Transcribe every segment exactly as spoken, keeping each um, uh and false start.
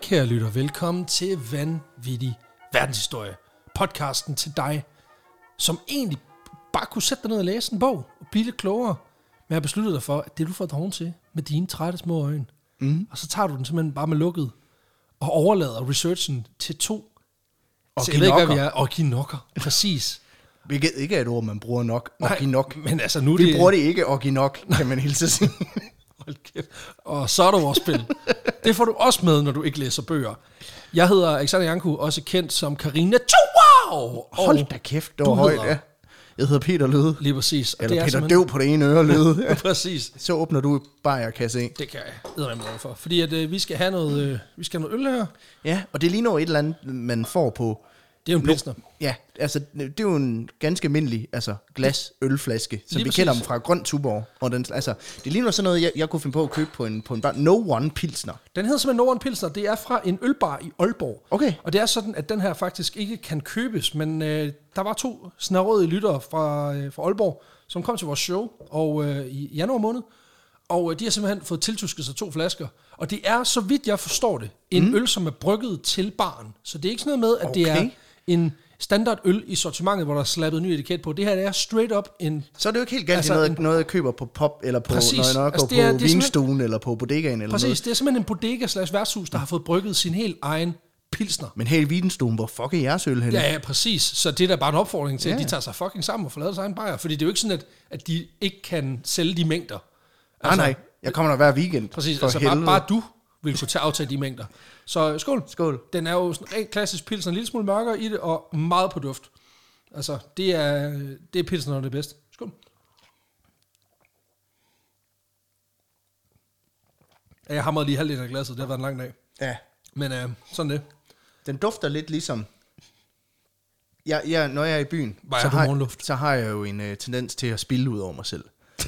kære lytter. Velkommen til Vanvittig Verdenshistorie. Podcasten til dig, som egentlig bare kunne sætte dig ned og læse en bog og blive lidt klogere. Men jeg har besluttet dig for, at det du får dragen til med dine trætte små øjne. Mm. Og så tager du den simpelthen bare med lukket og overlader researchen til to orginokker. Orginokker, præcis. Hvilket ikke er et ord, man bruger nok. Orginok. Men altså nu Vi det... bruger det ikke orginok, kan man hilse sige. Hold kæft. Og så er der vores spil. Det får du også med, når du ikke læser bøger. Jeg hedder Alexander Janku, også kendt som Karina Wow! Hold da kæft, det var højt, ja. Jeg hedder Peter Løde. Lige præcis. Og Eller det Peter simpelthen... Døv på det ene øre, Løde. Ja, præcis. Så åbner du bajer, kan jeg se. Det kan jeg eddermame lov for. Fordi at, øh, vi skal have noget, øh, vi skal have noget øl her. Ja, og det ligner jo et eller andet, man får på... Det er jo en pilsner. Ja, altså det er jo en ganske almindelig altså, glas ølflaske, som Lige vi præcis. kender dem fra Grøn Tuborg. Og den, altså, det ligner sådan noget, jeg, jeg kunne finde på at købe på en, på en bar. No One Pilsner. Den hedder simpelthen No One Pilsner. Det er fra en ølbar i Aalborg. Okay. Og det er sådan, at den her faktisk ikke kan købes, men øh, der var to snarrådige lyttere fra, øh, fra Aalborg, som kom til vores show og, øh, i januar måned. Og øh, de har simpelthen fået tiltusket sig to flasker. Og det er, så vidt jeg forstår det, en mm. øl, som er brygget til baren. Så det er ikke sådan noget med, at okay. det er en standard øl i sortimentet, hvor der er slappet en ny etiket på. Det her det er straight up en... Så er det jo ikke helt galt altså noget, en, noget, jeg køber på pop, eller på, præcis, når jeg nok altså går det er, på det er vinstuen, eller på bodegaen, eller præcis, noget. Det er simpelthen en bodega slash værtshus, der har fået brygget sin helt egen pilsner. Men her i vinstuen, hvor fuck er jeres øl henne? Ja, ja, præcis. Så det er da bare en opfordring til, ja. At de tager sig fucking sammen og får lavet sig en bajer. Fordi det er jo ikke sådan, at, at de ikke kan sælge de mængder. Altså, nej, nej. Jeg kommer der hver weekend. Præcis, altså bare, bare du vil kunne tage aftage de mængder. Så skål. Skål. Den er jo sådan en klassisk pilsner, en lille smule mørkere i det, og meget på duft. Altså, det er, det er pilsner, når det er bedst. Skål. Ja, jeg hamrede lige halvdelen af glasset, det har været en lang dag. Ja. Men øh, sådan det. Den dufter lidt ligesom... Ja, ja, når jeg er i byen, så har, så har jeg jo en uh, tendens til at spilde ud over mig selv.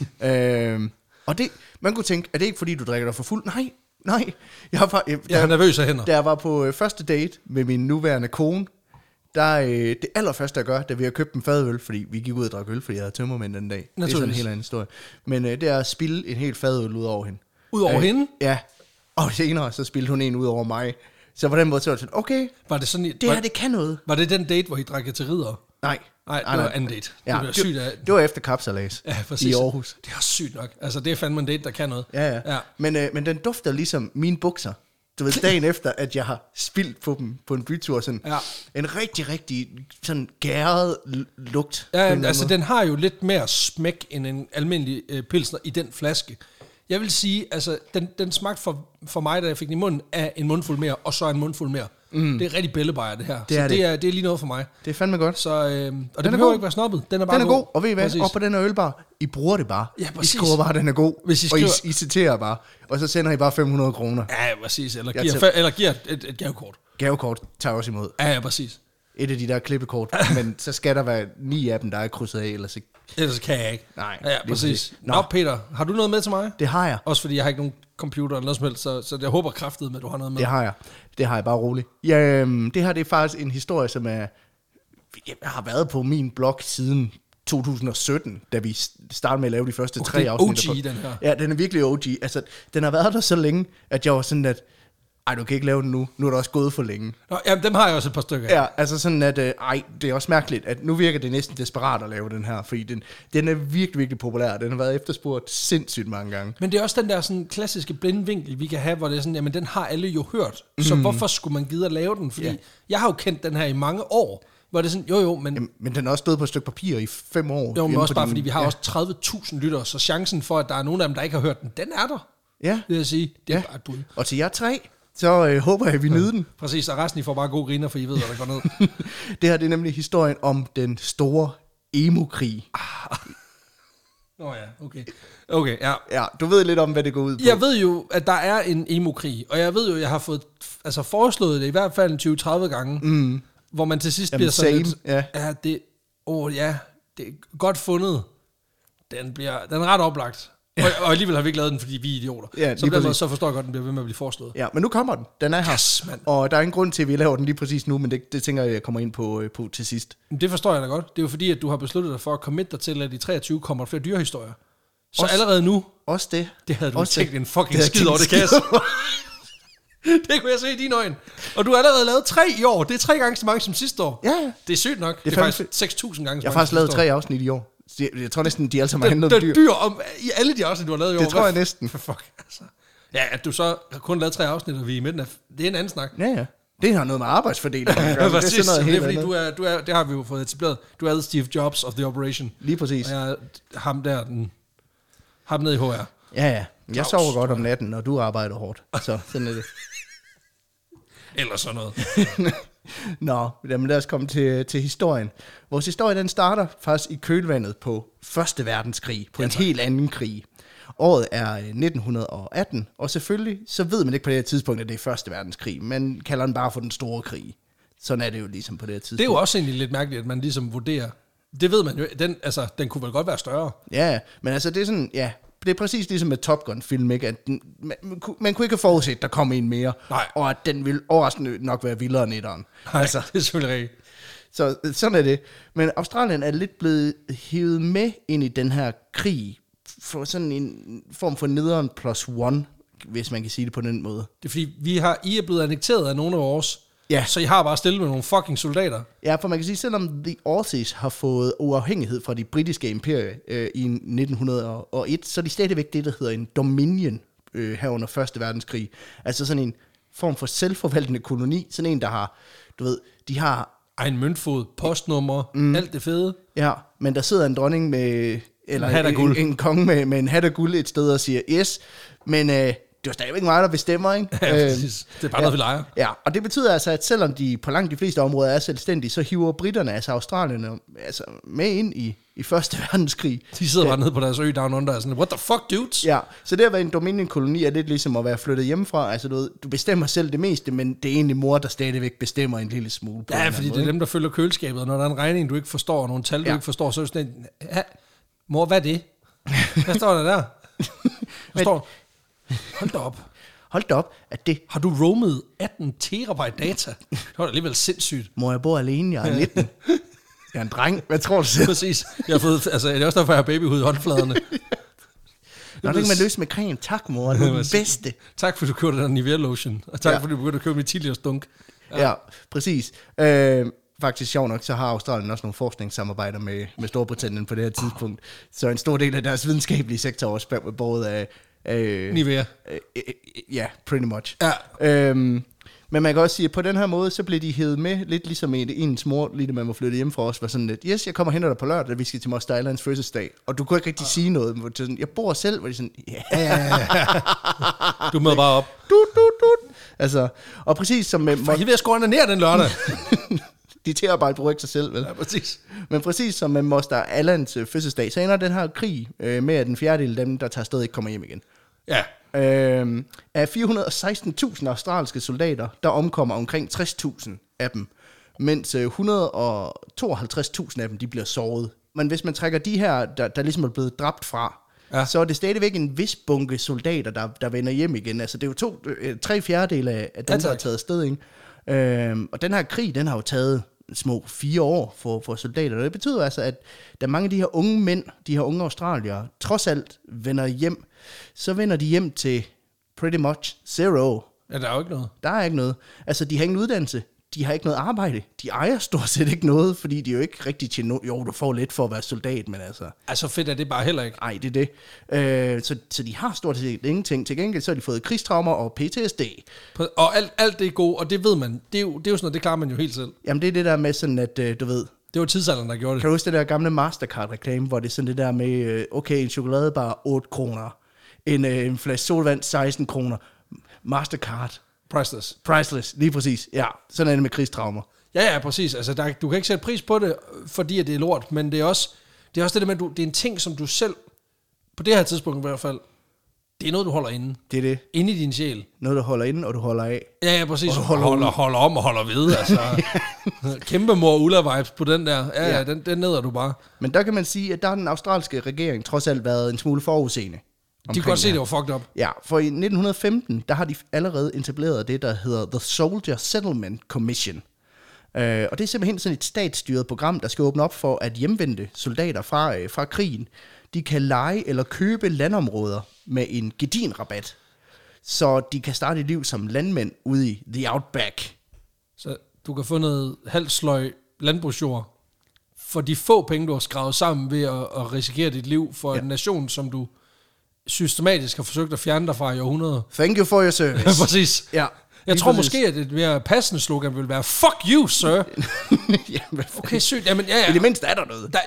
øhm, og det, man kunne tænke, er det ikke fordi, du drikker dig for fuld? Nej, nej. Jeg, har, jeg, jeg er nervøs af hænder. Da jeg var på uh, første date med min nuværende kone, der uh, det allerførste, jeg gør, da vi har købt en fadøl, fordi vi gik ud og drak øl, fordi jeg havde tømmermænd den dag. Det er sådan en helt anden historie. Men uh, det er at spilde en helt fadøl ud over hende. Ud over uh, hende? Ja. Og senere, så spildte hun en ud over mig. Så på den måde så var det sådan, okay, var det, sådan, det var, her, det kan noget. Var det den date, hvor I drak til ridder? Nej. Nej, det var anden date. Ja, det, var sygt af... det var efter kapsalas ja, præcis. i Aarhus. Det er også sygt nok. Altså, det er fandme en date, der kan noget. Ja, ja. ja. Men, øh, men den dufter ligesom mine bukser. Du ved, dagen efter, at jeg har spildt på dem på en bytur. Sådan ja. En rigtig, rigtig sådan gæret lugt. Ja, altså den har jo lidt mere smæk end en almindelig øh, pilsner i den flaske. Jeg vil sige, altså, den, den smagte for, for mig, da jeg fik den i munden, af en mundfuld mere, og så en mundfuld mere. Mm. Det er rigtig bællebajer, det her. Det så er det, det. Er, det er lige noget for mig. Det er fandme godt. Så, øh, og det den behøver ikke være snobbet. Den er bare den er god. god. Og ved I hvad? Og på den her ølbar, I bruger det bare. Ja, præcis. I skriver bare, at den er god. Hvis I skriver... Og I, I citerer bare. Og så sender I bare fem hundrede kroner. Ja, præcis. Eller giver, tæ... eller giver et, et gavekort. Gavekort tager også imod. Ja, ja, præcis. Et af de der klippekort. Men så skal der være ni af dem, der er krydset af, ellers ikke. Ellers kan jeg ikke. Nej. Ja, ja præcis. Nå. Nå, Peter, har du noget med til mig? Det har jeg. Også fordi jeg har ikke nogen computer eller noget som helst, så, så jeg håber kraftigt med, at du har noget med. Det har jeg. Det har jeg bare roligt. Ja, øhm, det her det er faktisk en historie, som er, jeg har været på min blog siden to tusind og sytten, da vi startede med at lave de første okay, tre afsnit. O G, den her. Ja, den er virkelig O G. Altså, den har været der så længe, at jeg var sådan, at ej, du kan ikke lave den nu. Nu er det også gået for længe. Nå, jamen, dem har jeg også et par stykker af. Ja, altså sådan, at øh, ej, det er også mærkeligt, at nu virker det næsten desperat at lave den her, fordi den, den er virkelig, virkelig populær. Den har været efterspurgt sindssygt mange gange. Men det er også den der sådan klassiske blinde vinkel, vi kan have, hvor det er sådan, jamen den har alle jo hørt. Så mm. hvorfor skulle man gide at lave den? Fordi yeah. jeg har jo kendt den her i mange år, hvor det er sådan, jo jo, men... Jamen, men den er også stået på et stykke papir i fem år. Jo, men også bare din, fordi vi har ja. også tredive tusind lyttere, så chancen for, at der er nogen af dem, der ikke har hørt den, den er der. Ja. Det vil jeg sige, det er ja. bare et bud. Og til jer tre... Så øh, håber jeg, at vi nyder den. Præcis, og resten I får bare gode griner, for I ved, hvad der går ned. Det her det er nemlig historien om den store emo-krig. Ah. Nå ja, okay. Okay, ja. Ja, du ved lidt om, hvad det går ud på. Jeg ved jo, at der er en emo-krig, og jeg ved jo, at jeg har fået altså foreslået det i hvert fald tyve til tredive gange, mm. hvor man til sidst Jamen, bliver sådan same. lidt, ja. ja, det, åh ja, det er godt fundet. Den, bliver, den er ret oplagt. Ja. Og, og alligevel har vi ikke lavet den, fordi vi er idioter. Ja, så på den måde, så forstår jeg godt, at den bliver ved med at blive foreslået. Ja, men nu kommer den. Den er her. Yes, mand. Og der er ingen grund til, at vi laver den lige præcis nu, men det, det tænker jeg, jeg kommer ind på, på til sidst. Det forstår jeg da godt. Det er jo fordi, at du har besluttet dig for at committe dig til, at i treogtyve kommer flere dyrehistorier. Så også, allerede nu... Også det. Det havde du også tænkt det. en fucking skid over, det kan jeg Det kunne jeg se i dine øjne. Og du har allerede lavet tre i år. Det er tre gange så mange som sidste år. Ja. Det er sygt nok. Det er, det er faktisk seks tusind gange så mange. Jeg har faktisk lavet tre afsnit i år. Jeg tror næsten, de alle sammen har handlet om dyr. dyr om, i alle de afsnit, du har lavet i år. Det tror jeg næsten. For fuck, altså. Ja, at du så har kun lavet tre afsnit, og vi er i midten af... Det er en anden snak. Ja, ja. Det har noget med arbejdsfordeling at gøre. Ja, præcis. Det er, sådan noget det er fordi, du er, du er, det har vi jo fået etableret. Du er the Steve Jobs of the operation. Lige præcis. Og jeg er ham der, den, ham nede i H R. Ja, ja. Jeg sover godt om natten, og du arbejder hårdt. Så sådan er det. Eller sådan noget. Nå, jamen lad os komme til, til historien. Vores historie, den starter faktisk i kølvandet på Første Verdenskrig, på ja, en helt anden krig. Året er nitten atten, og selvfølgelig så ved man ikke på det her tidspunkt, at det er Første Verdenskrig. Man kalder den bare for den store krig. Sådan er det jo ligesom på det her tidspunkt. Det er jo også egentlig lidt mærkeligt, at man ligesom vurderer. Det ved man jo, den, altså, den kunne vel godt være større. Ja, men altså det er sådan, ja, det er præcis ligesom med Top Gun-film, ikke? At den, man, man, man kunne ikke have forudset, at der kom en mere, Nej. Og at den ville overraskende nok være vildere end etteren. Nej, altså, det er selvfølgelig rigtigt. Så sådan er det. Men Australien er lidt blevet hivet med ind i den her krig, for sådan en form for nederen plus one, hvis man kan sige det på den måde. Det er fordi, vi har, I er blevet annekteret af nogle af vores, ja. Så I har bare stillet med nogle fucking soldater. Ja, for man kan sige, selvom The Aussies har fået uafhængighed fra de britiske imperie øh, i nitten hundrede og et, så er de stadigvæk det, der hedder en dominion øh, her under Første Verdenskrig. Altså sådan en form for selvforvaltende koloni, sådan en, der har, du ved, de har... Egen møntfod, postnummer, mm. alt det fede. Ja, men der sidder en dronning med... Eller en, en, en, en konge med, med en hat af guld et sted og siger, yes, men øh, det er stadigvæk mig, der bestemmer, ikke? Ja, præcis. Det er bare ja, noget, vi leger. Ja, og det betyder altså, at selvom de på langt de fleste områder er selvstændige, så hiver britterne, altså australierne, altså med ind i, i Første Verdenskrig. De sidder bare nede på deres ø down under og sådan, what the fuck, dudes? Ja, så det at være en dominion-koloni er lidt ligesom at være flyttet hjemmefra. Altså, du, ved, du bestemmer selv det meste, men det er egentlig mor, der stadigvæk bestemmer en lille smule. Ja, fordi det er dem, der følger køleskabet, og når der er en regning, du ikke forstår, og nogle tal, du ja. ikke forstår, så er det sådan en, ja, mor, hvad er det? Hvad står der der? Hvad står Hold da op. Hold da op, at det... Har du roamet atten terabyte data? Det var alligevel sindssygt. Mor, jeg bor alene, jeg er nitten. Jeg er en dreng. Hvad tror du selv? Præcis. Jeg har fået, altså, det er også derfor, jeg har babyhud i håndfladerne. Nå, det kan man løse med creme. Tak, mor. Du er den bedste. Tak, fordi du købte den Nivea lotion. Og tak, ja. fordi du begyndte at købe mit tidligere stunk. Ja, ja præcis. Øh, faktisk sjovt nok, så har Australien også nogle forskningssamarbejder med, med Storbritannien på det her tidspunkt. Så en stor del af deres videnskabelige sektor også båret af... Øh, Nivea. Øh, øh, ja, yeah, pretty much. Ja. Øhm, men man kan også sige, at på den her måde, så blev de hævet med, lidt ligesom en, ens mor, lige da man var flyttet hjem fra os, var sådan lidt, yes, jeg kommer hen dig på lørdag, da vi skal til Moss Islands fødselsdag. Og du kunne ikke rigtig uh. sige noget, men sådan, jeg bor selv, hvor de sådan, ja, yeah. Du møder bare op. Du, du, du. Altså, og præcis som med... For jeg ved at score ned den lørdag. De tilarbejde bruger ikke sig selv, vel? Ja, præcis. Men præcis som med Moss Islands fødselsdag, så ender den her krig øh, med, at den fjerdedel af dem, der tager afsted, ikke kommer hjem igen. Ja. Øh, af fire hundrede og seksten tusind australske soldater, der omkommer omkring tres tusind af dem, mens et hundrede og tooghalvtreds tusind af dem, de bliver såret. Men hvis man trækker de her, der, der ligesom er blevet dræbt fra, ja. så er det stadigvæk en vis bunke soldater, der, der vender hjem igen. Altså det er jo to, øh, tre fjerdedele af, af dem, ja, der er taget afsted, ikke? Øh, og den her krig, den har jo taget små fire år for, for soldater. Og det betyder altså, at da mange af de her unge mænd, de her unge australiere, trods alt vender hjem, så vender de hjem til pretty much zero. Ja, der er jo ikke noget. Der er ikke noget. Altså, de har ingen uddannelse. De har ikke noget arbejde. De ejer stort set ikke noget, fordi de er jo ikke rigtig til no- Jo, du får lidt for at være soldat, men altså... Altså fedt er det bare heller ikke. Nej, det er det. Øh, så, så de har stort set ingenting. Til gengæld så har de fået krigstraumer og P T S D. Og alt, alt det er gode, og det ved man. Det er, jo, det er jo sådan noget, det klarer man jo helt selv. Jamen, det er det der med sådan, at øh, du ved... Det var tidsalderen, der gjorde det. Kan du huske det der gamle Mastercard-reklame, hvor det er sådan det der med, okay, en chokoladebar otte kroner, en, øh, en flaske solvand seksten kroner, Mastercard. Priceless. Priceless, lige præcis. Ja, sådan er det med krigstraumer. Ja, ja, præcis. Altså, der, du kan ikke sætte pris på det, fordi at det er lort, men det er også det, er også det der med, at du, det er en ting, som du selv, på det her tidspunkt i hvert fald, det er noget, du holder inde. Det er det. Inde i din sjæl. Noget, du holder inde, og du holder af. Ja, ja, præcis. Og du holder, holder, holder om og holder ved, altså. Kæmpe mor Ulla-vibes på den der. Ja, ja, ja den, den neder du bare. Men der kan man sige, at der har den australske regering trods alt været en smule forudseende. De kan godt se, det var fucked up. Ja, for i nitten femten, der har de allerede etableret det, der hedder The Soldier Settlement Commission. Uh, og det er simpelthen sådan et statsstyret program, der skal åbne op for, at hjemvendte soldater fra, uh, fra krigen, de kan leje eller købe landområder med en gedin rabat. så de kan starte et liv som landmænd ude i the outback. Så du kan få noget halvsløj landbrugsjord for de få penge, du har skrevet sammen ved at, at risikere dit liv for ja. en nation, som du systematisk har forsøgt at fjerne dig fra i århundreder. Thank you for your service. Præcis. Ja. Jeg tror præcis. måske, at et mere passende slogan vil være, fuck you, sir. Jamen, okay, sygt. Jamen, ja, ja. I det mindste er der noget. Der,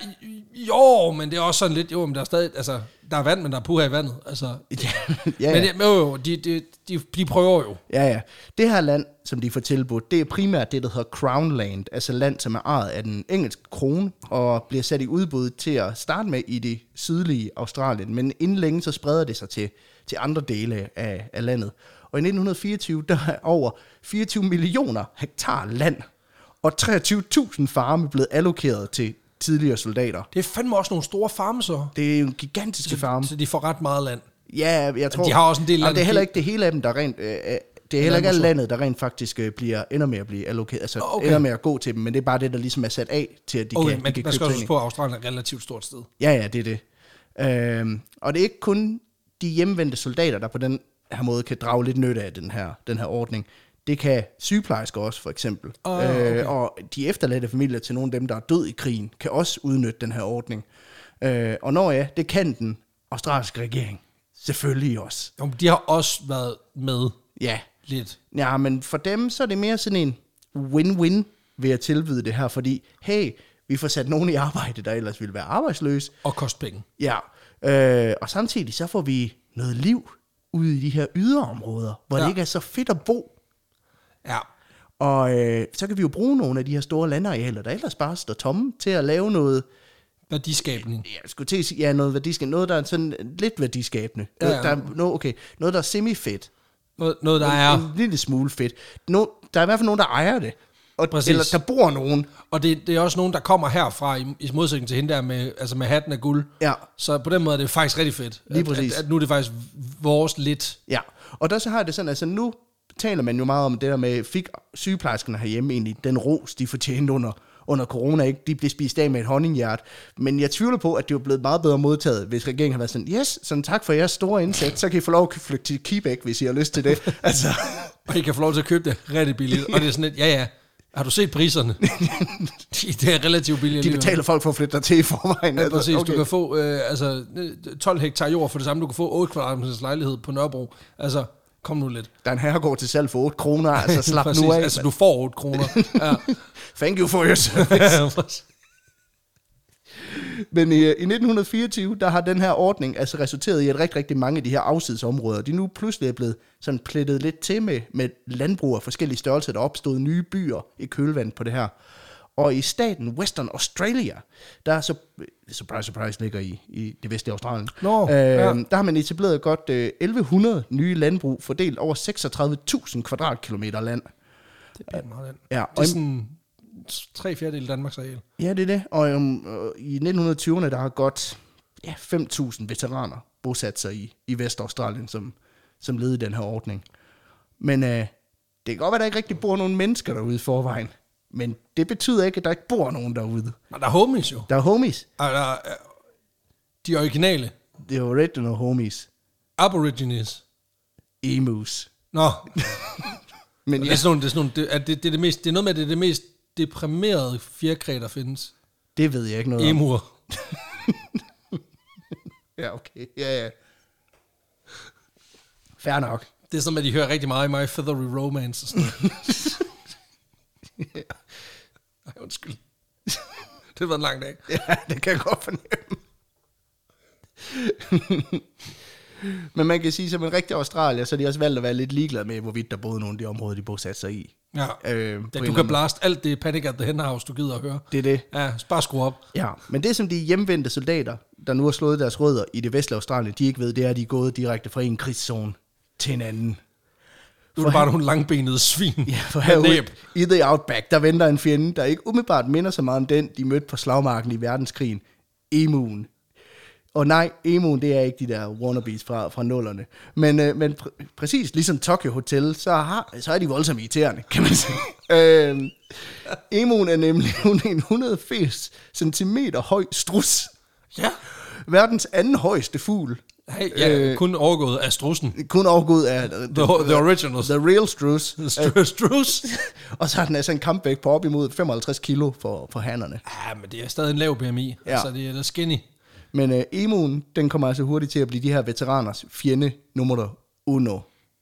jo, men det er også sådan lidt, jo, men der er stadig, altså, der er vand, men der er puha i vandet. Altså. ja, ja. Men jo, jo, de, de, de, de prøver jo. Ja, ja. Det her land, som de får tilbudt, det er primært det, der hedder Crown Land, altså land, som er ejet af den engelske krone, og bliver sat i udbud til at starte med i det sydlige Australien. Men inden længe, så spreder det sig til, til andre dele af, af landet. Og i nitten fireogtyve, der er over fireogtyve millioner hektar land, og treogtyve tusind farme blevet allokeret til tidligere soldater. Det er fandme også nogle store farme, så. Det er jo en gigantiske farme. Så de får ret meget land. Ja, jeg tror. De har også en del land. Det er heller ikke det hele af dem, der rent... Øh, det er heller ikke alle landet, der rent faktisk øh, bliver, ender med at blive allokeret, altså okay. ender med at gå til dem, men det er bare det, der ligesom er sat af til, at de okay, kan, men de kan man skal købe også på, at Australien er et relativt stort sted. Ja, ja, det er det. Øhm, og det er ikke kun de hjemvendte soldater, der på den her måde kan drage lidt nytte af den her, den her ordning. Det kan sygeplejersker også, for eksempel. Oh, okay. øh, og de efterladte familier til nogle af dem, der er død i krigen, kan også udnytte den her ordning. Øh, og når ja, det kan den australske regering selvfølgelig også. Jo, de har også været med. Ja. Lidt. Ja, men for dem, så er det mere sådan en win-win ved at tilbyde det her, fordi, hey, vi får sat nogen i arbejde, der ellers ville være arbejdsløse. Og koste penge. Ja, øh, og samtidig så får vi noget liv ude i de her yderområder, hvor ja. det ikke er så fedt at bo. Ja. Og øh, så kan vi jo bruge nogle af de her store landarealer, der ellers bare står tomme, til at lave noget... Værdiskabning. Ja, jeg skulle til at sige, ja, noget værdiskabning. Noget, der er sådan lidt værdiskabende. Ja, ja. Der er, noget, okay, noget, der er semi-fedt. Noget, noget der er... En, en lille smule fedt. No, der er i hvert fald nogen, der ejer det. Og, præcis. Eller der bor nogen. Og det, det er også nogen, der kommer herfra, i, i modsætning til hende der med, altså med hatten af guld. Ja. Så på den måde er det faktisk rigtig fedt. Lige at, præcis. At, at nu er det faktisk vores lidt. Ja, og der så har det sådan, altså nu taler man jo meget om det der med, fik sygeplejerskerne herhjemme egentlig den ros, de fortjente under, under corona, ikke? De blev spist af med et honninghjert. Men jeg tvivler på, at det var blevet meget bedre modtaget, hvis regeringen har været sådan, yes, sådan tak for jeres store indsats, så kan I få lov at flytte til Quebec, hvis I har lyst til det. Altså. Og I kan få lov til at købe det rigtig billigt. Og det er sådan lidt, ja ja, har du set priserne? Det er relativt billigt. De betaler folk for at flytte der til i forvejen. Ja, præcis. Okay. Du kan få øh, altså, tolv hektar jord for det samme. Du kan få otte kvadratmeters lejlighed på Nørrebro. Altså, kom nu lidt. Der er en herregård til salg for otte kroner, altså slap præcis, nu af. Altså, du får otte kroner. Ja. Thank you for your service. Men i, i nitten fireogtyve, der har den her ordning altså resulteret i, at rigtig, rigtig mange af de her afsidesområder, de nu pludselig er blevet sådan plettet lidt til med, med landbrug af forskellige størrelser, der opstod nye byer i kølvandet på det her. Og i staten Western Australia, der er så, surprise, surprise, ligger i, i det vestlige Australien, Nå, øh, ja. der har man etableret godt øh, elleve hundrede nye landbrug, fordelt over seksogtredive tusind kvadratkilometer land. Det er meget land. Ja, det er sådan tre fjerdedel Danmarks areal. Ja, det er det. Og um, i nitten tyverne, der har godt ja, fem tusind veteraner bosat sig i, i Vestaustralien, som, som led i den her ordning. Men øh, det kan godt være, at der ikke rigtig bor nogen mennesker derude i forvejen. Men det betyder ikke, at der ikke bor nogen derude. Men der er homies jo. Der er homies. Er der, de originale. Det er original homies. Aborigines. Emus. Nå. Men ja. Det er, sådan nogle, det, er sådan nogle, det, er, det, det, er det, mest, det er noget med, det er det mest deprimerede fjerkræ, der findes. Det ved jeg ikke noget Emuer. om. Ja, okay. Ja, ja. Fair nok. Det er sådan, at de hører rigtig meget i My Feathery Romance og sådan Ja. Ej, undskyld. Det har været en lang dag. Ja, det kan jeg godt fornemme. Men man kan sige, som en rigtig australier, så er de også valgt at være lidt ligeglade med, hvorvidt der boede nogen af de områder, de bosatte sig i. Ja, øh, ja du kan blast alt det Panic at the Hen House, du gider at høre. Det er det. Ja, bare skru op. Ja, men det som de hjemvendte soldater, der nu har slået deres rødder i det vestlige Australien, de ikke ved, det er, at de er gået direkte fra en krigszone til en anden. Du er bare nogle langbenede svin. Ja, for herude i The Outback, der venter en fjende, der ikke umiddelbart minder så meget om den, de mødte på slagmarken i verdenskrigen. Emuen. Og nej, Emuen, det er ikke de der wannabes fra, fra nullerne. Men, øh, men pr- præcis ligesom Tokyo Hotel, så, har, så er de voldsomt irriterende, kan man sige. øh, Emuen er nemlig en et hundrede og firs centimeter høj strus. Ja. Verdens anden højeste fugl. Hey, ja, øh, kun overgået af strussen. Kun overgået af... The, the originals. The real strus. The strus. Og så har den altså en kampvægt på op imod femoghalvtreds kilo for, for hannerne. Ja, men det er stadig en lav B M I. Ja. Altså, det er da skinny. Men uh, emuen, den kommer altså hurtigt til at blive de her veteraners fjende nummer uno.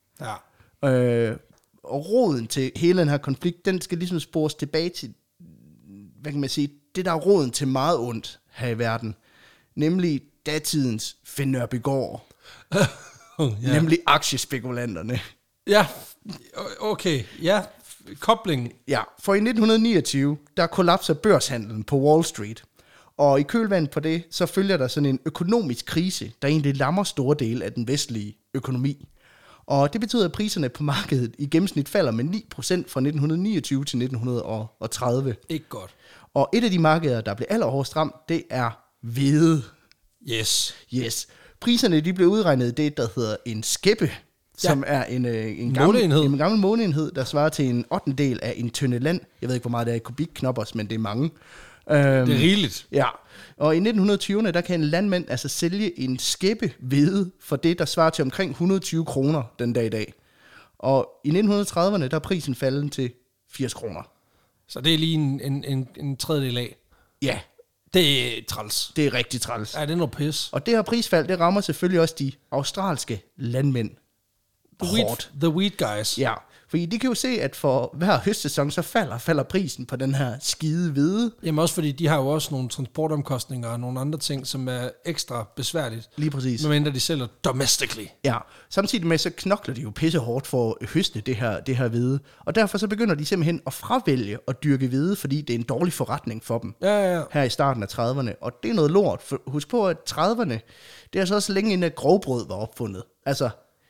Ja. Øh, og roden til hele den her konflikt, den skal ligesom spores tilbage til, hvad kan man sige, det der er roden til meget ondt her i verden. Nemlig datidens Finn Nørbegaard. oh, ja. Nemlig aktiespekulanterne. Ja, okay. Ja, kobling. Ja, for i nitten niogtyve, der kollapser børshandlen på Wall Street. Og i kølvandet på det, så følger der sådan en økonomisk krise, der egentlig lammer store dele af den vestlige økonomi. Og det betyder, at priserne på markedet i gennemsnit falder med ni procent fra nitten niogtyve til nitten tredive. Ikke godt. Og et af de markeder, der bliver allerhårdest ramt, det er hvede. Yes. Yes. Priserne, de blev udregnet i det, der hedder en skæppe, ja. som er en, en, gammel, en gammel måneenhed, der svarer til en ottendedel af en tønde land. Jeg ved ikke, hvor meget det er i kubikknoppers, men det er mange. Det er rigeligt. Ja, og i nitten tyverne, der kan en landmand altså sælge en skæppe hvede for det, der svarer til omkring et hundrede og tyve kroner den dag i dag. Og i nitten trediverne, der er prisen faldet til firs kroner. Så det er lige en, en, en, en tredjedel af. Ja. Det er træls. Det er rigtig træls. Ja, det er noget pis. Og det her prisfald, det rammer selvfølgelig også de australske landmænd. The wheat, the wheat guys. Ja, fordi de kan jo se, at for hver høstsæson, så falder, falder prisen på den her skide hvede. Jamen også fordi, de har jo også nogle transportomkostninger og nogle andre ting, som er ekstra besværligt. Lige præcis. Medmindre de sælger domestically. Ja, samtidig med, så knokler de jo pisse hårdt for at høste det her, det her hvede. Og derfor så begynder de simpelthen at fravælge at dyrke hvede, fordi det er en dårlig forretning for dem. Ja, ja, ja. Her i starten af trediverne. Og det er noget lort. For husk på, at trediverne, det er så også længe inden, at grovbrød var opfundet. Altså,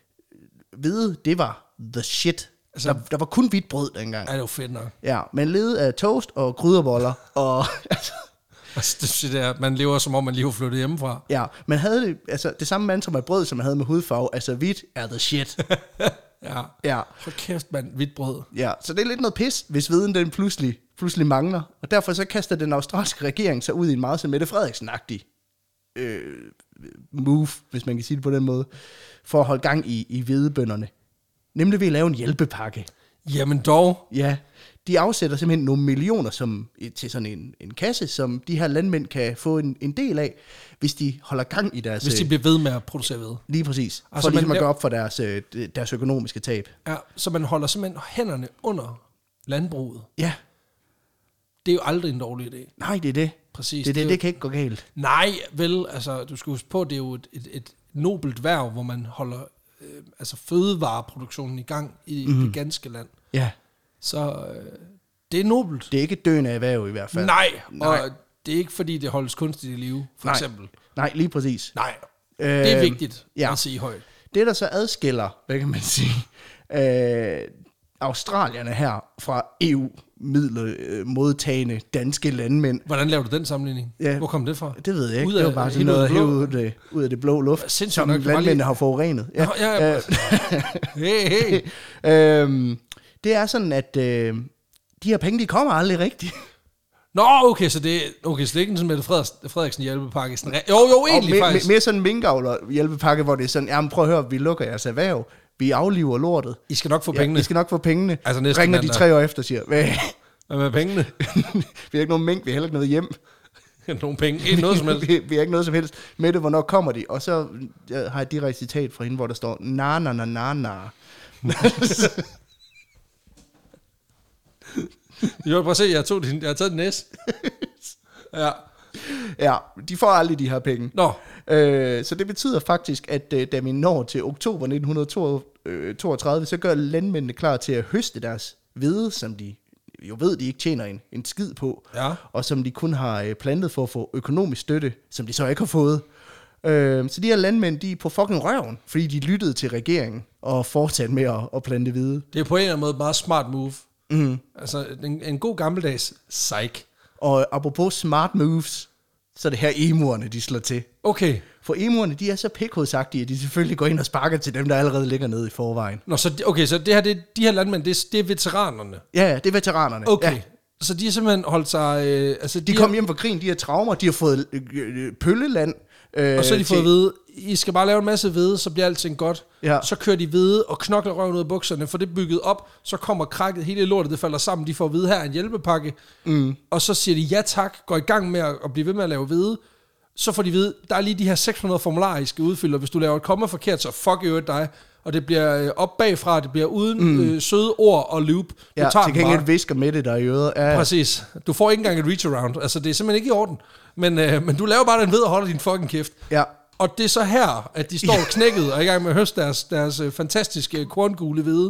hvede, det var the shit. Altså, der, der var kun hvidt brød dengang. Ja, det var fedt nok. Ja, man levede af toast og krydderboller. og altså, det der, man lever som om, man lige har flyttet hjemmefra. Ja, man havde det, altså, det samme mantra med brød, som man havde med hudfarve. Altså, hvidt er the shit. ja. Ja. Hold kæft, mand, hvidt brød. Ja, så det er lidt noget pis, hvis viden den pludselig, pludselig mangler. Og derfor så kaster den australske regering sig ud i en meget så Mette Frederiksen-agtig øh, move, hvis man kan sige det på den måde, for at holde gang i, i hvedebønderne. Nemlig ved at lave en hjælpepakke. Jamen dog. Ja, de afsætter simpelthen nogle millioner som, til sådan en, en kasse, som de her landmænd kan få en, en del af, hvis de holder gang i deres... Hvis de bliver ved med at producere ved. Lige præcis. Altså, for ligesom at gå op for deres, deres økonomiske tab. Ja, så man holder simpelthen hænderne under landbruget. Ja. Det er jo aldrig en dårlig idé. Nej, det er det. Præcis. Det, det, det, det det kan ikke gå galt. Nej, vel, altså du skal huske på, det er jo et, et, et nobelt værv, hvor man holder øh, altså fødevareproduktionen i gang i mm. det ganske land. Ja. Så øh, det er nobelt. Det er ikke et døende erhverv i hvert fald. Nej, Nej. og det er ikke fordi, det holdes kunstigt i live, for Nej. eksempel. Nej, lige præcis. Nej, øh, det er vigtigt ja. at sige højt. Det, der så adskiller, hvad kan man sige, øh, australierne her fra E U-middelmodtagende danske landmænd. Hvordan laver du den sammenligning? Ja, hvor kom det fra? Det ved jeg ikke. Ud af, af, det var bare sådan noget at hæve ud, det, ud af det blå luft, Sindssygt som nok, landmændene lige... har forurenet. Ja. Nå, ja, ja. hey, hey. øhm, det er sådan, at øh, de her penge, de kommer aldrig rigtigt. Nå, okay, så det, okay, så det er ikke sådan med Frederiksen, Frederiksen hjælpepakke. Sådan, jo, jo, egentlig mere, faktisk. Mere sådan en minkavler hjælpepakke, hvor det er sådan, jamen prøv at høre, vi lukker jeres erhverv, vi afliver lortet. I skal nok få ja, pengene. I skal nok få pengene. Altså ringer de tre år efter og siger, hvad? Hvad med pengene? Vi har ikke nogen mink, vi har heller ikke noget hjem. Nogle penge, ikke noget som helst. vi, vi har ikke noget som helst. Med det, hvornår kommer de? Og så jeg har jeg et direkte citat fra hende, hvor der står, na na na na na. Jo, prøv at se, jeg, tog din, jeg har taget den næse. Ja. Ja, de får aldrig de her penge. Nå. Øh, så det betyder faktisk, at øh, da vi når til oktober nitten toogtredive, så gør landmændene klar til at høste deres hvede, som de jo ved, de ikke tjener en, en skid på, ja. og som de kun har øh, plantet for at få økonomisk støtte, som de så ikke har fået. Øh, så de her landmænd, de er på fucking røven, fordi de lyttede til regeringen og fortsatte med at, at plante hvede. Det er på en eller anden måde bare smart move. Mm. Altså en, en god gammeldags psych. Og apropos smart moves, så er det her emuerne, de slår til. Okay. For emuerne, de er så pikhovedsagtige, at de selvfølgelig går ind og sparker til dem, der allerede ligger nede i forvejen. Nå, så, okay, så det her, det, de her landmænd, det, det er veteranerne? Ja, det er veteranerne. Okay. Ja. Så de har simpelthen holdt sig... Øh, altså, de de kom har... hjem fra krigen, de har traumer, de har fået øh, pølleland, Øh, og så har de fået at vide, I skal bare lave en masse hvede, så bliver alting godt. Ja. Så kører de hvede og knokler røven ud af bukserne, for det er bygget op, så kommer krakket, hele lortet, det falder sammen, de får at vide, her er en hjælpepakke. Mm. Og så siger de ja tak, går i gang med at blive ved med at lave hvede. Så får de at vide, der er lige de her seks hundrede formularer, I skal udfylde, og hvis du laver et komma forkert, så fuck you dig. Og det bliver op bagfra, det bliver uden mm. øh, søde ord og loop. Du ja, tager til gengæld visker med det, der er i øret. Ja. Præcis. Du får ikke engang et reach around. Altså, det er simpelthen ikke i orden. Men, øh, men du laver bare den ved og holder din fucking kæft. Ja. Og det er så her, at de står knækket og er i gang med at høste deres, deres øh, fantastiske korngule hvede,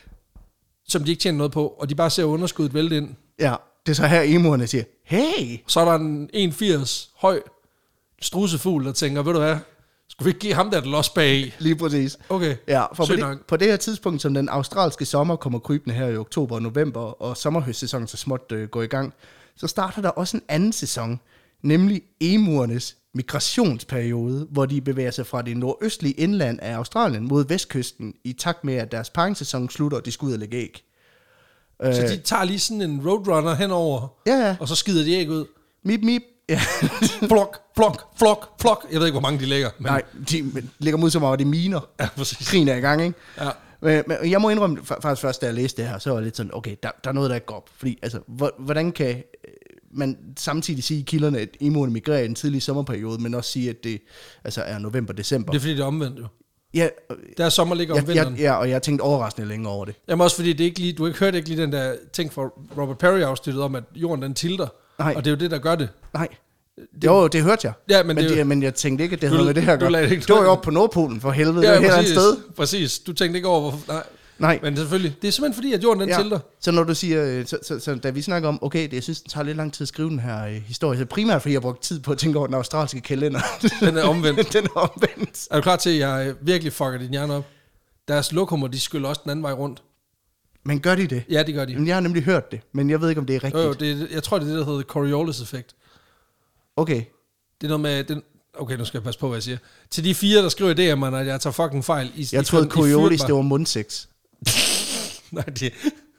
som de ikke tjener noget på, og de bare ser underskuddet vælte ind. Ja, det er så her emoerne siger, hey! Så er der en en komma firs høj strusefugl, der tænker, ved du hvad, skulle vi ikke give ham der et los bag? Lige præcis. Okay, ja, for på det, på det her tidspunkt, som den australske sommer kommer krybende her i oktober og november, og sommerhøstsæsonen så småt øh, går i gang, så starter der også en anden sæson, nemlig emuernes migrationsperiode, hvor de bevæger sig fra det nordøstlige indland af Australien mod vestkysten, i takt med, at deres paringssæson slutter, og de skal ud og lægge æg. Så de tager lige sådan en roadrunner henover, ja, ja. Og så skider de æg ud. Mip, mip. Ja. flok, flok, flok, flok. Jeg ved ikke, hvor mange de lægger. Men... Nej, de ligger mod som om, det er miner. Ja, præcis. Krigen er i gang, ikke? Ja. Men, men jeg må indrømme, faktisk først, da jeg læste det her, så var jeg lidt sådan, okay, der, der er noget, der ikke går op. Fordi, altså, hvordan kan man samtidig sige i kilderne, at emuerne migrerer i en tidlig sommerperiode, men også sige, at det altså er november-december? Det er fordi, det er omvendt jo. Ja, der sommer ligger om ja, vinteren. Ja, og jeg har tænkt overraskende længe over det. Jamen også fordi, det er ikke lige, du har ikke hørt ikke lige den der ting fra Robert Perry-afsnittet om, at jorden den tilter. Nej. Og det er jo det, der gør det. Nej. Det, jo, det hørte jeg. Ja, men, men, det, det, men jeg tænkte ikke, at det havde med det her at gøre. Det var jo oppe på Nordpolen, for helvede. Ja, det er et helt andet sted. Præcis. Du tænkte ikke over, hvorfor... Nej. Nej. Men selvfølgelig, det er simpelthen fordi, at jorden den ja. tilter. Så når du siger, så, så, så da vi snakker om, okay, det, jeg synes, det tager lidt lang tid at skrive den her uh, historie, så primært fordi jeg har brugt tid på at tænke over den australske kalender. Den er omvendt. Den er omvendt. Er du klar til, at jeg virkelig fucker din hjerne op? Deres lokummer, de skyller også den anden vej rundt. Men gør de det? Ja, det gør de. Men jeg har nemlig hørt det, men jeg ved ikke, om det er rigtigt. Jo, det er, jeg tror, det er det, der hedder Coriolis-effekt. Okay. Det er noget med... Den, okay, nu skal jeg passe på, hvad jeg siger. Til de fire, der skriver i D M'erne, at jeg tager fucking fejl. I, jeg I troede, Coriolis, det var mundsex. Nej, det...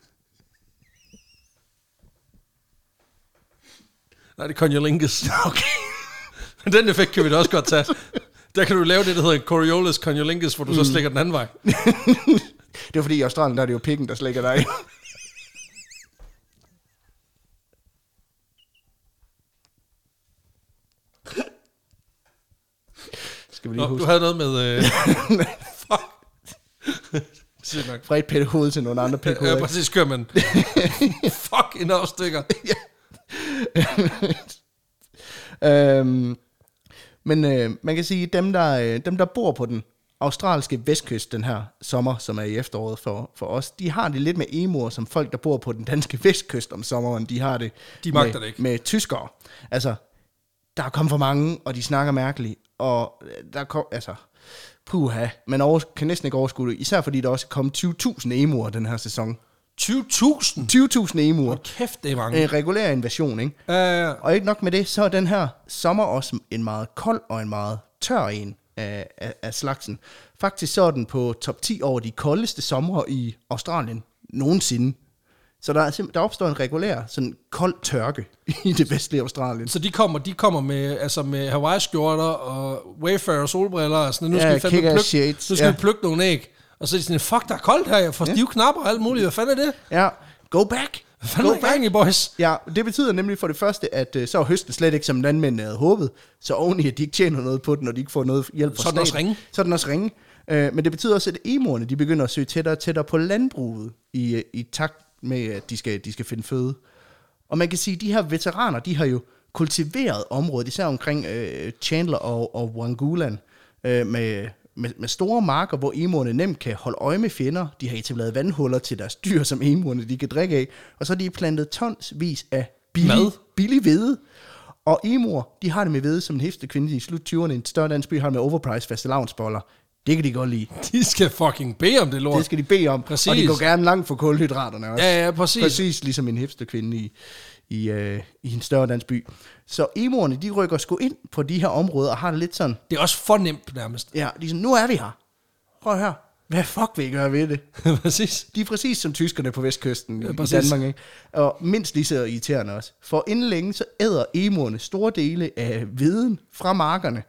Nej, det er Coniolingus. Okay. Den effekt kan vi da også godt tage. Der kan du lave det, der hedder en Coriolis Coniolingus, hvor du mm. så slikker den anden vej. Det er fordi i Australien, der er det jo pikken, der slikker dig. Skal vi lige Nå, huske? Du havde noget med... Øh... Fuck. Fra et pætte hoved til nogle andre pætte hoveder. Ja, præcis, kører man. Fuck, en afstikker. øhm, men øh, man kan sige, dem der, dem, der bor på den australske vestkyst den her sommer, som er i efteråret for, for os, de har det lidt med emuer, som folk, der bor på den danske vestkyst om sommeren, de har det, de magter med, det ikke. Med tyskere. Altså, der er kommet for mange, og de snakker mærkeligt, og der kom, altså... Puha, man over, kan næsten ikke overskue det, især fordi der også er kommet tyve tusind emuer den her sæson. tyve tusind? tyve tusind emuer. Hvor kæft, det er mange. En regulær invasion, ikke? Ja, ja, ja. Og ikke nok med det, så er den her sommer også en meget kold og en meget tør en af, af, af slagsen. Faktisk så er den på top ti over de koldeste somre i Australien nogensinde. Så der, er, der opstår en regulær sådan kold tørke i det vestlige Australien. Så de kommer, de kommer med, altså med Hawaii-skjorter og Wayfarer og solbriller og sådan. Nu skal, ja, vi, fandme plukke, shades. nu skal ja. vi plukke nogle æg. Og så er de sådan, fuck, der er koldt her, jeg får ja. stive knapper og alt muligt. Hvad fanden er det? Ja, go back. Hvad fanden er gang i, boys? Ja, det betyder nemlig for det første, at uh, så er høsten slet ikke, som landmændene havde håbet. Så oveni, at de ikke tjener noget på den, og de ikke får noget hjælp fra staten. Så er den også ringe. Så er den også ringe. Uh, men det betyder også, at emuerne, de begynder at søge tættere og tættere på landbruget i, i takt med, at de skal, de skal finde føde. Og man kan sige, at de her veteraner, de har jo kultiveret området, især omkring øh, Chandler og, og Wangulan, øh, med, med, med store marker, hvor emuerne nemt kan holde øje med fjender. De har etableret vandhuller til deres dyr, som emuerne de kan drikke af. Og så har de plantet tonsvis af billig, billig hvede. Og emuer, de har det med hvede som en hæfte kvinde i slut tyverne. En større dansk by har det med overpriced fastelavnsboller. Det kan de godt lide. De skal fucking bede om det lort. Det skal de bede om. Præcis. Og de går gerne langt for kulhydraterne også. Ja, ja, præcis. Præcis ligesom en hipsterkvinde i, i, øh, i en større dansk by. Så emuerne, de rykker sgu ind på de her områder og har det lidt sådan... Det er også for nemt nærmest. Ja, de er sådan, nu er vi her. Prøv her. Hvad fuck vil I gøre ved det? Præcis. De er præcis som tyskerne på vestkysten ja, i Danmark, ikke? Og mindst lige så irriterende også. For inden længe, så æder emuerne store dele af hveden fra markerne.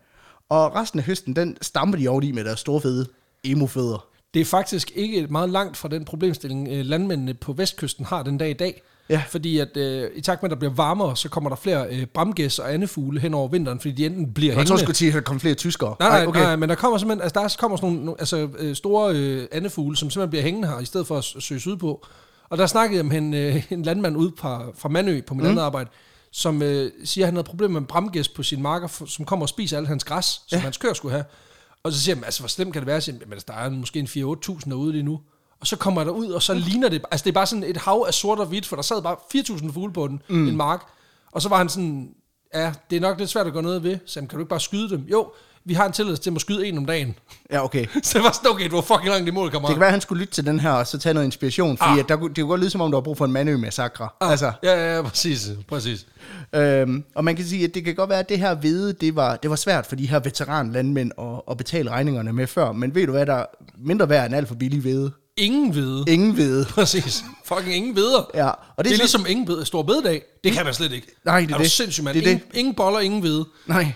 Og resten af høsten, den stamper de over i med deres store fede emo-fødder. Det er faktisk ikke meget langt fra den problemstilling, landmændene på vestkysten har den dag i dag. Ja. Fordi at øh, i takt med, at der bliver varmere, så kommer der flere øh, bramgæs og andefugle hen over vinteren, fordi de enten bliver hængende. Jeg tror, du skulle sige, at der kommer flere tyskere. Nej, nej, okay. nej, men der kommer simpelthen, altså der kommer sådan nogle altså, øh, store øh, andefugle, som simpelthen bliver hængende her, i stedet for at søge sydpå. Og der snakkede jeg med en, øh, en landmand ude fra, fra Mandø på mit mm. andet arbejde, som øh, siger, at han havde problemer med en bramgæs på sine marker, for, som kommer og spiser alt hans græs, som ja. hans køer skulle have. Og så siger han, altså hvor slemt kan det være? Siger, men der er måske en fire til otte tusind derude lige nu. Og så kommer der ud, og så ligner det, altså det er bare sådan et hav af sort og hvidt, for der sad bare fire tusind fugle på den, mm. en mark. Og så var han sådan, ja, det er nok lidt svært at gøre noget ved. Så kan du ikke bare skyde dem? Jo, vi har en tilladelse til at skyde en om dagen. Ja, okay. Så det var sådan, okay, du var fucking langt i mål, kammerat. Det kan være, at han skulle lytte til den her, og så tage noget inspiration, fordi ah. at der, det kunne godt lyde, som om der var brug for en Mandø-massakre. Ah. Altså. Ja, ja, ja, præcis. præcis. Øhm, og man kan sige, at det kan godt være, at det her hvede, det var, det var svært for de her veteranlandmænd at, at betale regningerne med før. Men ved du hvad, der er mindre værd end alt for billig hvede? Ingen hvede. Ingen hvede. Præcis. Fucking ingen hveder. Ja, og det, det er så... ligesom ingen hvede. Stor bededag. Det kan man slet ikke. Nej, det er, er det. Sindssygt, mand. Det er ingen, det. ingen boller, ingen hvede. Nej.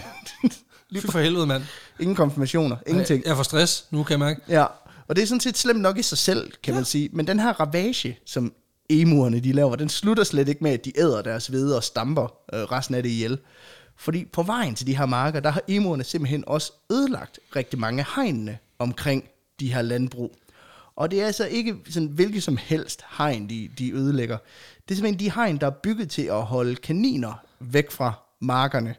Fy for helvede, mand. Ingen konfirmationer, ingenting. Jeg får stress, nu kan jeg mærke. Ja, og det er sådan set slemt nok i sig selv, kan ja. man sige. Men den her ravage, som emuerne de laver, den slutter slet ikke med, at de æder deres hvede og stamper øh, resten af det ihjel. Fordi på vejen til de her marker, der har emuerne simpelthen også ødelagt rigtig mange hegnene omkring de her landbrug. Og det er altså ikke sådan hvilket som helst hegn, de, de ødelægger. Det er simpelthen de hegn, der er bygget til at holde kaniner væk fra markerne.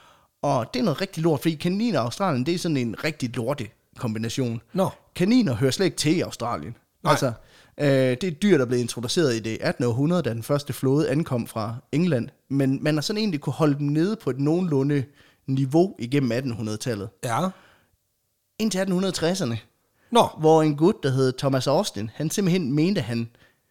Og det er noget rigtig lort, fordi kaniner i Australien, det er sådan en rigtig lorte kombination. No. Kaniner hører slet ikke til i Australien. Nej. Altså, øh, det er et dyr, der blev introduceret i det attende århundrede, da den første flåde ankom fra England. Men man har sådan egentlig kunne holde dem nede på et nogenlunde niveau igennem attenhundredetallet. Ja. Indtil atten tresserne. Nå. Hvor en gut, der hed Thomas Austin, han simpelthen mente, han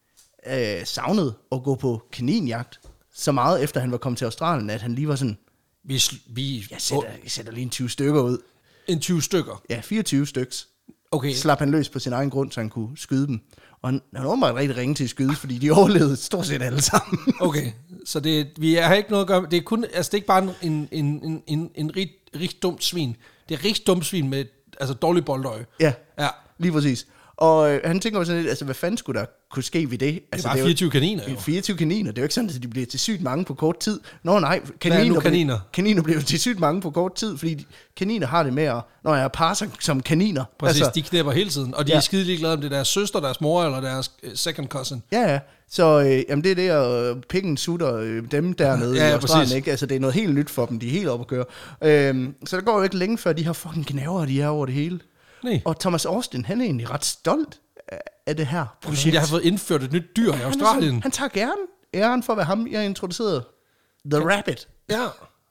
øh, savnede at gå på kaninjagt så meget, efter han var kommet til Australien, at han lige var sådan, vi, vi, jeg, sætter, jeg sætter lige en tyve stykker ud. En tyve stykker? Ja, fireogtyve styks. Okay. Slap han løs på sin egen grund, så han kunne skyde dem. Og han, han var meget rigtig ringe til at skyde, fordi de overlevede stort set alle sammen. Okay, så det, vi har ikke noget at gøre, det er kun, altså det er ikke bare en, en, en, en, en rigt, rigt dumt svin. Det er rigt dumt svin med altså dårlig boldøje. Ja, ja, lige præcis. Og øh, han tænker jo sådan lidt, altså hvad fanden skulle der kunne ske ved det? Altså, det er bare det er fireogtyve kaniner jo. fireogtyve kaniner, det er jo ikke sådan, at de bliver til sygt mange på kort tid. Nå nej, kaniner, kaniner? kaniner bliver til sygt mange på kort tid, fordi kaniner har det med at, når jeg parer sig som kaniner. Præcis, altså, de knæpper hele tiden, og de ja. er skide ligeglade om det er deres søster, deres mor eller deres second cousin. Ja, ja. Så øh, jamen det er det, og pikken sutter øh, dem dernede ja, ja, i Australien, ikke? Altså det er noget helt nyt for dem, de er helt oppe at køre. Øhm, så der går jo ikke længe før, de her fucking gnaver, de er over det hele. Nej. Og Thomas Austin, han er egentlig ret stolt af det her projekt. Jeg har fået indført et nyt dyr i Australien. Han, sådan, han tager gerne æren for at være ham, jeg introducerede The ja. Rabbit. Ja.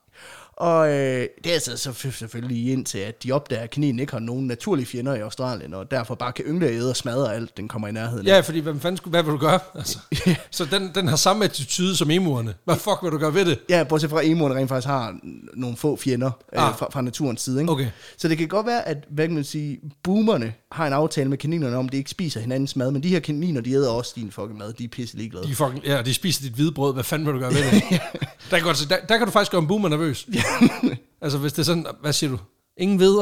Og øh, det er altså så selvfølgelig ind til, at de opdager, at kaninen ikke har nogen naturlige fjender i Australien, og derfor bare kan yngle æde og smadre alt, den kommer i nærheden. Ja, fordi hvad fanden skulle, hvad vil du gøre? Altså, så den, den har samme attitude som emuerne. Hvad fuck vil du gøre ved det? Ja, bortset fra emuerne rent faktisk har nogle få fjender ah. øh, fra, fra naturens side. Ikke? Okay. Så det kan godt være, at hvad kan man sige, boomerne har en aftale med kaninerne om, at de ikke spiser hinandens mad, men de her kaniner, de æder også din fucking mad. De er pisse ligeglade. De, fucking, ja, de spiser dit hvide brød. Hvad fanden vil du gøre ved det? der, kan der, der kan du faktisk gøre en boomer nervøs. Altså hvis det er sådan, hvad siger du? Ingen veder?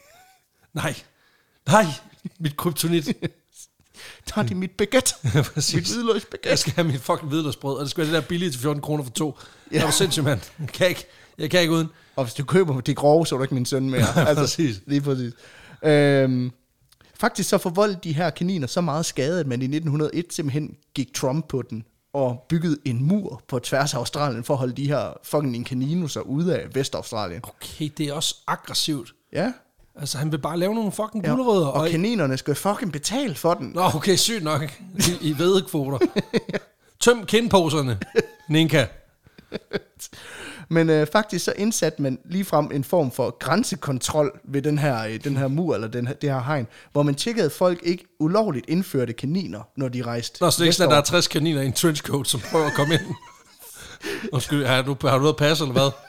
Nej. Nej, mit kryptonit. Tager de mit baguette? Mit hvidløgsbaguette. Jeg skal have mit fucking hvidløgsbrød, og det skal være det der billige til fjorten kroner for to. Ja. Det er jo sindssygt, mand. Jeg kan ikke, jeg kan ikke uden. Og hvis du køber de grove, så er du ikke min søn mere. Altså, præcis. Lige præcis. Øhm, faktisk så forvoldte de her kaniner så meget skade, at man i nitten hundrede og et simpelthen gik Trump på den og byggede en mur på tværs af Australien for at holde de her fucking kaninuser ude af Vestaustralien. Okay, det er også aggressivt. Ja. Altså, han vil bare lave nogle fucking gulerødder. Ja, og, og kaninerne skal fucking betale for den. Nå, okay, sygt nok. I, i vædekvoter. Tøm kindposerne, Ninka. Men øh, faktisk så indsatte man ligefrem en form for grænsekontrol ved den her, øh, den her mur, eller den her, det her hegn, hvor man tjekkede, at folk ikke ulovligt indførte kaniner, når de rejste. Nå, så det er ikke sådan, at der er tres kaniner i en trenchcoat, som prøver at komme ind. Undskyld, har du, har du noget at passe, eller hvad?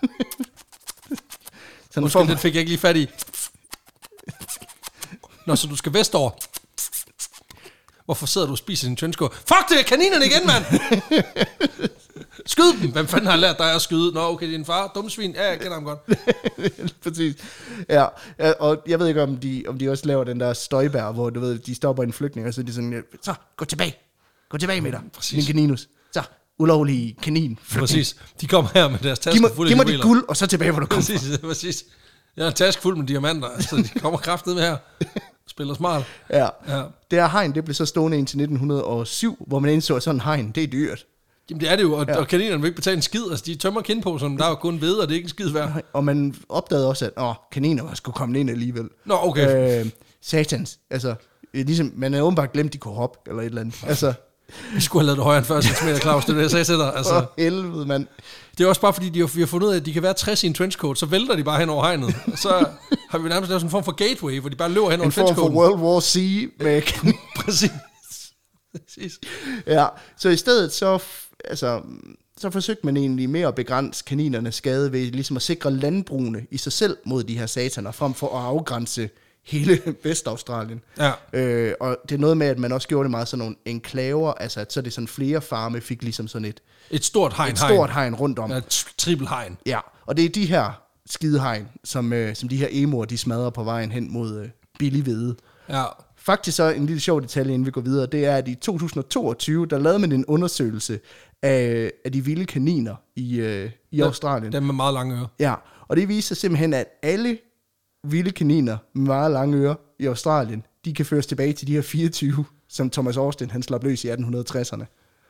Sådan Undskyld, den fik jeg ikke lige fat i. Nå, så du skal vestover. Hvorfor sidder du og spiser din trenchcoat? Fuck, det er kaninerne igen, mand! Skyd dem! Hvem fanden har lært dig at skyde? Nå, okay, din far, dumme svin. Ja, jeg kender ham godt. Præcis. Ja, og jeg ved ikke, om de, om de også laver den der støjbær, hvor du ved, de stopper en flygtning, og så er de sådan, så, gå tilbage. Gå tilbage med dig, Præcis. min kaninus. Så, ulovlige kanin. Præcis. De kommer her med deres taske giv mig, fulde giv mig dit guld, og så tilbage, hvor du kommer. Præcis, præcis. Jeg har en taske fuld med diamanter, så de kommer kraftigt med her. Spiller smart. Ja. Ja. Det her hegn, det blev så stående indtil nitten hundrede og syv, hvor man indså, at sådan en hegn, det er dyrt. Jamen det er det jo, og, ja. og kaninerne vil ikke betale en skid. Altså de tømmer kindposen, der er jo kun hvede, og det er ikke en skid værd. Og man opdagede også, at åh, kaniner var skulle komme ind alligevel. Nå, okay. Øh, satans. Altså, ligesom, man er åbenbart glemt, de kunne hoppe, eller et eller andet. Altså, vi skulle have lavet det højere end fyrre centimeter, Claus, det er det, jeg sagde til dig. Altså, for helvede, mand. Det er også bare fordi, de har, vi har fundet ud af, at de kan være tres i en trenchcoat, så vælter de bare hen over hegnet. Så har vi nærmest lavet sådan en form for gateway, hvor de bare løber hen over trenchcoaten. En form for World War C med kaniner. Præcis. Præcis. Ja, så i stedet så, altså, så forsøgte man egentlig mere at begrænse kaninernes skade ved ligesom at sikre landbrugene i sig selv mod de her sataner, frem for at afgrænse hele Vestaustralien. Ja. Øh, og det er noget med, at man også gjorde det meget sådan nogle enklaver, altså at så det sådan flere farme fik ligesom sådan et... Et stort hegn. Et stort hegn rundt om. Ja, et triple hegn. Ja, og det er de her skidehegn, som, øh, som de her emoer, de smadrer på vejen hen mod øh, billig hvede. Ja. Faktisk så en lille sjov detalje, inden vi går videre, det er, at i to tusind og toogtyve, der lavede man en undersøgelse af, af de vilde kaniner i, øh, i ja, Australien. Dem med meget lange ører. Ja, og det viser simpelthen, at alle vilde kaniner med meget lange ører i Australien, de kan føres tilbage til de her fireogtyve, som Thomas Austin, han slap løs i atten tresserne.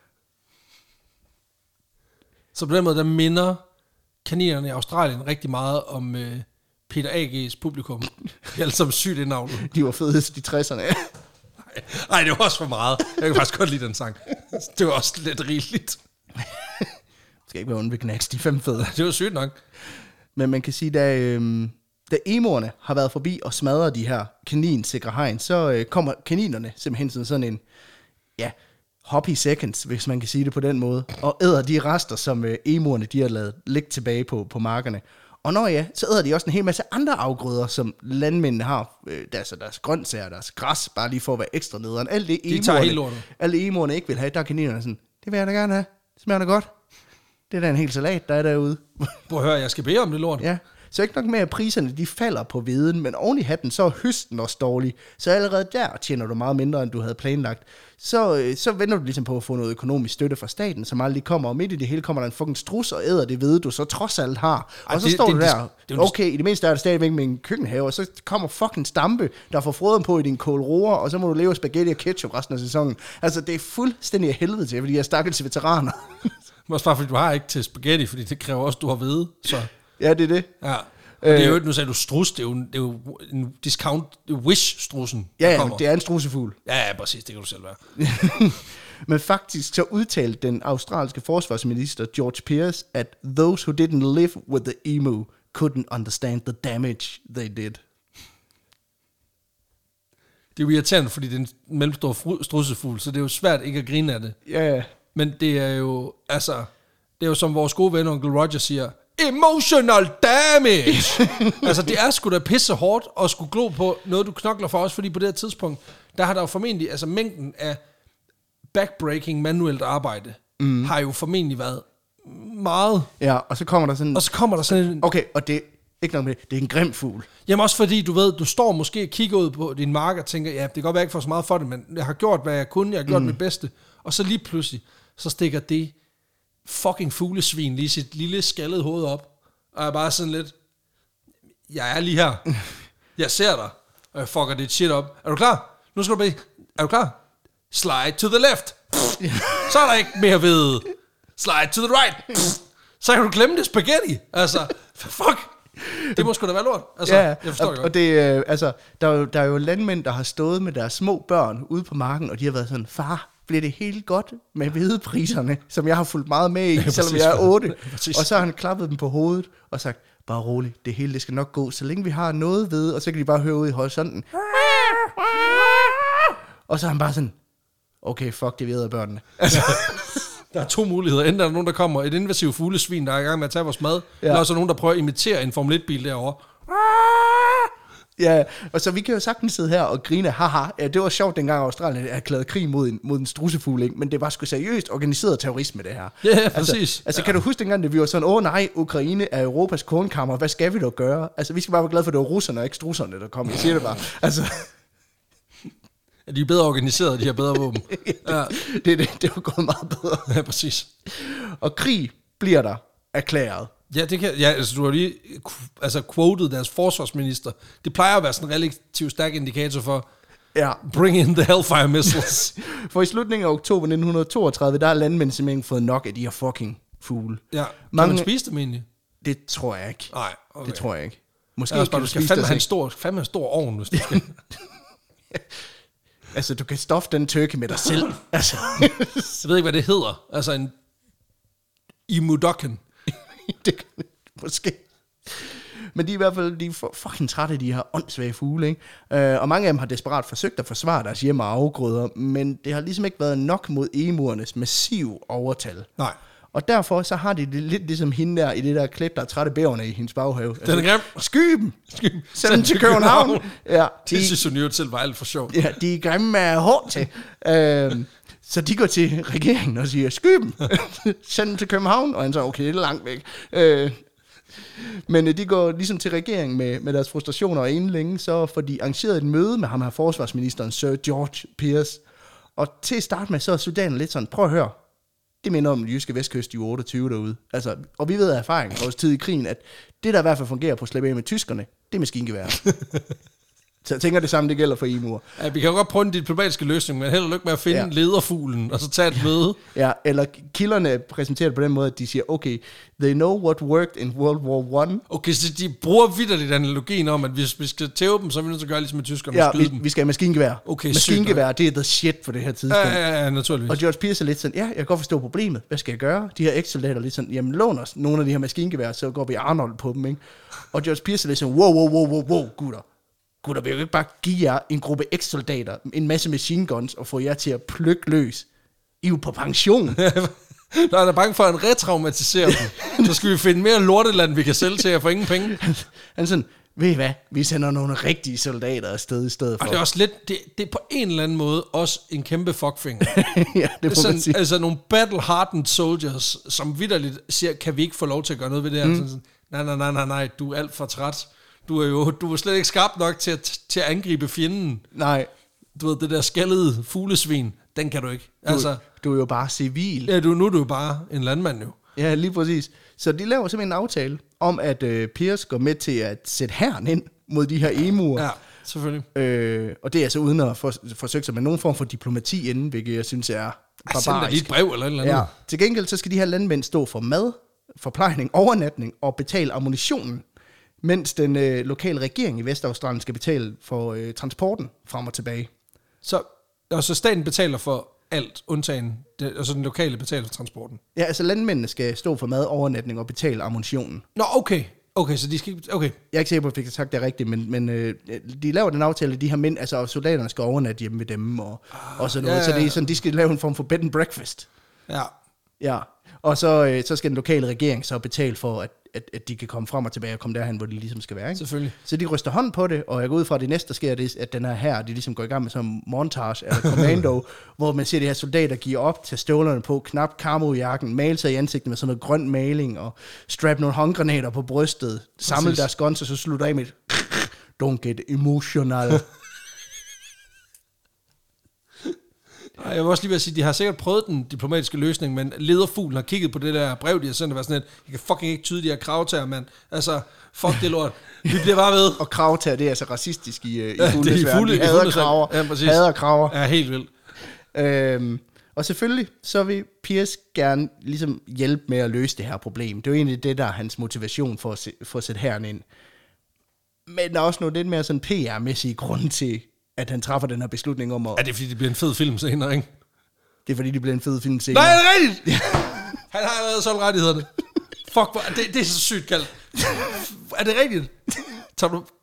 Så på den måde, der minder kaninerne i Australien rigtig meget om øh, Peter A G's publikum. De er alle sammen sygt indavlet. De var fedest i tresserne. Nej, det var også for meget. Jeg kan faktisk godt lide den sang. Det var også lidt rigeligt. Det skal ikke være ondt ved knacks, de fem fede. Det var sygt nok. Men man kan sige, da, øhm, da emoerne har været forbi og smadrer de her kaninsikre hegn, så øh, kommer kaninerne simpelthen sådan, sådan en, ja, hoppy seconds, hvis man kan sige det på den måde, og æder de rester, som øh, emoerne de har lavet ligge tilbage på, på markerne. Og når ja, så æder de også en hel masse andre afgrøder, som landmændene har. Øh, deres, deres grøntsager, deres græs, bare lige for at være ekstra nederen. Alt det de tager helt lortet. Alle emoerne ikke vil have, der er kaninerne sådan, det vil jeg da gerne have. Det smager da godt. Det er da en hel salat, der er derude. Prøv at høre, jeg skal bede om det lort. Ja, så ikke nok med, at priserne de falder på hveden, men oven i hatten, så er høsten også dårlig. Så allerede der tjener du meget mindre, end du havde planlagt. Så, så venter du ligesom på at få noget økonomisk støtte fra staten, som aldrig kommer. Og midt i det hele kommer der en fucking strus og æder det hvede, du så trods alt har. Ej, og så det, står det, du der, det, det, okay, i det mindste er det stadigvæk med en køkkenhave, og så kommer fucking stampe, der får froden på i din kålroer, og så må du leve spaghetti og ketchup resten af sæsonen. Altså, det er fuldstændig af helvede til, fordi jeg er stakkels veteraner. Men også bare fordi du har ikke til spaghetti, fordi det kræver også, du har hvede. Så. Ja, det er det. Ja. Og det er jo, nu sagde du strus, det er jo, det er jo en discount, Wish-strussen. Ja, ja, det er en strussefugl. Ja, ja, præcis, det kan du selv være. Men faktisk så udtalte den australske forsvarsminister George Pearce, at those who didn't live with the emu couldn't understand the damage they did. Det er jo irriterende, fordi det er en mellemstor strussefugl, så det er jo svært ikke at grine af det. Ja, yeah. Men det er jo, altså, det er jo som vores gode ven, onkel Roger siger, emotional damage! Altså, det er sgu da pisse hårdt at skulle glo på noget, du knokler for os, fordi på det her tidspunkt, der har der jo formentlig, altså mængden af backbreaking manuelt arbejde, mm. har jo formentlig været meget. Ja, og så kommer der sådan... Og så kommer der sådan en... Okay, og det ikke nok med det, det er en grim fugl. Jamen også fordi, du ved, du står måske og kigger ud på din mark og tænker, ja, det kan godt være, jeg ikke får så meget for det, men jeg har gjort, hvad jeg kunne, jeg har gjort mm. mit bedste. Og så lige pludselig, så stikker det fucking fuglesvin lige sit lille skaldede hoved op, og jeg er bare sådan lidt, jeg er lige her, jeg ser dig, og jeg fucker dit shit op. Er du klar? Nu skal du blive, er du klar? Slide to the left. Så er der ikke mere ved. Slide to the right. Så kan du glemme det spaghetti. Altså, fuck. Det må sgu da være lort. Altså, ja, jeg forstår og, det og det, øh, altså, der er, jo, der er jo landmænd, der har stået med deres små børn ude på marken, og de har været sådan, far, bliver det helt godt med hvedepriserne, som jeg har fulgt meget med i, ja, selvom jeg er otte. Og så har han klappet dem på hovedet og sagt, bare rolig, det hele det skal nok gå, så længe vi har noget ved, og så kan de bare høre ud i horisonten. Og så er han bare sådan, okay, fuck, det ved af børnene. Altså. Der er to muligheder. Enten er der nogen, der kommer, et invasivt fuglesvin, der er i gang med at tage vores mad, ja. Eller også er der nogen, der prøver at imitere en Formel et-bil derovre. Ja, og så vi kan jo sagtens sidde her og grine, haha, ja, det var sjovt dengang Australien erklærede krig mod en, mod en strussefugl, ikke? Men det var sgu seriøst organiseret terrorisme, det her. Ja, altså, præcis. Altså, ja. kan du huske dengang, det vi var sådan, åh nej, Ukraine er Europas kornkammer, hvad skal vi dog gøre? Altså, vi skal bare være glade for, at det var russerne og ikke strusserne, der kom. Jeg siger det bare. Altså... Ja, de er bedre organiseret, de har bedre våben. Ja. det, det, det var gået meget bedre. Ja, præcis. Og krig bliver der erklæret. Ja, det kan, ja, altså du har lige altså, quoted deres forsvarsminister. Det plejer at være sådan en relativt stærk indikator for, ja. Bring in the Hellfire missiles. For i slutningen af oktober nitten toogtredive, der har landmænd simpelthen fået nok af de her fucking fugle. Ja, Mange... kan man spise dem egentlig? Det tror jeg ikke. Nej, okay. Det tror jeg ikke. Måske ja, kan bare, du du skal spise fandme det, have en stor, fandme en stor ovn, hvis du skal. Altså, du kan stoffe den turkey med dig selv. Altså. Jeg ved ikke, hvad det hedder. Altså en imudokken. Det kan måske. Men de er i hvert fald de er fucking trætte af de her åndssvage fugle, ikke? Uh, og mange af dem har desperat forsøgt at forsvare deres hjem og afgrøder, men det har ligesom ikke været nok mod emuernes massive overtal. Nej. Og derfor så har de det lidt ligesom hende der i det der klip, der er trætte bæverne i hendes baghave. Den er grim. Sky dem! Send dem til København! Ja, de, det synes hun jo selv var alt for sjovt. Ja, de er grimme af hårdt til. uh, så de går til regeringen og siger, sky dem! Send dem til København! Og han så, okay, det er langt væk. Uh, Men de går ligesom til regeringen med, med deres frustrationer, og inden længe så får de arrangeret et møde med ham her forsvarsministeren, Sir George Pearce. Og til at starte med, så er soldaterne lidt sådan, prøv at høre, det minder om den jyske vestkyst i otteogtyve derude. Altså, og vi ved af erfaring fra vores tid i krigen, at det der i hvert fald fungerer på at slippe af med tyskerne, det er maskingevær. Så jeg tænker, det samme det gælder for emuer. Ja, vi kan jo godt prøve en diplomatiske løsning, men held og lykke med at finde ja. lederfuglen, og så tage et møde. Ja, eller kilderne præsenterer det på den måde, at de siger, okay, they know what worked in World War One. Okay, så de bruger vitterligt analogien om, at hvis vi skal tæve dem, så er vi nødt til at gøre ligesom med tyskerne. Ja, vi, vi skal have maskingevær. Okay, maskingevær, det er the shit for det her tidspunkt. Ja, ja, ja, naturligvis. Og George Pearce er lidt sådan, ja, jeg kan godt forstå problemet. Hvad skal jeg gøre? De her eks-soldater lidt sådan, jamen lån os nogle af de her maskingevær, så går vi Arnold på dem, ikke? Og George Pearce er lidt sådan, wow, wow, wow, wow, wow, gutter. Gutter, vil jeg jo ikke bare give jer en gruppe eks-soldater, en masse machine guns, og få jer til at plukke løs. I er jo på pension. Når han er bange for at retraumatisere dem, så skal vi finde mere lorteland, vi kan sælge til jer for ingen penge. Han er sådan, ved I hvad, vi sender nogle rigtige soldater afsted i stedet for. Og det er også lidt, det, det er på en eller anden måde også en kæmpe fuckfinger. Ja, det må sådan, man sige. Altså nogle battle-hardened soldiers, som vitterligt siger, kan vi ikke få lov til at gøre noget ved det her? Mm. Sådan, sådan, nej, nej, nej, nej, nej, du er alt for træt. Du er jo du er slet ikke skarp nok til at, til at angribe fjenden. Nej. Du ved, det der skaldede fuglesvin, den kan du ikke. Du, altså, du er jo bare civil. Ja, du, nu er du jo bare en landmand jo. Ja, lige præcis. Så de laver simpelthen en aftale om, at øh, Pearce går med til at sætte hæren ind mod de her emuer. Ja, selvfølgelig. Øh, og det er altså uden at for, forsøge sig med nogen form for diplomati inden, hvilket jeg synes er barbarisk. Send dig lige et brev eller et eller andet. Ja. Til gengæld så skal de her landmænd stå for mad, forplejning, overnatning og betale ammunitionen, mens den øh, lokale regering i Vestaustralien skal betale for øh, transporten frem og tilbage. Så, og så staten betaler for alt, undtagen, det, og så den lokale betaler for transporten? Ja, altså landmændene skal stå for mad, overnatning og betale ammunitionen. Nå, okay. Okay, så de skal ikke... Okay. Jeg er ikke sikker på, at jeg fik sagt det rigtigt, men, men øh, de laver den aftale, at de her mænd, altså soldaterne skal overnatte hjemme med dem, og, ah, og sådan noget. Ja, ja, ja. Så det er sådan, de skal lave en form for bed and breakfast. Ja. Ja, og så, øh, så skal den lokale regering så betale for, at, at, at de kan komme frem og tilbage og komme derhen, hvor de ligesom skal være. Ikke? Selvfølgelig. Så de ryster hånd på det, og jeg går ud fra, at det næste, der sker, det er, at den her her, de ligesom går i gang med sådan en montage eller commando, hvor man ser de her soldater give op, tage støvlerne på, knap karmojakken, male sig i ansigtet med sådan noget grøn maling, og strap nogle håndgranater på brystet, samle deres guns, og så slutter af med et don't get emotional. Jeg vil også lige vil sige, de har sikkert prøvet den diplomatiske løsning, men lederfuglen har kigget på det der brev, de har sendt, og været sådan et, jeg kan fucking ikke tyde de her kravtager, mand. Altså, fuck det lort. Vi bliver bare ved. Og kravtager, det er altså racistisk i, i ja, fuglenes verden. Fugle, de hader kraver. Ja, hader kraver. Ja, helt vildt. Øhm, og selvfølgelig, så vil Pearce gerne ligesom hjælpe med at løse det her problem. Det er jo egentlig det, der er hans motivation for at, se, for at sætte herren ind. Men der er også noget lidt mere sådan P R-mæssige grund til, at han træffer den her beslutning om at... Er det fordi, det bliver en fed film senere, ikke? Det er fordi, det bliver en fed film senere. Nej, er det rigtigt? Han har allerede solgt rettighederne. Fuck, det, det er så sygt kaldt. Er det rigtigt? Tager du,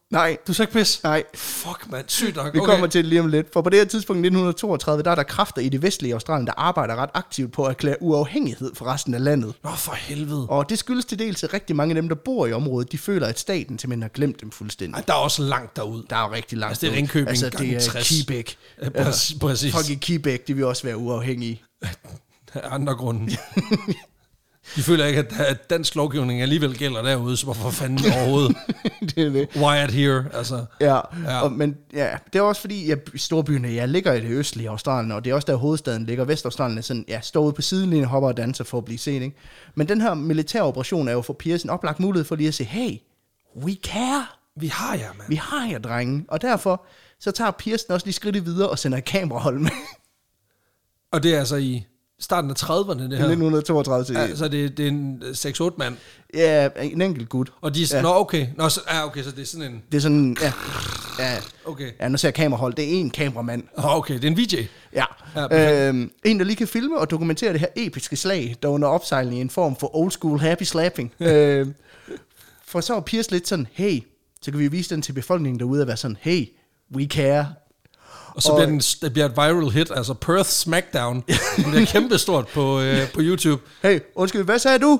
Nej. Du sagde ikke pis? Nej. Fuck, mand. Sygt nok. Vi okay. kommer til det lige om lidt. For på det her tidspunkt, nitten toogtredive, der er der kræfter i det vestlige Australien, der arbejder ret aktivt på at erklære uafhængighed for resten af landet. Nå, for helvede. Og det skyldes til dels, at rigtig mange af dem, der bor i området, de føler, at staten simpelthen har glemt dem fuldstændig. Ej, der er også langt derud. Der er jo rigtig langt. Altså, det er Ringkøbing altså, gange det er tres. Quebec. Ja, præcis. præcis. Folk i Quebec, de vil også være uafhængige. Af andre grunde. De føler ikke, at dansk lovgivning alligevel gælder derude, så hvorfor fanden overhovedet? Det er det. Why here? Altså. Ja, Ja. Og, men ja, det er også fordi, at storbyerne ja, ligger i det østlige Australien, og det er også der hovedstaden ligger. Vestaustralien er sådan, ja, står ude på sidelinjen, hopper og danser for at blive set, ikke? Men den her militære operation er jo for Pierce en oplagt mulighed for lige at sige, hey, we care. Vi har jer, mand. Vi har jer, drenge. Og derfor, så tager Pearson også lige skridtet videre og sender et kamerahold med. Og det er altså i starten af trediverne, det her. nitten toogtredive til. Altså, det, det er en seks otte mand. Ja, en enkelt gut. Og de er sådan, Ja. nå, okay. Nå, så, ja, okay, så det er sådan en... Det er sådan, ja, ja, Okay. ja nu ser jeg kamerahold, det er en kameramand. Åh, okay, det er en V J. Ja, Ja, ja øhm, en der lige kan filme og dokumentere det her episke slag, der under opsejling i en form for old school happy slapping. øhm, for så er Pierce lidt sådan, hey, så kan vi vise den til befolkningen derude at være sådan, hey, we care. Og så Og- bliver den, det bliver et viral hit, altså Perth Smackdown. Det bliver kæmpestort på, øh, på YouTube. Hey, undskyld, hvad sagde du?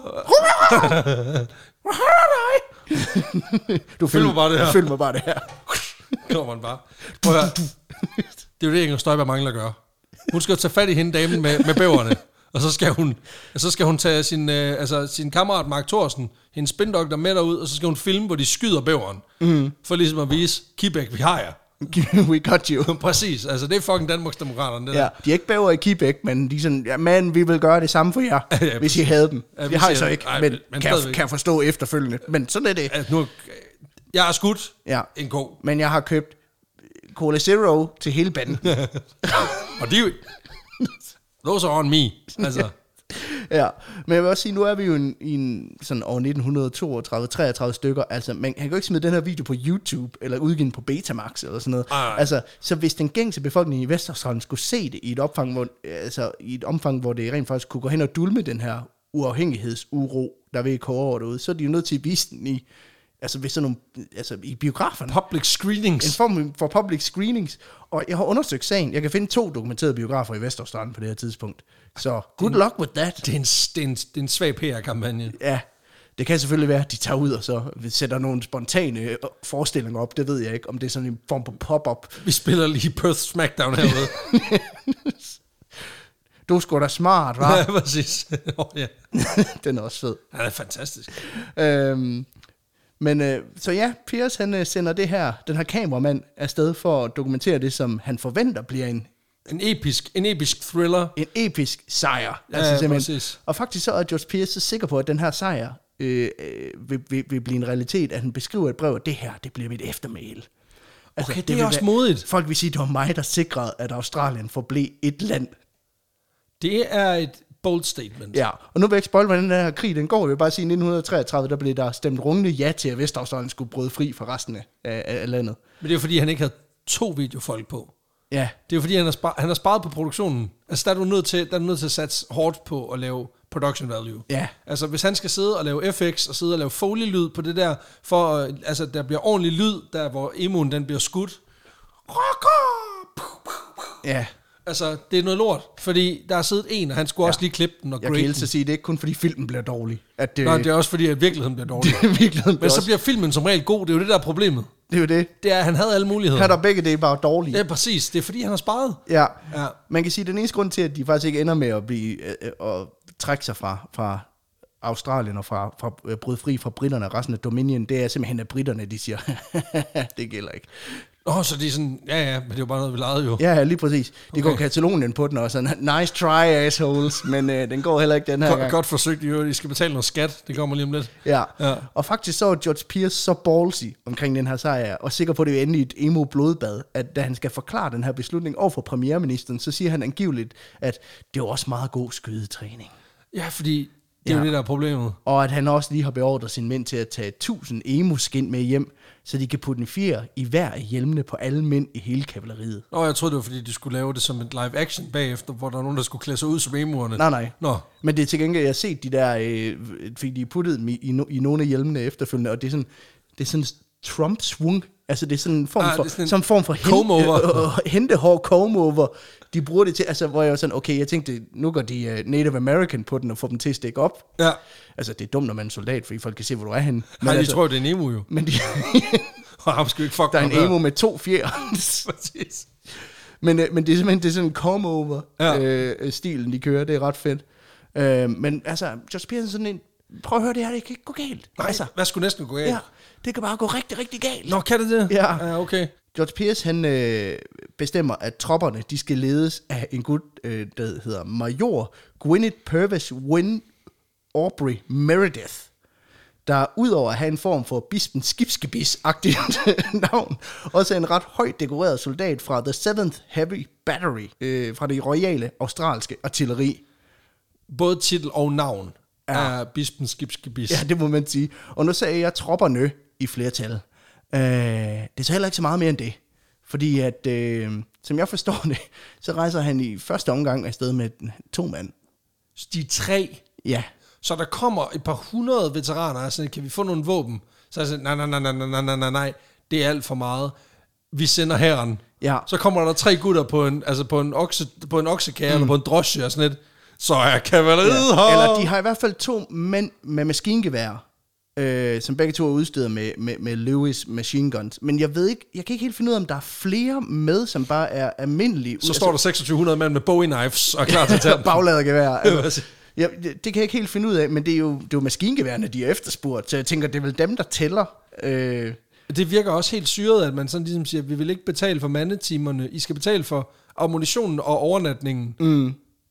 Du Filmer bare det her. Du filmer bare det her. Kommer man bare. Prøv at høre. Det er jo det, Inger Støjberg mangler at gøre. Hun skal jo tage fat i hende damen med, med bæverne. Og så skal hun, og så skal hun tage sin, øh, altså, sin kammerat Mark Thorsen, hendes spindoktor med derud, og så skal hun filme, hvor de skyder bæveren. Mm. For ligesom at vise, Quebec, vi har jer. We got you. Præcis, altså det er fucking Danmarksdemokraterne. Det Ja, der. de er ikke bæver i Quebec, men de er sådan, ja, man, vi vil gøre det samme for jer, Ja, ja, hvis I havde dem. Ja, Det vi har jeg siger- så ikke, nej, men, men- men kan, jeg, stadigvæk. kan jeg forstå efterfølgende. Men sådan er det. Altså, nu, jeg er skudt Ja. en ko. Men jeg har købt Cola Zero til hele banden. Og de those are on me. Altså, Ja, men jeg vil også sige, nu er vi jo en, i en sådan år nitten toogtredive treogtredive stykker, altså man, han kan jo ikke smide den her video på YouTube, eller udgive den på Betamax, eller sådan noget. Ej. Altså, så hvis den gængse befolkning i Vestaustralien skulle se det i et omfang, hvor, altså, i et omfang, hvor det rent faktisk kunne gå hen og dulme den her uafhængighedsuro, der vil kåre over derude, så er de jo nødt til at vise den i, altså, ved sådan nogle, altså, i biograferne. public En screenings. form for public screenings. Og jeg har undersøgt sagen. Jeg kan finde to dokumenterede biografer i Vestaustralien på det her tidspunkt. Så good luck with that. Det er en, det er en, det er en svag P R-kampagne. Ja, det kan selvfølgelig være, at de tager ud og så sætter nogle spontane forestillinger op. Det ved jeg ikke, om det er sådan en form på pop-up. Vi spiller lige Perth Smackdown herude. Du er sgu da smart, hva'? Ja, præcis. Oh, ja. Den er også fed. Han er fantastisk. Øhm, men øh, så ja, Pierce han øh, sender det her, den her kameramand afsted for at dokumentere det, som han forventer bliver en, En episk, en episk thriller. en episk sejr. Ja, altså, simpelthen. præcis. Og faktisk så er George Pierce så sikker på, at den her sejr øh, øh, vil, vil, vil blive en realitet, at han beskriver et brev, at det her, det bliver mit eftermæle. Altså, Okay, det er vil også være- modigt. Folk vil sige, at det var mig, der sikrede, at Australien forblev et land. Det er et bold statement. Ja, og nu vil jeg ikke spoil, hvordan den her krig den går. Jeg vil bare sige, at i nitten treogtredive, der blev der stemt rungende ja til, at Vestaustralien skulle bryde fri fra resten af, af, af landet. Men det er jo fordi, han ikke havde to videofolk på. Ja, Det er jo fordi, han har, spar- han har sparet på produktionen. Altså, der er du nødt til, der er du nødt til at satse hårdt på at lave production value. ja, Altså, hvis han skal sidde og lave F X, og sidde og lave Foley-lyd på det der, for, øh, altså, der bliver ordentlig lyd, der hvor emoen, den bliver skudt. ja. Altså, det er noget lort, fordi der er siddet en, og han skulle ja. også lige klippe den og Jeg grade kan den. helst at sige, at det er ikke kun fordi filmen bliver dårlig. At det, Nej, det er også fordi, at virkeligheden bliver dårlig. virkeligheden Men så også, bliver filmen som regel god, det er jo det, der er problemet. det er jo det. Det er, at han havde alle muligheder. Her er der begge dele bare dårlige. Ja, præcis. Det er fordi, han har sparet. Ja. Ja. Man kan sige, at den eneste grund til, at de faktisk ikke ender med at, blive, øh, øh, at trække sig fra, fra Australien og fra, fra øh, bryde fri fra britterne og resten af Dominion, det er simpelthen, at britterne de siger, det gælder ikke. Åh, oh, så de er sådan, ja, ja, men det er jo bare noget, vi legede jo. Ja, ja, lige præcis. De Okay. går Katalonien på den og sådan, nice try assholes, men øh, den går heller ikke den her Godt, gang. godt forsøgt, jo. De skal betale noget skat. Det kommer lige om lidt. Ja. Ja. Og faktisk så er George Pierce så ballsy omkring den her sejr, og sikker på, at det er endelig et emo-blodbad, at da han skal forklare den her beslutning over for premierministeren, så siger han angiveligt, at det var også meget god skydetræning. Ja, fordi det er Ja. jo det, der er problemet. Og at han også lige har beordret sine mænd til at tage tusind emo-skin med hjem, så de kan putte en fjer i hver af hjelmene på alle mænd i hele kavaleriet. Og jeg troede, det var, fordi de skulle lave det som et live action bagefter, hvor der er nogen, der skulle klæde sig ud som emoerne. Nej, nej. Nå, Men det er til gengæld, jeg har set de der, øh, fordi de puttede dem i, i, no, i nogle af hjelmene efterfølgende, og det er sådan, det er sådan Trump swung. Altså det er sådan en form ah, for, sådan sådan en form for comb-over. Hente, øh, hentehår comb-over. De bruger det til, altså hvor jeg var sådan, okay, jeg tænkte, nu går de uh, Native American på den og får dem til at stikke op. Ja. Altså det er dumt, når man er en soldat, fordi folk kan se, hvor du er henne. Nej, de altså, tror, det er en emu jo. Men de, og ham skal vi ikke fuck der er en der. emu med to fjer. Præcis. Men, øh, men det er simpelthen det er sådan en comb-over Ja. øh, stilen, de kører. Det er ret fedt. Øh, men altså, George Pierce er sådan en, prøv at høre det her, det kan ikke gå galt. Nej, altså, hvad skulle næsten gå galt? ja, det kan bare gå rigtig, rigtig galt. Nå, kan det det? Ja. Ja, okay. George Pierce, han øh, bestemmer, at tropperne, de skal ledes af en gut, øh, der hedder Major Gwyneth Purvis Wynne Aubrey Meredith, der udover at have en form for bispen skibsgebis-agtigt navn, også er en ret højt dekoreret soldat fra The seventh Heavy Battery, øh, fra det royale australske artilleri. Både titel og navn Ja. er bispen skibsgebis. Ja, det må man sige. Og nu sagde jeg tropperne i flertal. Øh, det er så heller ikke så meget mere end det. Fordi at, øh, som jeg forstår det, så rejser han i første omgang afsted med to mand. De tre. Ja. Så der kommer et par hundrede veteraner, og sådan, kan vi få nogle våben? Så jeg siger, nej, nej, nej, nej, nej, nej, nej, nej, det er alt for meget. Vi sender hæren. Ja. Så kommer der tre gutter på en, altså på en, okse, på en oksekære, mm. eller på en drosje og sådan lidt. Så er kavaleriet Ja. her. Eller de har i hvert fald to mænd med maskingevær, øh, som begge to er udstyret med, med, med Lewis machine guns. Men jeg ved ikke, jeg kan ikke helt finde ud af, om der er flere med, som bare er almindelige. Så står der seksogtyve hundrede mænd med Bowie knives og er klar til at tage dem. Bagladergevær. Altså. Ja, det, det kan jeg ikke helt finde ud af, men det er jo, det er jo maskingeværerne, de er efterspurgt, så jeg tænker, det er vel dem, der tæller. Øh. Det virker også helt syret, at man sådan ligesom siger, vi vil ikke betale for mandetimerne, I skal betale for ammunitionen og overnatningen. Mm.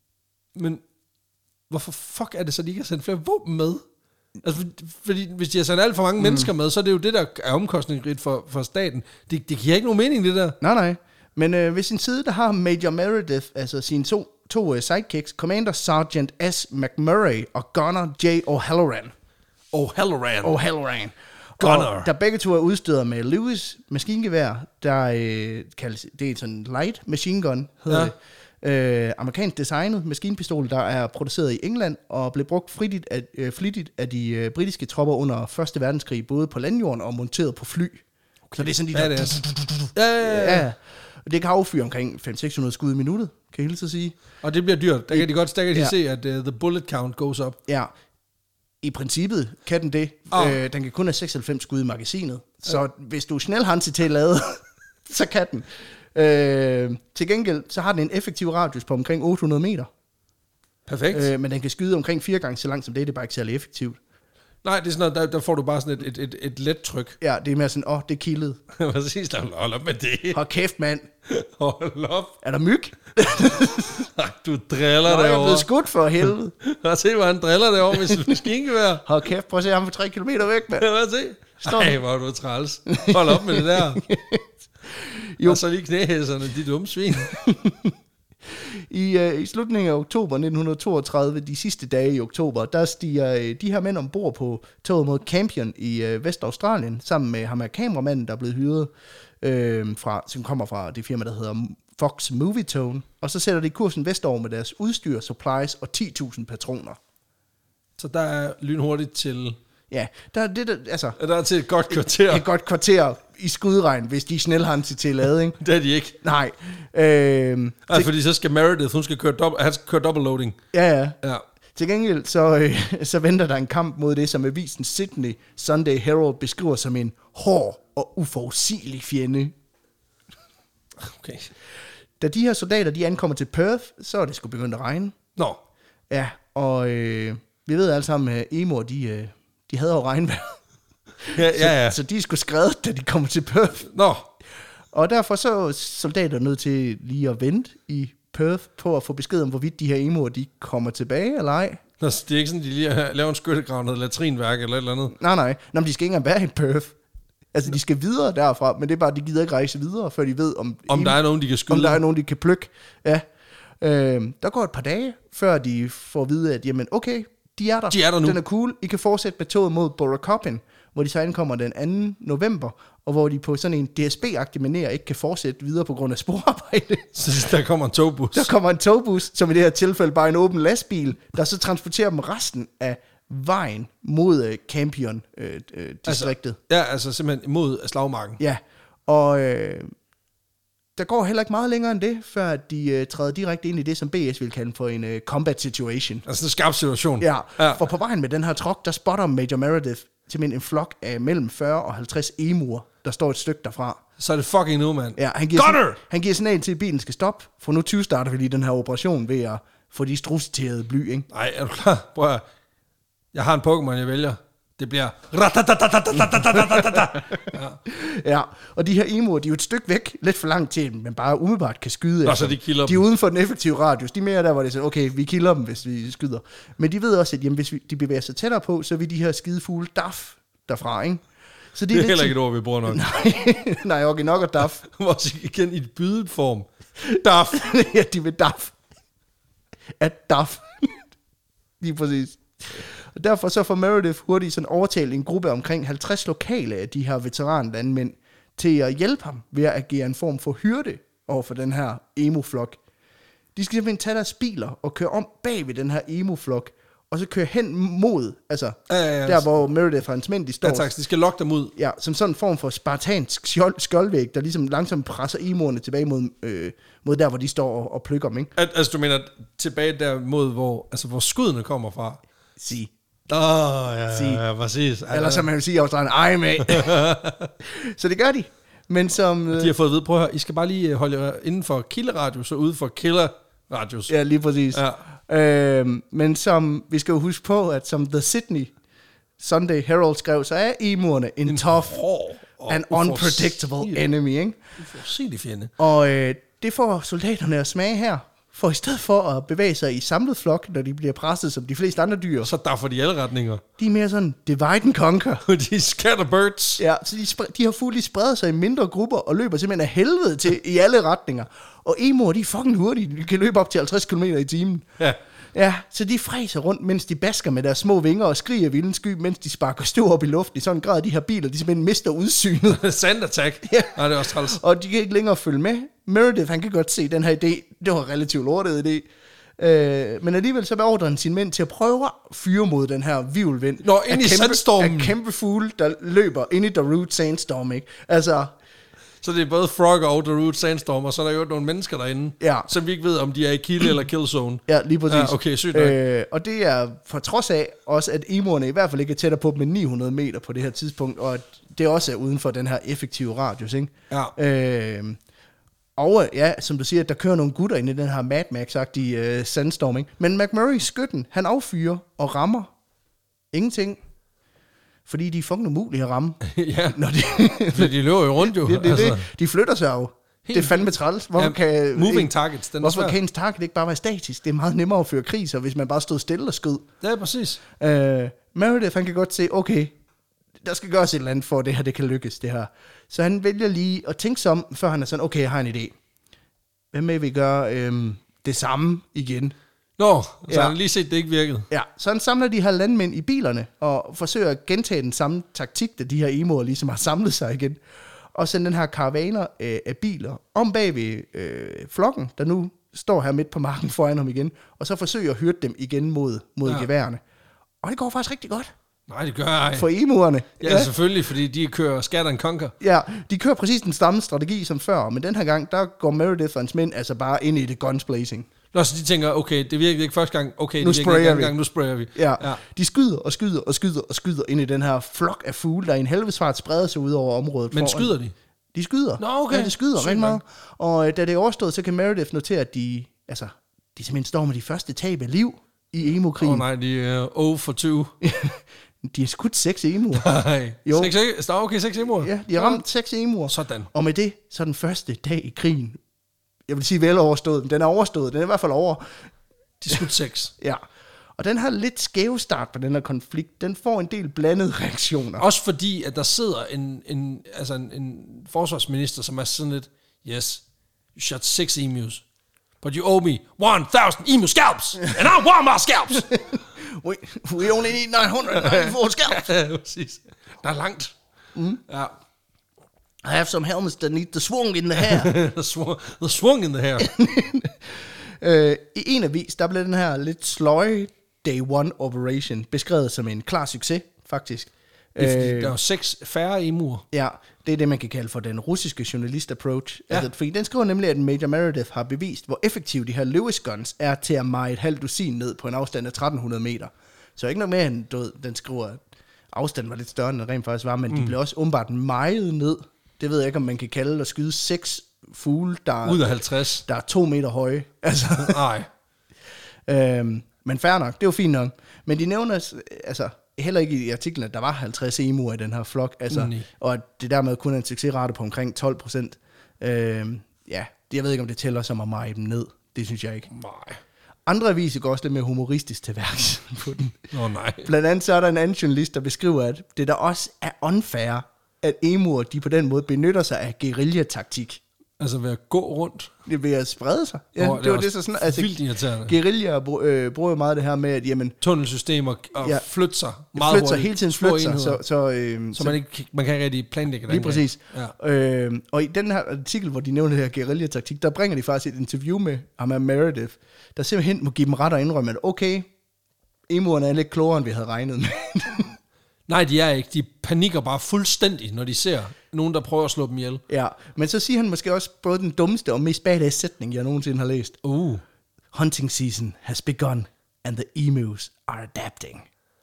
Men hvorfor fuck er det så, de ikke har sendt flere våben med? Altså, fordi hvis de har sendt alt for mange mm. mennesker med, så er det jo det, der er omkostningsrigt for, for staten. Det, det giver ikke nogen mening, det der. Nej, nej. Men øh, ved sin side, der har Major Meredith, altså sine to, to uh, sidekicks, Commander Sergeant S. McMurray og Gunner J. O'Halloran. O'Halloran. O'Halloran. Gunner. Og der begge to er udstyret med Lewis maskingevær, der øh, kaldes, det er sådan light machine gun, hedder Ja. det. Øh, amerikansk designet maskinpistol, der er produceret i England og blev brugt flittigt af, øh, flittigt af de øh, britiske tropper under første verdenskrig, både på landjorden og monteret på fly. Okay. Så det er sådan de Ja, der... det er. Ja, ja, ja. Ja, og det kan affyre omkring fem til seks hundrede skud i minuttet, kan jeg hele tiden sige. Og det bliver dyrt. Der kan de godt der kan de Ja. se, at uh, the bullet count goes up. Ja, i princippet kan den det. Oh. Øh, den kan kun have seksoghalvfems skud i magasinet. Så ja. Hvis du er snellhanse til at lade, så kan den. Øh, til gengæld, så har den en effektiv radius på omkring otte hundrede meter. Perfekt. Øh, men den kan skyde omkring fire gange så langt som det, det er bare ikke særlig effektivt. Nej, det er sådan noget, der, der får du bare sådan et, et, et, et let tryk. Ja, det er mere sådan, åh, oh, det er kildet. Præcis, hold op med det. Hold kæft, mand. Hold op. Er der myg? Nej, du driller Nå, jeg er derovre. blevet skudt for helvede. Lad se, hvor han driller derovre med sit maskingevær. Hold kæft, prøv at se ham for tre kilometer væk, mand. Lad se. Ej, hvor er du træls. Hold op med det der. Jo. Og så lige knæhæserne, de dumme svin. I, uh, I slutningen af oktober nitten toogtredive, de sidste dage i oktober, der stiger uh, de her mænd ombord på toget mod Campion i uh, Vestaustralien, sammen med ham af kameramanden, der er blevet hyret, uh, fra, som kommer fra det firma, der hedder Fox Movietone. Og så sætter de kursen vestover med deres udstyr, supplies og ti tusind patroner. Så der er lynhurtigt til... Ja, der er det, der, altså... Der er til et godt kvarter. Et godt kvarter i skudregn, hvis de er snellhanse til lading. Det er de ikke. Nej. Øh, altså, fordi så skal Meredith, hun skal køre, dob- han skal køre double loading. Ja, ja. Ja. Til gengæld, så, øh, så venter der en kamp mod det, som avisen Sydney Sunday Herald beskriver som en hård og uforudsigelig fjende. Okay. Da de her soldater, de ankommer til Perth, så er det sgu begyndt at regne. Nå. Ja, og øh, vi ved alle sammen, at Emor, de, øh, de havde jo regnvejr. Ja, ja, ja. Så, så de er sgu skrevet, da de kommer til Perth. Nå. Og derfor så er soldater nødt til lige at vente i Perth på at få besked om, hvorvidt de her Emor, de kommer tilbage eller ej. Nå, det er ikke sådan, de lige laver en skyttegrav, noget latrinværk eller et eller andet. Nej, nej. Nå, men de skal ikke engang være i Perth. Altså, de skal videre derfra, men det er bare, de gider ikke rejse videre, før de ved, om... Om der er nogen, de kan skyde. Om der er nogen, de kan plukke. Ja. Øh, der går et par dage, før de får at vide, at jamen, okay, de er der. De er der nu. Den er cool. I kan fortsætte med toget mod Boracopin, hvor de så ankommer den anden november, og hvor de på sådan en D S B-agtig manér ikke kan fortsætte videre på grund af sporarbejde. Så der kommer en togbus. Der kommer en togbus, som i det her tilfælde bare en åben lastbil, der så transporterer dem resten af vejen mod øh, Campion-distriktet. Øh, altså, ja, altså simpelthen mod slagmarken. Ja, og øh, der går heller ikke meget længere end det, før de øh, træder direkte ind i det, som B S vil kalde for en øh, combat situation. Altså en skarp situation. Ja, ja, for på vejen med den her truck, der spotter Major Meredith simpelthen en flok af mellem fyrre og halvtreds emuer, der står et stykke derfra. Så er det fucking nu, mand. Ja, han giver, sådan, han giver signal til, at bilen skal stoppe, for nu tyve starter vi lige den her operation ved at få de strusserede bly, ikke? Nej, er du klar? Prøv at... Jeg har en Pokémon, jeg vælger. Det bliver... Ja. Ja, og de her emuer, de er jo et stykke væk, lidt for langt til, men bare umiddelbart kan skyde. Altså, de kilder dem. De er uden for den effektive radius. De er mere der, hvor det er sådan, okay, vi kilder dem, hvis vi skyder. Men de ved også, at jamen, hvis vi, de bevæger sig tættere på, så vil de her skide fugle daf derfra, ikke? Så det er, det er heller ikke et ord, vi bruger nok. Nej, nej, okay, nok og daf. Også igen i et bydet form. Daf. Ja, de vil daf. At daf. Lige præcis. Og derfor så får Meredith hurtigt sådan overtalt en gruppe omkring halvtreds lokale af de her veteranlandmænd til at hjælpe ham ved at agere en form for hyrde over for den her emo-flok. De skal simpelthen tage deres biler og køre om bag ved den her emo-flok, og så køre hen mod, altså ja, ja, ja. der hvor Meredith og hans mænd, de står. Ja tak, de skal lokke dem ud. Ja, som sådan en form for spartansk skjold, skjoldvæg, der ligesom langsomt presser emoerne tilbage mod, øh, mod der, hvor de står og, og plukker dem, ikke? Al- altså du mener tilbage der mod, hvor, altså, hvor skuddene kommer fra? Sig. Åh, oh, ja, Sig. ja, præcis. Eller som man vil sige i Australien, ej med. Så det gør de. Men som... De har fået at vide, prøv at høre, I skal bare lige holde jer inden for killeradius og ude for killerradius. Ja, lige præcis. Ja. Øhm, men som, vi skal jo huske på, at som The Sydney Sunday Herald skrev, så er emuerne en, en tough and unpredictable enemy, ikke? Uforudsigelig fjende. Og øh, det får soldaterne at smage her. For i stedet for at bevæge sig i samlet flok, når de bliver presset som de fleste andre dyr, så der får de alle retninger. De er mere sådan divide and conquer. De er scatterbirds. Ja, så de, spre- de har fuldt spredt sig i mindre grupper og løber simpelthen af helvede til i alle retninger. Og emuer, de er fucking hurtige. De kan løbe op til halvtreds kilometer i timen. Ja. Ja, så de fræser rundt, mens de basker med deres små vinger og skriger vilden sky, mens de sparker støv op i luften. I sådan en grad, de her biler, de simpelthen mister udsynet. Sand attack. Ja. Nej, det er også træls. Og de kan ikke længere følge med. Meredith, han kan godt se den her idé. Det var en relativt lortet idé. Øh, men alligevel så beordrer han sine mænd til at prøve at fyre mod den her vivlvind. Nå, ind i sandstormen. Af kæmpe fugle, der løber ind i Darude Sandstorm, ikke? Altså... Så det er både Frog og Darude Sandstorm, og så er der jo nogle mennesker derinde, ja. som vi ikke ved, om de er i kill eller kill zone. Ja, lige præcis. Ja, okay, sygt nok. Øh, og det er for trods af også, at emuerne i hvert fald ikke er tættere på dem med ni hundrede meter på det her tidspunkt, og at det også er uden for den her effektive radius, ikke? Ja. Øh, og ja, som du siger, der kører nogle gutter ind i den her Mad Max-agtige øh, sandstorm, ikke? Men McMurray, skytten, han affyrer og rammer ingenting. Fordi de er fucking umulige at ramme. Ja, når de, fordi de løber jo rundt jo. Det, det, altså. det. De flytter sig jo. Helt det er fandme træls. Hvorfor ja, kan, moving targets, den hvorfor kan ens target ikke bare være statisk? Det er meget nemmere at føre kriser, hvis man bare stod stille og skød. Det er præcis. Uh, Meredith, han kan godt se, okay, der skal gøres et eller andet for, at det her det kan lykkes, det her. Så han vælger lige at tænke sig om, før han er sådan, okay, jeg har en idé. Hvad med, vi gør øhm, det samme igen? Nå, så ja. Han har lige set, det ikke virkede. Ja, så han samler de her landmænd i bilerne, og forsøger at gentage den samme taktik, da de her emoer ligesom har samlet sig igen, og sende den her karavaner øh, af biler om bag ved øh, flokken, der nu står her midt på marken foran ham igen, og så forsøger at hyrde dem igen mod, mod ja. geværerne. Og det går faktisk rigtig godt. Nej, det gør jeg. For emuerne. Ja, ja, selvfølgelig, fordi de kører scatter and conquer. Ja, de kører præcis den samme strategi som før, men den her gang, der går Meredith og hans mænd altså bare ind i det guns blazing. Nå, så de tænker, okay, det virkede ikke første gang, okay, nu det virkede ikke anden vi. gang, nu sprayer vi. Ja. ja, de skyder og skyder og skyder og skyder ind i den her flok af fugle, der i en helvedesfart spreder sig ud over området. Men foran. Skyder de? De skyder. Nå, okay. Ja, de skyder rigtig meget. Og øh, da det er overstået, så kan Meredith notere, at de, altså, de simpelthen står med de første tab af liv i emo-krigen. Åh oh, nej, de er zero for to. De har skudt seks emuer. Nej, jo. Seks, okay, seks emuer? Ja, de har ramt seks emuer. Sådan. Og med det, så er den første dag i krigen, jeg vil sige vel overstået, men den er overstået, den er i hvert fald over. De skudt seks. Ja. Og den her lidt skæve start på den her konflikt, den får en del blandede reaktioner. Også fordi, at der sidder en, en, altså en, en forsvarsminister, som er sådan lidt, yes, you shot six emus, but you owe me one thousand emu scalps, and I want my scalps. we, we only need nine hundred ninety-four scalps. Ja, præcis. Der er langt. Mm. Ja. I have some helmets that need the swung in the hair. the, swung, the swung in the hair. øh, I en avis, der blev den her lidt sløje day one operation, beskrevet som en klar succes, faktisk. Det er, fordi der er jo seks færre emuer. Ja, det er det, man kan kalde for den russiske journalist-approach. Ja. Altså, fordi den skriver nemlig, at Major Meredith har bevist, hvor effektive de her Lewis guns er til at meje et halvt dusin ned på en afstand af tretten hundrede meter. Så ikke nok mere end, du ved, den skriver, at afstanden var lidt større, end den rent faktisk var, men mm. de blev også åbenbart mejet ned. Det ved jeg ikke, om man kan kalde at skyde seks fugle, der, ud af halvtreds. Der er to meter høje. Altså. Nej. øhm, men fair nok, det var fint nok. Men de nævner altså heller ikke i artiklen, at der var halvtreds emuer i den her flok, altså, mm. og at det dermed kun er en succesrate på omkring tolv procent. Øhm, ja, jeg ved ikke, om det tæller som at meje dem ned. Det synes jeg ikke. Nej. Andre aviser går også lidt mere humoristisk til værks på den. Åh oh, nej. Blandt andet så er der en anden journalist, der beskriver, at det der også er unfair, at emuer, de på den måde benytter sig af guerillataktik. Altså ved at gå rundt? Det er ved at sprede sig. Ja, oh, det, det var det så sådan, altså, vildt irriterende. Guerilla øh, bruger jo meget det her med, at jamen, tunnelsystemer og ja, flytter sig meget flytter sig hurtigt. hele tiden flytter sig, så, så, øh, så man ikke man kan ikke rigtig planlægge det. Lige præcis. Ja. Øh, og i den her artikel, hvor de nævner det her guerillataktik, der bringer de faktisk et interview med ham af Meredith, der simpelthen må give dem ret og indrømme, at okay, emuerne er lidt klogere, end vi havde regnet med. Nej, de er ikke. De panikker bare fuldstændig, når de ser nogen, der prøver at slå dem ihjel. Ja, men så siger han måske også både den dummeste og mest badass sætning, jeg nogensinde har læst. Uh. Hunting season has begun, and the emus are adapting.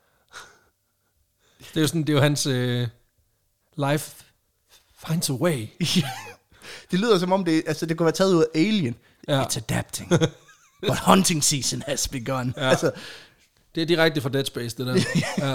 Det er jo, sådan, det er jo hans uh, life finds a way. Det lyder som om, det, altså, det kunne være taget ud af Alien. Ja. It's adapting. But hunting season has begun. Ja. Altså, det er direkte fra Dead Space, det der. Ja.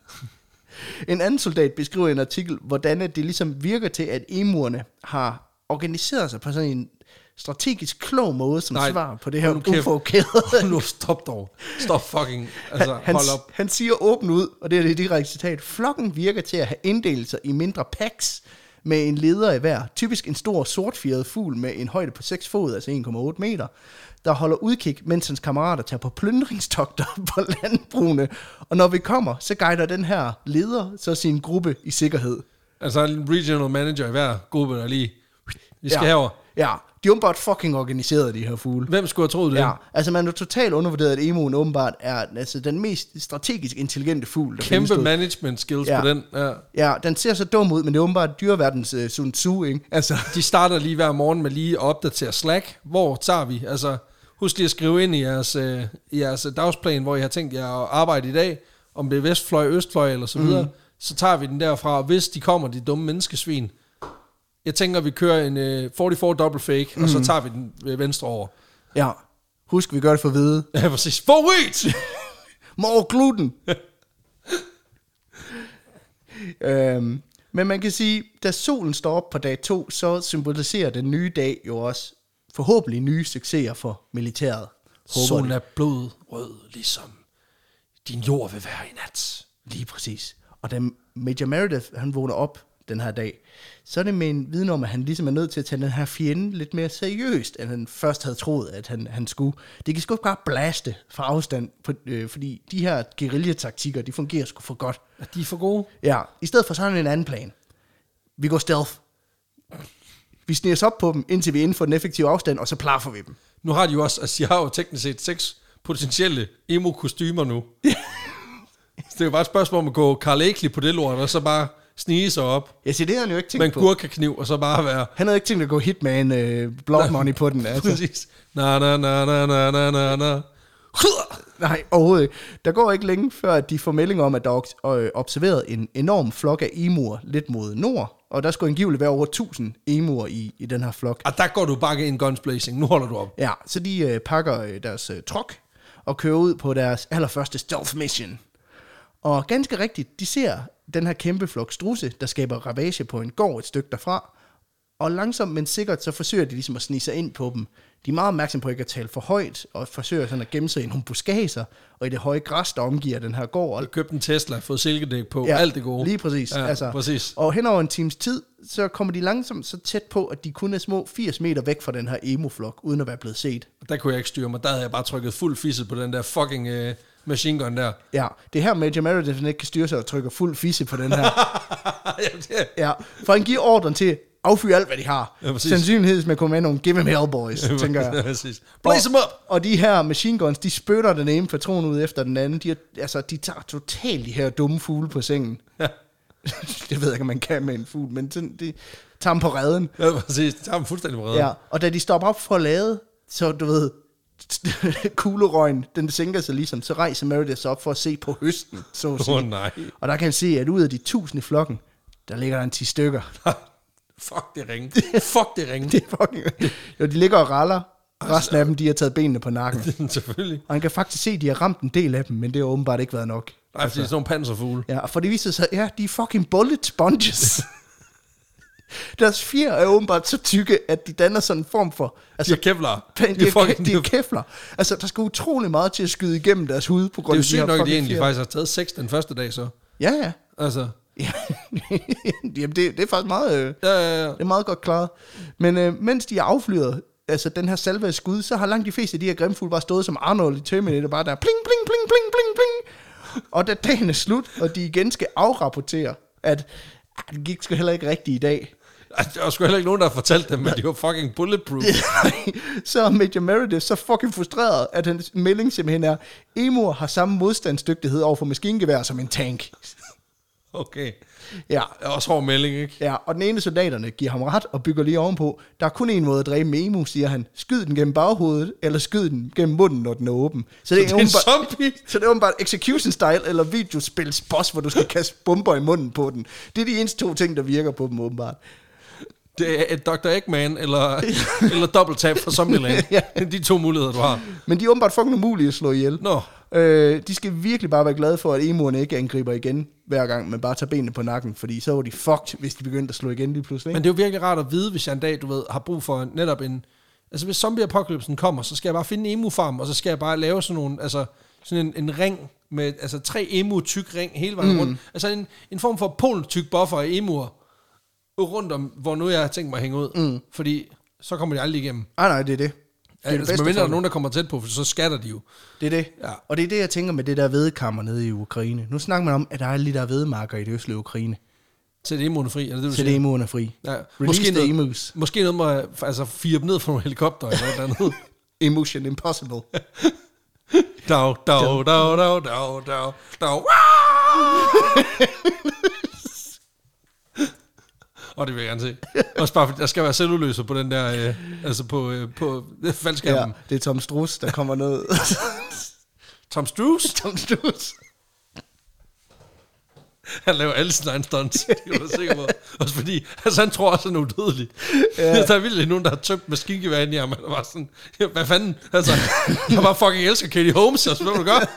En anden soldat beskriver i en artikel, hvordan det ligesom virker til, at emuerne har organiseret sig på sådan en strategisk klog måde, som Nej, svar på det her U F O-kæde. Nu stop dog. Stop fucking. Altså, han, hold op. Han siger åbent ud, og det er det direkte citat, flokken virker til at have inddelelser i mindre packs, med en leder i hver. Typisk en stor sortfjerdet fugl med en højde på seks fod, altså en komma otte meter, der holder udkig, mens hans kammerater tager på plyndringstogter på landbrugene. Og når vi kommer, så guider den her leder så sin gruppe i sikkerhed. Altså en regional manager i hver gruppe, der lige, vi skal ja. herover. Ja, de er åbenbart fucking organiseret, de her fugle. Hvem skulle have troet det? Ja, altså man er totalt undervurderet, at emuen åbenbart er altså, den mest strategisk intelligente fugl, der Kæmpe findes. Management skills ja. på den. Ja. ja, den ser så dum ud, men det er åbenbart dyreverdens uh, Sun Tzu, ikke? Altså. De starter lige hver morgen med lige at opdatere Slack. Hvor tager vi? Altså, husk lige at skrive ind i jeres, uh, i jeres dagsplan, hvor I har tænkt jer at arbejde i dag, om det er vestfløj, østfløj eller så videre. Mm. Så tager vi den derfra, hvis de kommer, de dumme menneskesvin. Jeg tænker, vi kører en uh, fireogfyrre double fake, mm. og så tager vi den uh, venstre over. Ja, husk, vi gør det for at vide. Ja, præcis. For wheat! More gluten! øhm, men man kan sige, da solen står op på dag to, så symboliserer den nye dag jo også forhåbentlig nye succeser for militæret. Solen er blodrød, ligesom din jord vil være i nat. Lige præcis. Og da Major Meredith, han vågner op den her dag, så er det med en viden om, at han ligesom er nødt til at tage den her fjende lidt mere seriøst, end han først havde troet, at han, han skulle. Det kan sgu ikke bare blaste fra afstand, på, øh, fordi de her guerillataktikker, de fungerer sgu for godt. Er de for gode? Ja, i stedet for så har han en anden plan. Vi går stealth. Vi sniger os op på dem, indtil vi er inden for den effektive afstand, og så plaffer vi dem. Nu har de jo også, altså de har jo teknisk set seks potentielle emo-kostymer nu. Så det er jo bare et spørgsmål om at gå Carl Akeley på det lort, og så bare snige sig op. Ja, så det har han jo ikke tænkt med en på. Med en gurkekniv, og så bare være... Han havde ikke tænkt at gå Hitman uh, Blood Money på den. Altså. Præcis. Na, na, na, na, na, na, na, na. Nej, overhovedet ikke. Der går ikke længe, før at de får melding om, at der er observeret en enorm flok af emuer lidt mod nord. Og der skulle angiveligt være over tusind emuer i, i den her flok. Og der går du bare ind guns blazing. Nu holder du op. Ja, så de øh, pakker øh, deres øh, truck og kører ud på deres allerførste stealth mission. Og ganske rigtigt, de ser den her kæmpe flok strusse, der skaber ravage på en gård et stykke derfra. Og langsomt, men sikkert, så forsøger de ligesom at snige sig ind på dem. De er meget opmærksomme på ikke at tale for højt, og forsøger sådan at gemme sig i nogle buskager, og i det høje græs, der omgiver den her gård. Jeg købte en Tesla, fået silkedæk på, ja, alt det gode. Lige præcis. Ja, altså. præcis. Og hen over en times tid, så kommer de langsomt så tæt på, at de kun er små firs meter væk fra den her emo-flok, uden at være blevet set. Der kunne jeg ikke styre mig. Der havde jeg bare trykket fuld fisse på den der fucking uh, machine gun der. Ja, det er her Major Meredith ikke kan styre sig og trykker fuld fisse på den her. Ja, for han giver ordren til affyre alt, hvad de har. Ja, sandsynligvis med at komme med nogle give 'em hell boys, tænker jeg. Blaze them up! Og de her machine guns, de spytter den ene patron ud efter den anden. De, er, altså, de tager totalt de her dumme fugle på sengen. Ja. Det ved jeg ikke, om man kan med en fugl, men sådan, de tager dem på redden. Ja, præcis. De tager dem fuldstændig på redden. Ja, og da de stopper op for at lade, så du ved, kuglerøgen, den sænker sig ligesom, så rejser Meredith sig op for at se på høsten, så at sige. Åh, nej. Og der kan han se, at ud af de tusind i flokken, der ligger der en ti stykker. Fuck, det ringe. Fuck, det ringe. Det er fucking... Jo, de ligger og raller. Resten af dem, de har taget benene på nakken. Selvfølgelig. Og han kan faktisk se, at de har ramt en del af dem, men det har åbenbart ikke været nok. Nej, altså, det er sådan nogle panserfugle. Ja, for det viser sig, ja, de er fucking bullet sponges. Deres fjer er åbenbart så tykke, at de danner sådan en form for... Altså, de er kevlar. De er, de er, fucking, de er kevlar. Altså, der skal utrolig meget til at skyde igennem deres hud. På grund det er jo sygt nok, at de egentlig fjer. faktisk har taget seks den første dag, så. Ja, ja. Altså... Jamen, det, det er faktisk meget... Øh, ja, ja, ja. Det er meget godt klaret. Men øh, mens de er afflyret, altså den her salve af skud, så har langt de fleste af de her grimfugle bare stået som Arnold i Terminator, bare der pling, pling, pling, pling, pling, pling. Og da dagen er slut, og de igen skal afrapportere, at det gik sgu heller ikke rigtigt i dag. Der var sgu heller ikke nogen, der har fortalt dem, at de var fucking bulletproof. Så er Major Meredith så fucking frustreret, at hans melding simpelthen er, Emur har samme modstandsdygtighed over for maskingevær som en tank. Okay. Ja. Det er også hård melding, ikke? Ja, og den ene soldaterne giver ham ret og bygger lige ovenpå. Der er kun en måde at dræbe med Emu, siger han. Skyd den gennem baghovedet, eller skyd den gennem munden, når den er åben. Så det er, så det er en zombie? Så det er åbenbart execution style, eller videospils boss, hvor du skal kaste bomber i munden på den. Det er de eneste to ting, der virker på dem, åbenbart. Det er et doktor Eggman, eller, eller double tap fra Zombieland. Ja. De to muligheder, du har. Men de er åbenbart fucking umulige at slå ihjel. Nå. Øh, de skal virkelig bare være glade for, at emuerne ikke angriber igen hver gang, men bare tager benene på nakken, fordi så var de fucked, hvis de begyndte at slå igen lige pludselig. Men det er jo virkelig rart at vide, hvis jeg en dag, du ved, har brug for netop en... Altså hvis zombie-apokalypsen kommer, så skal jeg bare finde en emu-farm, og så skal jeg bare lave sådan nogle, altså sådan en, en ring med, altså tre emu-tyk ring hele vejen mm. rundt. Altså en, en form for pol-tyk buffer af emuer rundt om, hvor nu jeg har tænkt mig at hænge ud. Mm. Fordi så kommer de aldrig igennem. Ah, nej, det er det. Ja, det er altså, mindre der er nogen, der kommer tæt på, for så skatter de jo. Det er det. Ja. Og det er det, jeg tænker med det der hvedekammer nede i Ukraine. Nu snakker man om, at der er alle de der hvedemarker i det østlige Ukraine. Til det emuerne fri, er det det, du Til det emuerne fri. Ja. Måske noget, emus. Måske noget med altså fire dem ned fra nogle helikopter eller noget andet. Emotion impossible. Dav, dav, dav, dav, dav, dav, dav. Og det vil jeg gerne se. Også bare fordi der skal være selvudløser på den der, øh, altså på, øh, på faldskærmen. Ja, det er Tom Strus, der kommer ned. Tom Strus? Tom Strus. Han laver alle sine egne stunts, det er jeg sikker på. Også fordi, altså han tror også, han er udødelig. Ja. Der er virkelig nogen, der har tømt maskingevær ind i ham, og var sådan, hvad fanden, altså, jeg bare fucking elsker Katie Holmes, altså, hvad vil du gøre?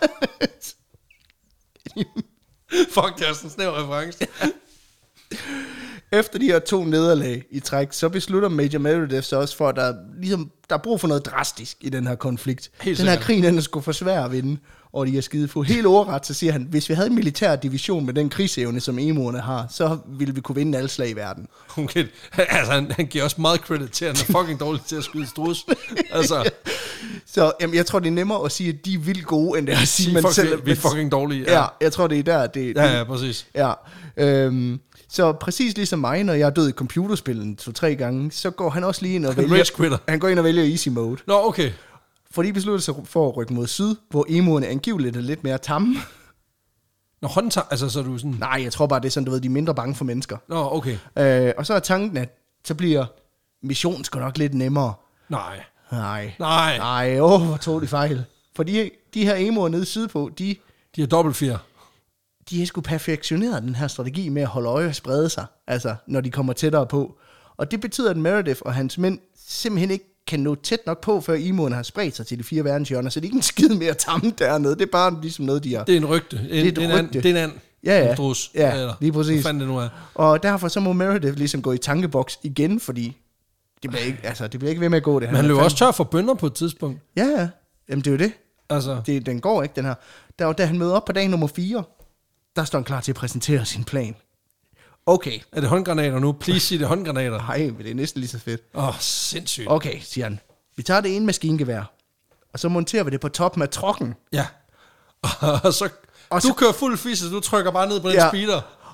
Fuck, det er sådan en snæv reference. Efter de her to nederlag i træk, så beslutter Major Meredith så også for, at der, ligesom, der er brug for noget drastisk i den her konflikt. Helt den her sikkert. Krig, den er sgu for svær at vinde, og de er skide få. Helt ordret, så siger han, hvis vi havde en militær division med den krigsevne, som emuerne har, så ville vi kunne vinde alle slag i verden. Okay. Altså, han, han giver også meget credit til, at han er fucking dårlig til at skyde strus. Altså. Så jamen, jeg tror, det er nemmere at sige, at de er vildt gode, end det er at sige, man fuck, selv... Vi er fucking dårlige. Ja. ja, jeg tror, det er der. Det, ja, ja, præcis. Ja, øhm, så præcis ligesom mig, når jeg er død i computerspillet to-tre gange, så går han også lige ind og vælger... Han går ind og vælger easy mode. Nå, okay. For de beslutter sig for at rykke mod syd, hvor emuerne angiveligt er lidt mere tamme. Nå, håndtager, altså så er du sådan... Nej, jeg tror bare, det er sådan, du ved, de er mindre bange for mennesker. Nå, okay. Øh, og så er tanken, at så bliver missionen sgu nok lidt nemmere. Nej. Nej. Nej. Nej, åh, hvor tog de fejl. For de, de her emuer nede sydpå, de... De har dobbeltfjer. De har sgu perfektioneret den her strategi med at holde øje og sprede sig, altså når de kommer tættere på. Og det betyder, at Meredith og hans mænd simpelthen ikke kan nå tæt nok på, før emuerne har spredt sig til de fire verdenshjørner, så det er ikke en skid mere tamme dernede. Det er bare ligesom noget, de har... Det er en rygte. En, det er et det er rygte. En, det er en and. Ja, ja. En drus. Ja, eller, lige præcis. Hvad fanden det nu er. Og derfor så må Meredith ligesom gå i tankeboks igen, fordi det bliver ikke, altså, det bliver ikke ved med at gå det her. Men han løber også tør for bønder på et tidspunkt. Ja, ja. Jamen det er jo det. Altså. det den går ikke, den her. Da, da han møder op på dag nummer fire, der står han klar til at præsentere sin plan. Okay. Er det håndgranater nu? Please sig det håndgranater. Nej, men det er næsten lige så fedt. Åh, oh, sindssygt. Okay, siger han. Vi tager det ene maskingevær, og så monterer vi det på toppen af trucken. Ja. Og så, og du så, kører fuld fisse, du trykker bare ned på den ja, speeder.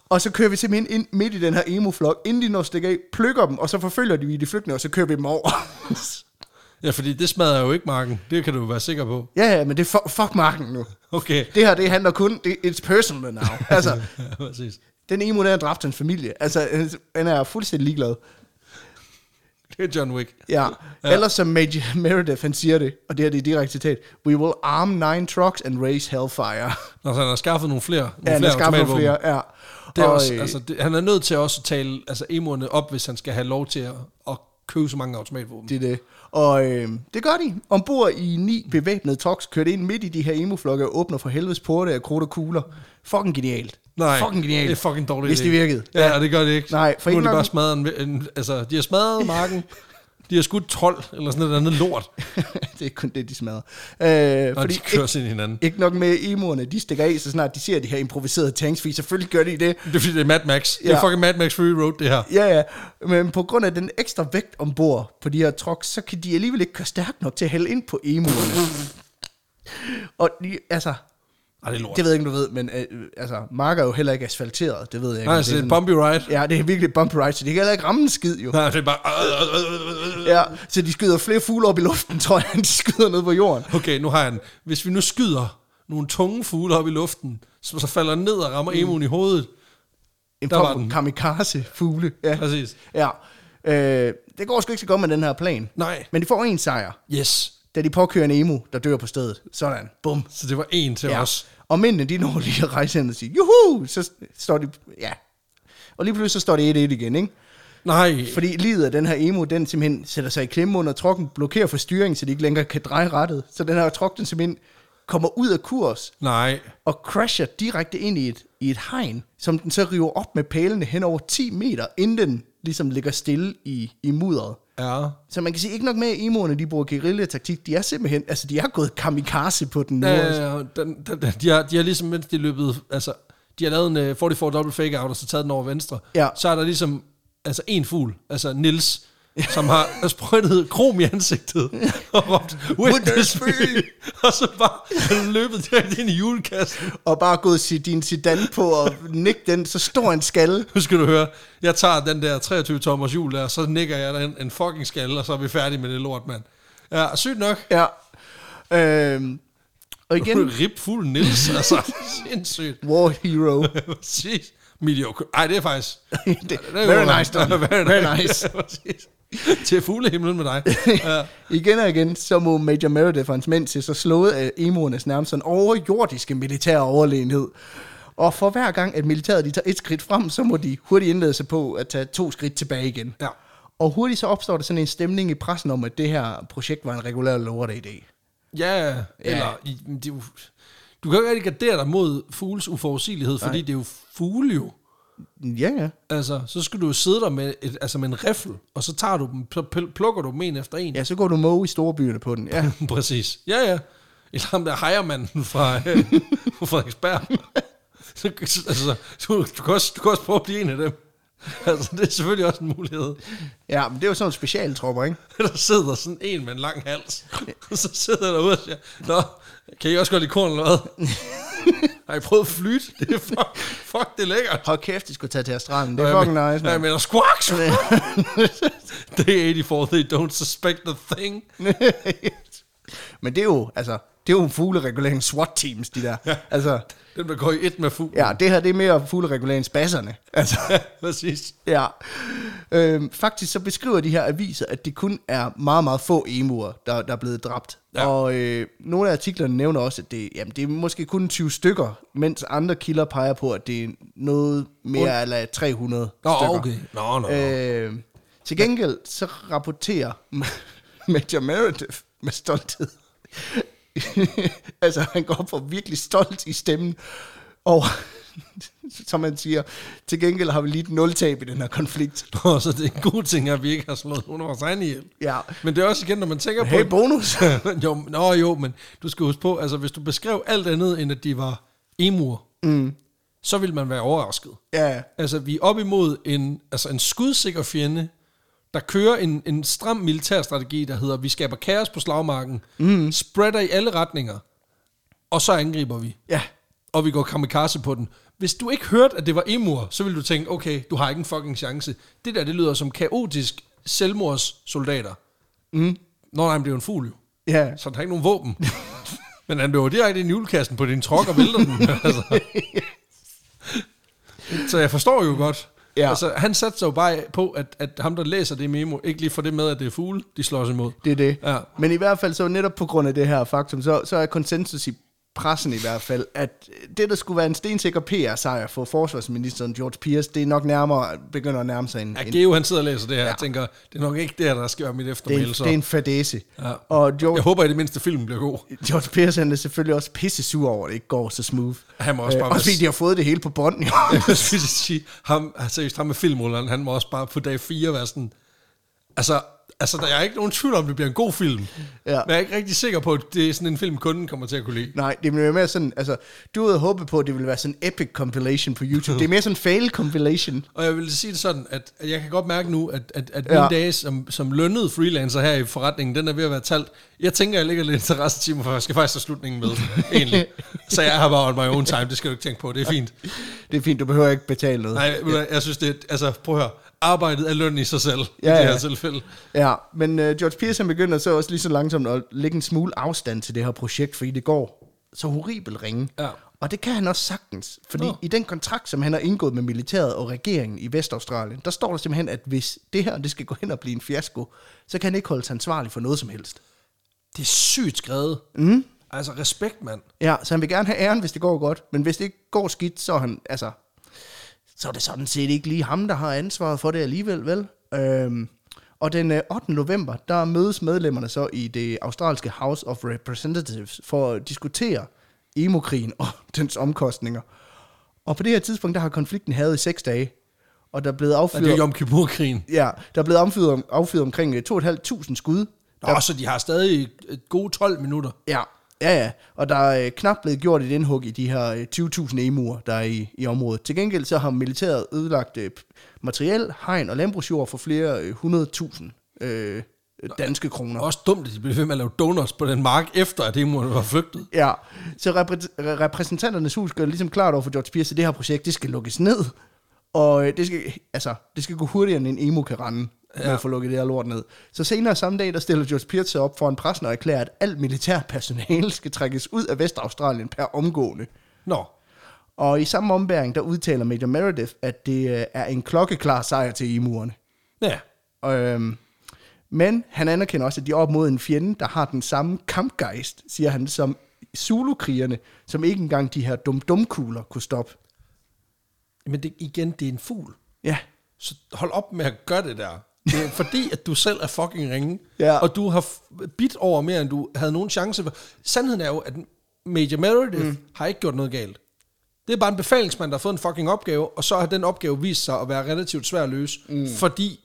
Og så kører vi simpelthen ind midt i den her emo-flok, inden de når stikker af, plukker dem, og så forfølger de de flygtninge, og så kører vi dem over. Ja, fordi det smadrer jo ikke marken. Det kan du være sikker på. Ja, ja, men det er fuck, fuck marken nu. Okay. Det her, det handler kun, det, it's personal now. Altså, ja, præcis. den emo, der har dræbt hans familie. Altså, han er fuldstændig ligeglad. Det er John Wick. Ja, ja. Ellers som Major Meredith, han siger det, og det her det er direkte citat, we will arm nine trucks and raise hellfire. Nå, så han har skaffet nogle flere. Nogle ja, han flere har skaffet nogle flere, ja. Det er og, også, altså, det, han er nødt til også at tale altså, emoerne op, hvis han skal have lov til at, at købe så mange automatvåben. Det er det. Og øh, det gør de. Ombord i ni bevæbnede trucks, kørte ind midt i de her emo-flokke og åbner for helvedes porte af krudt og kugler. Fucking genialt. Nej, fucking genialt. det er fucking dårligt. Hvis det virkede. Ja, ja, det gør det ikke. Nej, for nu ikke er de nok... bare smadret en, en, altså, de har smadret marken. De har skudt tolv eller sådan noget andet lort. Det er kun det, de smadrer. Øh, Nå, fordi de kører ikke, ind i hinanden. Ikke nok med emoerne, de stikker af, så snart de ser de her improviserede tanks, fordi selvfølgelig gør de det. Det er fordi, det er Mad Max. Ja. Det er fucking Mad Max Fury Road, det her. Ja, ja. Men på grund af den ekstra vægt ombord på de her trucks, så kan de alligevel ikke køre stærkt nok til at hælde ind på emoerne. Og de, altså... Ej, det er lort. Det ved jeg ikke, du ved, men øh, altså, marker er jo heller ikke asfalteret, det ved jeg ikke. Nej, så det er et bumpy ride. Ja, det er virkelig bumpy ride, så de kan heller ikke ramme en skid, jo. Nej, det er bare... Ja, så de skyder flere fugle op i luften, tror jeg, end de skyder ned på jorden. Okay, nu har jeg en. Hvis vi nu skyder nogle tunge fugle op i luften, så, så falder ned og rammer mm. emoen i hovedet. En form kamikaze-fugle. Ja. Præcis. Ja. Øh, det går sgu ikke så godt med den her plan. Nej. Men de får en sejr. Yes. Da de påkører en emo, der dør på stedet. Sådan. Bum. Så det var en til ja. os. Og mændene, de når lige at rejse hen og sige, juhu, så står de, ja. Og lige pludselig så står det et et igen, ikke? Nej. Fordi livet af den her emo, den simpelthen sætter sig i klemme under trucken, blokerer for styringen, så de ikke længere kan dreje rettet. Så den her truck, den simpelthen kommer ud af kurs. Nej. Og crasher direkte ind i et, i et hegn, som den så river op med pælene hen over ti meter, inden den ligesom ligger stille i, i mudderet. Ja. Så man kan sige, ikke nok med, at emoerne, de bruger guerilla-taktik, de er simpelthen, altså de har gået kamikaze på den nu. Ja, ja, den, den, den, de, har, de har ligesom, mens de løbet, altså, de har lavet en uh, fireogfyrre double fake out, og så taget den over venstre. Ja. Så er der ligesom, altså en fugl, altså Nils, som har sprøjtet krom i ansigtet, og råbt, witness me, og så bare løbet direkte ind i julekassen. Og bare gået din sedan på og nikke den, så stor en skalle. Nu skal du høre, jeg tager den der treogtyve tommers hjul der, så nikker jeg den en fucking skalle, og så er vi færdige med det lort, mand. Ja, sygt nok. Ja. Øhm, og igen... Rip fuld Nils, altså, sindssygt. War hero. Præcis. Mediocre. Ej, det er faktisk... det, det er very nice, done. Very, very nice. Til fuglehimlen med dig. Ja. Igen og igen, så må Major Meredith og hans mænd se så slået af emoernes nærmest sådan overjordiske militære overlegenhed. Og for hver gang, at militæret de tager et skridt frem, så må de hurtigt indlede sig på at tage to skridt tilbage igen. Ja. Og hurtigt så opstår der sådan en stemning i pressen om, at det her projekt var en regulær lorte-idé. Ja, eller... Ja. Det, du kan jo ikke rigtig gardere dig mod fugles uforudsigelighed, fordi Nej. det er jo fugle jo. Ja, ja. Altså, så skal du jo sidde der med, et, altså med en riffel, og så tager du dem, plukker du dem en efter en. Ja, så går du måge i storbyerne på den. Ja, præcis. Ja, ja. Eller ham der hejermanden fra, øh, fra Frederiksberg. så, altså, du, du, kan også, du kan også prøve at blive en af dem. Altså, det er selvfølgelig også en mulighed. Ja, men det er jo sådan en specialtropper, ikke? Der sidder sådan en med en lang hals, og så sidder der ude og siger, nå, kan I også godt lide korn eller hvad? Har I prøvet at flytte? Det er fuck, fuck, det er lækkert. Hold kæft, de skulle tage til Australien. Det er fucking nice, man. Ja, men squawk, squawk. Day eighty-four, they don't suspect a thing. Men det er jo, altså, det er jo fugleregulering SWAT-teams, de der. Ja. Altså, den der går i et med fuglen. Ja, det her, det er mere fugleregulering spasserne. Altså, ja, præcis. Ja. Øhm, faktisk så beskriver de her aviser, at det kun er meget, meget få emuer, der, der er blevet dræbt. Ja. Og øh, nogle af artiklerne nævner også, at det, jamen, det er måske kun tyve stykker, mens andre kilder peger på, at det er noget mere eller tre hundrede Nå, stykker. Okay. Nå, nå, øh, til gengæld så rapporterer Major Meredith med stolthed. Altså, han går for virkelig stolt i stemmen. Og som man siger, til gengæld har vi lige et nultab i den her konflikt. Nå, så det er en god ting, at vi ikke har slået nogen af vores egne ihjel. Ja. Men det er også igen, når man tænker hey, på... bonus! jo, nå jo, men du skal huske på, altså hvis du beskrev alt andet, end at de var emuer, mm. så vil man være overrasket. Ja. Altså, vi er op imod en, altså en skudsikker fjende, der kører en, en stram militærstrategi, der hedder, vi skaber kaos på slagmarken, mm. spreader i alle retninger, og så angriber vi. Ja. og vi går kamikaze på den. Hvis du ikke hørte, at det var emuer, så ville du tænke, okay, du har ikke en fucking chance. Det der, det lyder som kaotisk selvmordssoldater. Mm. Nå, nej, det er jo en fugl, jo. Ja. Så der er ikke nogen våben. Men han løber direkte ind i julekassen på din truck og vælter den. Altså. Så jeg forstår jo godt. Ja. Altså, han satte sig jo bare på, at, at ham, der læser det memo, ikke lige får det med, at det er fugle, de slår sig imod. Det er det. Ja. Men i hvert fald, så netop på grund af det her faktum, så, så er konsensus i pressen i hvert fald, at det, der skulle være en stensikker P R-sejr for forsvarsministeren George Pierce, det er nok nærmere, begynder at nærme sig en... Ja, Geo, han sidder og læser det her, ja. Jeg tænker, det er nok ikke det her, der skal være mit eftermæl. Det, det er en fadese. Ja. Og George, jeg håber, at det mindste film bliver god. George Pierce, han er selvfølgelig også pisse sur over, at det ikke går så smooth. Han må også bare... Øh, også fordi de har fået det hele på bånd. Jeg vil sige, ham, seriøst, ham med filmrulleren, han må også bare på dag fire være sådan... Altså... Altså, der er ikke nogen tvivl om, det bliver en god film. Ja. Men jeg er ikke rigtig sikker på, at det er sådan en film, kunden kommer til at kunne lide. Nej, det bliver mere sådan, altså, du havde håbet på, at det ville være sådan en epic compilation på YouTube. Det er mere sådan en fail compilation. Og jeg vil sige det sådan, at, at jeg kan godt mærke nu, at, at, at ja. mine dage som, som lønnet freelancer her i forretningen, den er ved at være talt. Jeg tænker, jeg ligger lidt interessetimer, for jeg skal faktisk have slutningen med, egentlig. Så jeg har bare on my own time, det skal du ikke tænke på, det er fint. Det er fint, du behøver ikke betale noget. Nej, jeg, jeg synes det, altså prøv at høre. Arbejdet er løn i sig selv, ja, i det her ja. tilfælde. Ja, men uh, George Pierce han begynder så også lige så langsomt at lægge en smule afstand til det her projekt, fordi det går så horribelt ringe. Ja. Og det kan han også sagtens, fordi Nå. i den kontrakt, som han har indgået med militæret og regeringen i Vestaustralien, der står der simpelthen, at hvis det her det skal gå hen og blive en fiasko, så kan han ikke holde sig ansvarlig for noget som helst. Det er sygt skrevet. Mm. Altså respekt, mand. Ja, så han vil gerne have æren, hvis det går godt, men hvis det ikke går skidt, så er han, altså... så er det sådan set ikke lige ham, der har ansvaret for det alligevel, vel? Øhm, og den ottende november, der mødes medlemmerne så i det australske House of Representatives for at diskutere emo-krigen og dens omkostninger. Og på det her tidspunkt, der har konflikten havet i seks dage, og der er blevet affyret... Ja, det er Yom Kippur-krigen. Ja, der er blevet affyret, affyret omkring to tusind fem hundrede skud. Nå, der, så de har stadig et gode tolv minutter. Ja, Ja, ja, og der er knap blevet gjort et indhug i de her tyve tusind emuer, der er i, i området. Til gengæld så har militæret ødelagt øh, materiel, hegn og landbrugsjord for flere øh, hundrede tusind øh, danske kroner. Også dumt, at de blev ved med at lave donuts på den mark, efter at emuerne var flygtet. Ja, så repræ- repræsentanternes hus gør ligesom klart over for George Pierce, at det her projekt, det skal lukkes ned. Og øh, det, skal, altså, det skal gå hurtigere, end en emu kan rende. Ja. At få lukket det her lort ned. Så senere samme dag, der stiller George Pierce sig op foran pressen og erklærer, at alt militært personale skal trækkes ud af Vestaustralien per omgående. Nå. Og i samme ombæring, der udtaler Major Meredith, at det er en klokkeklar sejr til emuerne. Ja. Øhm, men han anerkender også, at de er op mod en fjende, der har den samme kampgejst, siger han, som Zulu-krigerne, som ikke engang de her dum-dum-kugler kunne stoppe. Men det, igen, det er en fugl. Ja. Så hold op med at gøre det der. Det er fordi, at du selv er fucking ringe, ja. og du har bidt over mere, end du havde nogen chance for. Sandheden er jo, at Major Meredith mm. har ikke gjort noget galt. Det er bare en befalingsmand, der har fået en fucking opgave, og så har den opgave vist sig at være relativt svær at løse, mm. fordi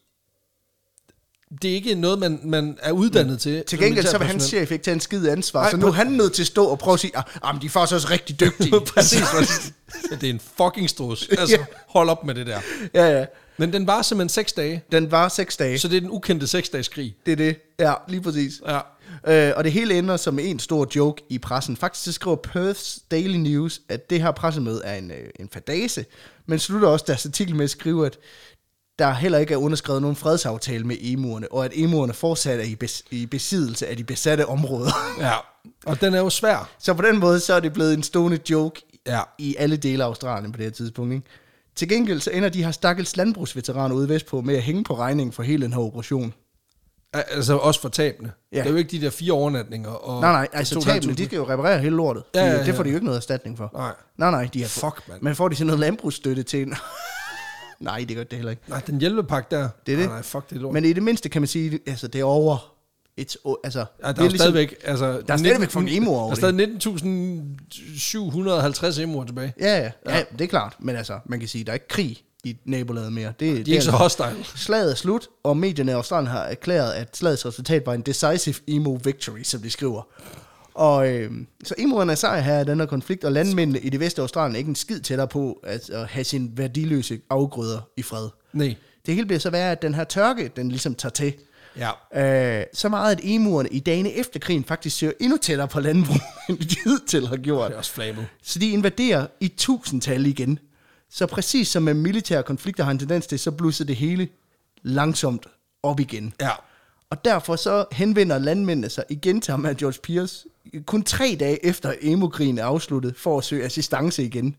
det er ikke noget, man, man er uddannet mm. til. Til gengæld så vil hans chef ikke tage en skid ansvar, Ej, så nu er han nødt til at stå og prøve at sige, at de er faktisk også rigtig dygtige. Præcis. Det er en fucking strus. Altså, ja. Hold op med det der. Ja, ja. Men den var simpelthen seks dage. Den var seks dage. Så det er den ukendte seksdageskrig. Det er det. Ja, lige præcis. Ja. Øh, og det hele ender som en stor joke i pressen. Faktisk så skriver Perth's Daily News, at det her pressemøde er en, en fadase, men slutter også deres artikel med at skrive, at der heller ikke er underskrevet nogen fredsaftale med emuerne, og at emuerne fortsat er i, bes- i besiddelse af de besatte områder. Ja, og den er jo svær. Så på den måde, så er det blevet en stående joke ja. i alle dele af Australien på det her tidspunkt, ikke? Til gengæld så ender de her stakkels landbrugsveteraner ude vestpå med at hænge på regningen for hele den her operation. Altså også for tabene. Ja. Det er jo ikke de der fire overnatninger. Og nej, nej, altså tabene, de skal jo reparere hele lortet. Ja, ja, ja. Det får de jo ikke noget erstatning for. Nej, nej, nej de har fuck, man. Men får de sådan noget landbrugsstøtte til en... nej, det gør det heller ikke. Nej, den hjælpepakke der. Det er det. Nej, nej, fuck det lort. Men i det mindste kan man sige, altså det er over... Et, altså, ja, der det er, er ligesom, stadigvæk, altså, der er stadigvæk for emuer over det. Der er stadig nitten tusind syv hundrede og halvtreds emuer tilbage. Ja, ja, ja, ja, det er klart. Men altså, man kan sige, der er ikke krig i nabolaget mere. Det, de er det ikke er så hostile. Slaget er slut, og medierne i Australien har erklæret, at slagets resultat var en decisive emo victory, som de skriver. Og øh, så emuerne er sejr her i den her konflikt, og landmændene i det vestlige Australien er ikke en skid tættere på at, at have sin værdiløse afgrøder i fred. Nej. Det hele bliver så værre, at den her tørke, den ligesom tager til. Ja. Øh, så meget, at emuerne i dagene efter krigen faktisk søger endnu tættere på landbrug, end de hidtil har gjort. Det er også flabet. Så de invaderer i tusindtal igen. Så præcis som med militære konflikter har en tendens til, så blusser det hele langsomt op igen. Ja. Og derfor så henvender landmændene sig igen til ham af George Pierce, kun tre dage efter emo-krigen er afsluttet, for at søge assistance igen.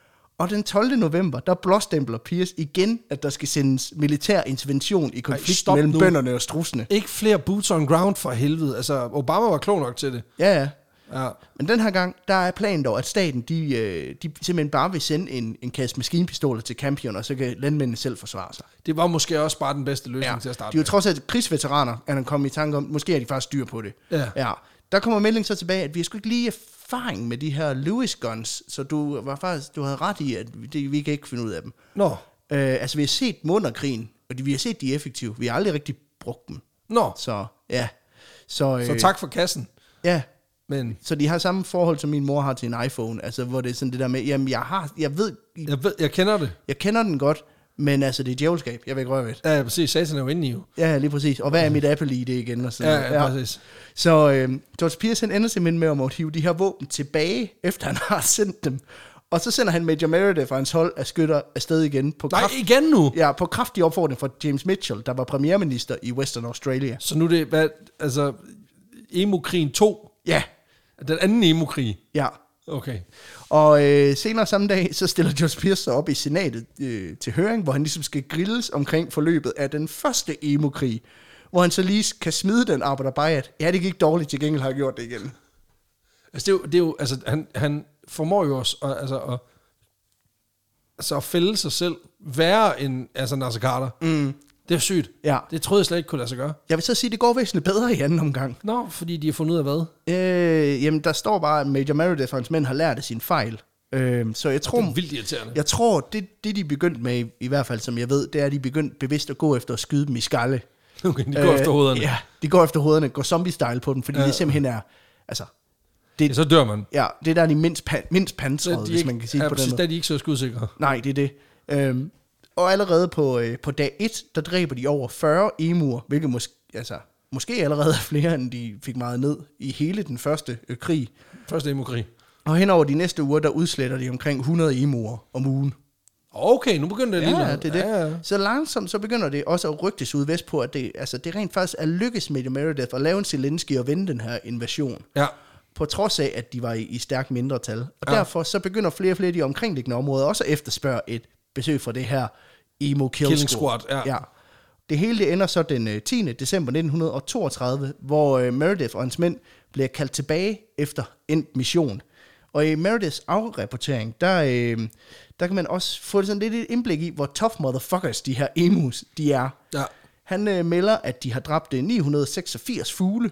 Og den tolvte november, der blåstempler Pierce igen, at der skal sendes militær intervention i konflikten mellem nu. bønderne og strudsene. Ikke flere boots on ground for helvede. Altså, Obama var klog nok til det. Ja, ja. Ja. Men den her gang, der er planen dog, at staten, de, de simpelthen bare vil sende en, en kasse maskinpistoler til Campion, og så kan landmændene selv forsvare sig. Det var måske også bare den bedste løsning Ja. til at starte De er jo med. trods alt krigsveteraner, at han kom i tanke om, måske er de faktisk styr på det. Ja. Ja. Der kommer melding så tilbage, at vi har sgu ikke lige erfaring med de her Lewis guns, så du var faktisk, du havde ret i, at det, vi kan ikke finde ud af dem. Nå. Øh, altså, vi har set dem under krigen, og de, vi har set, de er effektive. Vi har aldrig rigtig brugt dem. Nå. Så, ja. Så, øh, Så tak for kassen. Ja, Men så de har samme forhold, som min mor har til en iPhone, altså, hvor det er sådan det der med, jamen, jeg har, jeg ved, jeg, ved, jeg kender det. jeg kender den godt, men altså, det er djævelskab, jeg vil ikke røre ved. Ja, præcis. Satan er jo inde i jo. Ja, lige præcis. Og hvad er mit Apple I D igen? Og sådan Ja, noget. ja, præcis. Så øh, George Pierce, han ender simpelthen med at måtte hive de her våben tilbage, efter han har sendt dem. Og så sender han Major Meredith og hans hold af skytter afsted igen. På Nej, kraft, igen nu. ja, på kraftig opfordring fra James Mitchell, der var premierminister i Western Australia. Så nu er det, hvad, altså, Emo-krigen to. Ja, Den anden Emo-krig. ja. Okay. Og øh, senere samme dag, så stiller George Pierce sig op i senatet øh, til høring, hvor han ligesom skal grilles omkring forløbet af den første emo-krig, hvor han så lige kan smide den arbejderbejat. Ja, det gik dårligt, til gengæld har jeg gjort det igen. Altså, det er jo, det er jo altså, han, han formår jo også at, altså, at, altså, at fælde sig selv værre end altså, Nasser Carter. Mm. Det er sygt. Ja. Det troede jeg slet ikke kunne lade sig gøre. Jeg vil så sige, at det går væsentligt bedre i anden omgang. Nå, fordi de har fundet ud af hvad? Øh, jamen, der står bare, at Major Meredith og hans mænd har lært af sin fejl. Øh, så jeg tror, Det er vildt irriterende. jeg tror det, det de er begyndt med, i, i hvert fald som jeg ved, det er, at de er begyndt bevidst at gå efter at skyde dem i skalle. Okay, de går øh, efter hovederne. Ja, de går efter hovederne, går zombie-style på dem, fordi Ja. det simpelthen er, altså, Ja, så dør man. ja, det er der, de er mindst, pan, mindst pansrede, de hvis ikke, man kan sige ja, på den præcis, måde. der er de ikke så skudsikre. Nej, det er det. Øhm, og allerede på, øh, på dag et, der dræber de over fyrre emuer, hvilket måske, altså, måske allerede er flere, end de fik meget ned i hele den første øh, krig. Første Emo-krig. Og hen over de næste uger, der udsletter de omkring hundrede emuer om ugen. Okay, nu begynder det lige. Ja, det er det. Ja, ja. Så langsomt, så begynder det også at rygtes ud vest på, at det, altså, det rent faktisk er lykkes med Meredith at lave en Zelensky og vende den her invasion. Ja. På trods af, at de var i, i stærkt mindretal. Og Ja. derfor så begynder flere og flere af de omkringliggende områder også at efterspørge et besøg fra det her Emo Kill Killing Squad. Squad, ja. ja. Det hele det ender så den øh, tiende december nitten toogtredive, hvor øh, Meredith og hans mænd bliver kaldt tilbage efter endt mission. Og i Merediths afrapportering, der, øh, der kan man også få sådan lidt et indblik i, hvor tough motherfuckers de her emus, de er. Ja. Han øh, melder, at de har dræbt øh, ni hundrede seksogfirs fugle,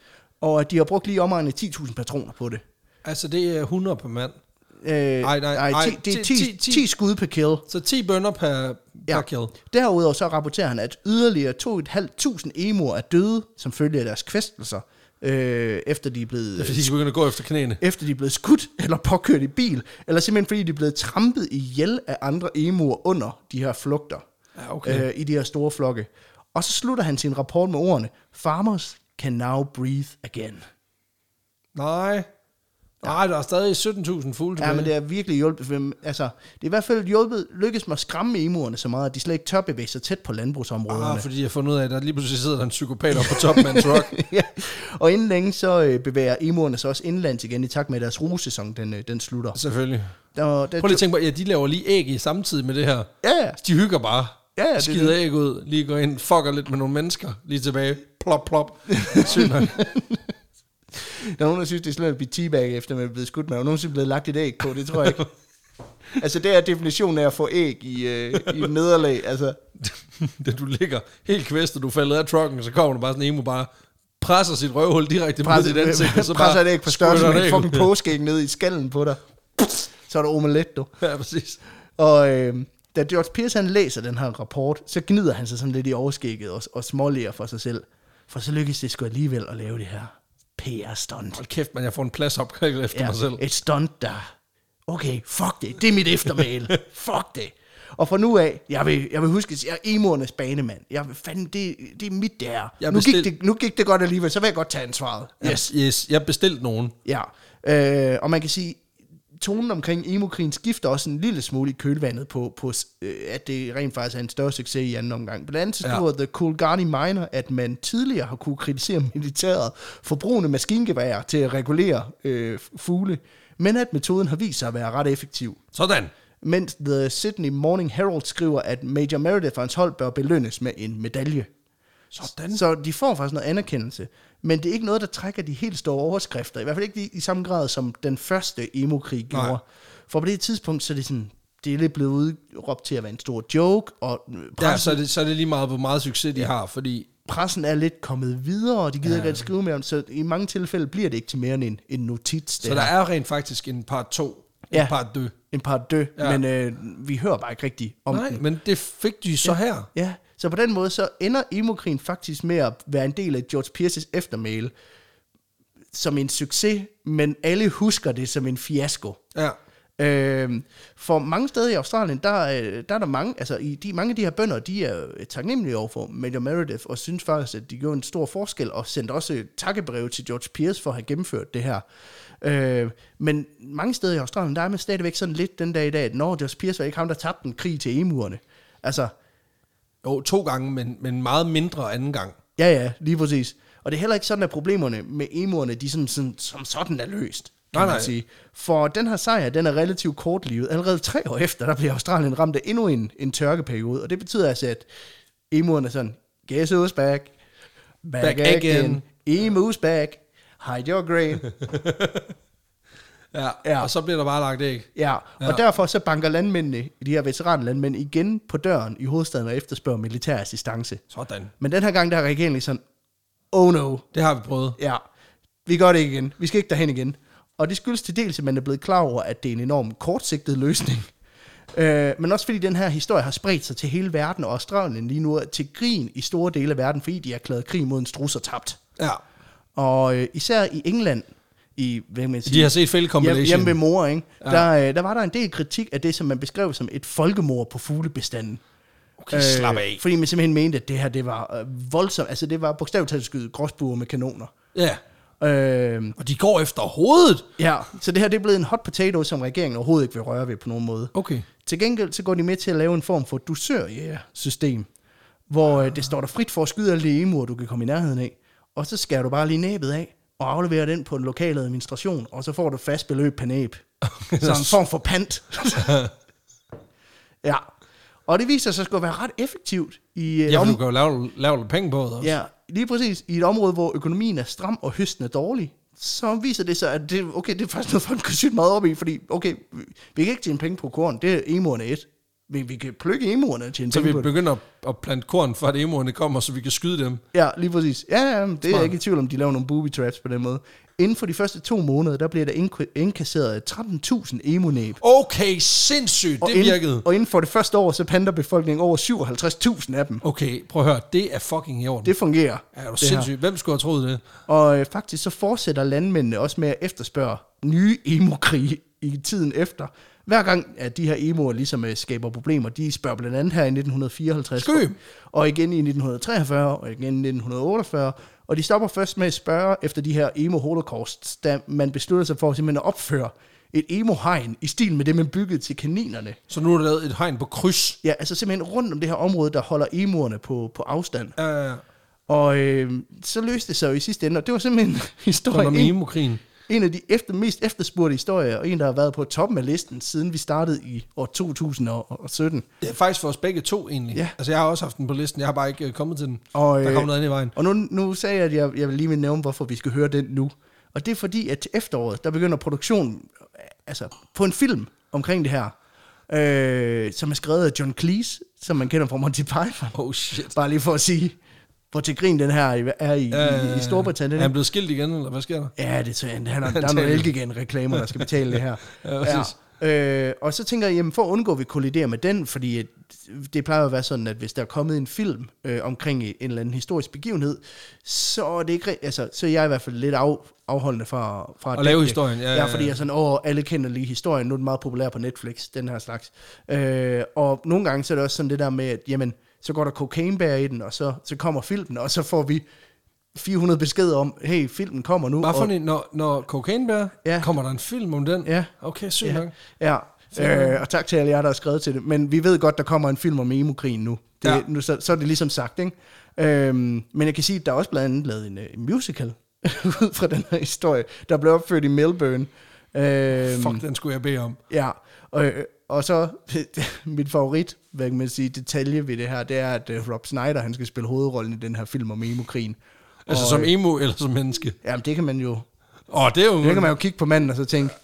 og at de har brugt lige omegn af ti tusind patroner på det. Altså, det er hundrede per mand. Øh, Ej, nej, ej, ej, ti, det er ti- ti, ti- ti- ti skud per kill. Så ti bønder per, per Ja. kill. Derudover så rapporterer han, at yderligere to tusind fem hundrede emuer er døde, som følge af deres kvæstelser, øh, efter de er blevet... Det er fordi, de begynder at gå efter knæene. efter de er blevet skudt eller påkørt i bil, eller simpelthen fordi de er blevet trampet ihjel af andre emuer under de her flugter, Ja, okay. øh, i de her store flokke. Og så slutter han sin rapport med ordene, Farmers can now breathe again. Nej. Nej, der er stadig sytten tusind fugle tilbage. Ja, men det er virkelig hjulpet. for dem. Altså, det er i hvert fald hjulpet, lykkes mig at skræmme emuerne så meget, at de slet ikke tør bevæge sig tæt på landbrugsområderne. Ah, fordi jeg har fundet ud af, at der lige pludselig sidder der en psykopat oppe på toppen af en truck. Ja. Og inden længe, så øh, bevæger emuerne sig også indlands igen, i takt med, at deres rugesæson, den, øh, den slutter. Selvfølgelig. Og der, Prøv lige at tænke på, ja, de laver lige æg i samtidig med det her. Ja, ja. De hygger bare. Ja, ja, det er Skider det. æg ud, lige går ind, fucker lidt med nogle mennesker, lige tilbage. Plop, plop. Sygt nok. Der er nogen, der synes, det er slet at blive teabag, efter man er blevet skudt med. Der er nogen, der er blevet lagt et æg på, det tror jeg ikke. Altså, det er definitionen af at få æg i, øh, i et nederlag. Altså, Da du ligger helt kvæstet, du faldet af trucken, så kommer der bare sådan en emo, bare presser sit røvhul direkte på dit ansigt, og så presser bare et æg på størrelse skyder med et et æg fucking ud. påskeæg ned i skallen på dig. Så er der omelet, du. Ja, præcis. Og øh, da George Pierce han læser den her rapport, så gnider han sig sådan lidt i overskægget og, og smålærer for sig selv. For så lykkes det sgu alligevel at lave det her P R-stunt. Hold kæft, man, jeg får en plads opkaldt efter Ja, mig selv. et stunt der. Okay, fuck det. Det er mit eftermæle. Fuck det. Og fra nu af, jeg vil, jeg vil huske, jeg er emoernes banemand. Jeg vil, fandme, det, det er mit der. Nu, bestil... gik det, nu gik det godt alligevel, så vil jeg godt tage ansvaret. Yes, yes. Jeg bestilte nogen. Ja, øh, og man kan sige, tonen omkring emo-krigen skifter også en lille smule i kølvandet på, på øh, at det rent faktisk er en større succes i anden omgang. Blandt andet så skriver ja. The Coolgardie Miner, at man tidligere har kunne kritisere militæret for brugen af maskingeværer til at regulere øh, fugle, men at metoden har vist sig at være ret effektiv. Sådan. Mens The Sydney Morning Herald skriver, at Major Meredith og hans hold bør belønnes med en medalje. Sådan. Så de får faktisk noget anerkendelse. Men det er ikke noget, der trækker de helt store overskrifter. I hvert fald ikke i, i samme grad, som den første emo-krig gjorde. Nej. For på det tidspunkt, så er det sådan, det er lidt blevet udråbt til at være en stor joke. Og pressen, ja, så er, det, så er det lige meget, hvor meget succes de ja. har, fordi... Pressen er lidt kommet videre, og de gider ja. ikke at skrive mere om, så i mange tilfælde bliver det ikke til mere end en, en notits. Så der er rent faktisk en part to, en ja, part dø. En part dø, ja. men øh, vi hører bare ikke rigtigt om Nej, den. men det fik de så ja. her. Ja, så på den måde, så ender emo-krigen faktisk med at være en del af George Pierces eftermæle som en succes, men alle husker det som en fiasko. Ja. Øh, for mange steder i Australien, der, der er der mange, altså i de, mange af de her bønder, de er taknemmelige overfor Major Meredith, og synes faktisk, at de gjorde en stor forskel, og sendte også takkebreve til George Pierce for at have gennemført det her. Øh, men mange steder i Australien, der er man stadigvæk sådan lidt den dag i dag, at når George Pierce var ikke ham, der tabte en krig til emuerne. Altså... Jo, to gange, men, men meget mindre anden gang. Ja, ja, lige præcis. Og det er heller ikke sådan, at problemerne med emuerne, de sådan, sådan, som sådan er løst. Nej, nej. Sige. For den her sejr, den er relativt kortlivet. Allerede tre år efter, der bliver Australien ramt af endnu en, en tørkeperiode. Og det betyder altså, at emuerne er sådan, guess who's back? Back, back again. again. Emu's back. Hide your grain. ja, ja, og så bliver der bare lagt æg. Ja, ja, og derfor så banker landmændene, de her veteranlandmænd, igen på døren i hovedstaden og efterspørger militær assistance. Sådan. Men den her gang, der er regeringen sådan, oh no. Det har vi prøvet. Ja, vi gør det ikke igen. Vi skal ikke derhen igen. Og det skyldes til dels, at man er blevet klar over, at det er en enorm kortsigtet løsning. Øh, men også fordi den her historie har spredt sig til hele verden, og Australien lige nu er til grin i store dele af verden, fordi de har erklæret krig mod en strus og tabt. Ja. Og øh, især i England, i, hvad man siger, de har set fail compilation. Hjemme ved mor, ikke? Ja. Der, øh, der var der en del kritik af det, som man beskrev som et folkemord på fuglebestanden. Okay, øh, slap af. Fordi man simpelthen mente, at det her, det var øh, voldsomt. Altså, det var bogstaveligt talt skyde gråsbuer med kanoner. Ja. Øh, og de går efter hovedet. Ja, så det her det er blevet en hot potato, som regeringen overhovedet ikke vil røre ved på nogen måde. Okay. Til gengæld så går de med til at lave en form for dusør-system, hvor øh, det står der frit for at skyde alle de emuer, du kan komme i nærheden af. Og så skærer du bare lige næbet af, og afleverer den på en lokal administration, og så får du fast beløb per næb. Så en form for pant. Ja. Og det viser sig at være ret effektivt. I, ja, for du kan jo lave, lave lidt penge på det også. Ja, lige præcis. I et område, hvor økonomien er stram og høsten er dårlig, så viser det sig, at det, okay, det er faktisk noget, folk kan sygt meget op i, fordi okay, vi kan ikke tjene penge på korn, det er emuerne et. Vi, vi kan plukke emuerne og tjene så penge vi begynder at plante korn, for at emuerne kommer, så vi kan skyde dem. Ja, lige præcis. Ja, ja, det er jeg ikke i tvivl om, de laver nogle booby traps på den måde. Inden for de første to måneder, der bliver der indkasseret tretten tusind emunæb. Okay, sindssygt, og det inden, virkede. Og inden for det første år, så panter befolkningen over syvoghalvtreds tusind af dem. Okay, prøv at høre, det er fucking i orden. Det fungerer. Ja, det er sindssygt. Hvem skulle have troet det? Og øh, faktisk så fortsætter landmændene også med at efterspørge nye emo-krige i tiden efter. Hver gang, at de her emoer ligesom øh, skaber problemer, de spørger blandt andet her i nitten fireoghalvtreds. Skøb. Og igen i nitten treogfyrre, og igen i nitten otteogfyrre. Og de stopper først med at spørge efter de her emo-holocausts, da man beslutter sig for simpelthen at opføre et emo-hegn i stil med det, man byggede til kaninerne. Så nu er der lavet et hegn på kryds? Ja, altså simpelthen rundt om det her område, der holder emoerne på, på afstand. Ja, ja, ja. Og øh, så løste det sig jo i sidste ende, og det var simpelthen historien. Om emo-krigen. En af de efter, mest efterspurgte historier, og en, der har været på toppen af listen, siden vi startede i år to tusind sytten. Det er faktisk for os begge to, egentlig. Ja. Altså, jeg har også haft den på listen, jeg har bare ikke kommet til den. Og, der kommer noget andet i vejen. Og nu, nu sagde jeg, at jeg, jeg vil lige vil nævne, hvorfor vi skal høre den nu. Og det er fordi, at til efteråret, der begynder produktionen altså, på en film omkring det her, øh, som er skrevet af John Cleese, som man kender fra Monty Python. Oh shit. Bare lige for at sige... Hvor til grin den her er i, øh, i, i Storbritannien. Er han blevet skilt igen, eller hvad sker der? Ja, det er han. Han er, der er nogle Elgigan-reklamer, der skal betale det her. ja, ja. Øh, og så tænker jeg, jamen for at undgå, at vi kolliderer med den, fordi det plejer at være sådan, at hvis der er kommet en film øh, omkring en eller anden historisk begivenhed, så er det ikke, altså, så er jeg i hvert fald lidt af, afholdende fra, fra at lave det. Historien. Ja, ja, ja, fordi jeg sådan, åh, alle kender lige historien, nu er den meget populær på Netflix, den her slags. Øh, og nogle gange så er det også sådan det der med, at jamen, så går der cocaine bær i den, og så, så kommer filmen, og så får vi fire hundrede beskeder om, hey, filmen kommer nu. Bare for og, når, når Cocaine Bear, ja. Kommer der en film om den? Ja. Okay, sygt ja. nok. Ja, øh, og tak til alle jer, der har skrevet til det. Men vi ved godt, der kommer en film om emo-krigen nu. Det, ja. nu så, så er det ligesom sagt, ikke? Øhm, men jeg kan sige, at der er også blandt andet lavet en, en musical ud fra den her historie, der blev opført i Melbourne. Øhm, Fuck, den skulle jeg bede om. Ja, og, og så mit favorit, hvad kan man sige, detalje ved det her, det er, at uh, Rob Schneider, han skal spille hovedrollen i den her film om emo-krigen. Altså og, som emo eller som menneske? Jamen, det kan man jo... Åh, det er jo... Det kan man jo kigge på manden og så tænke,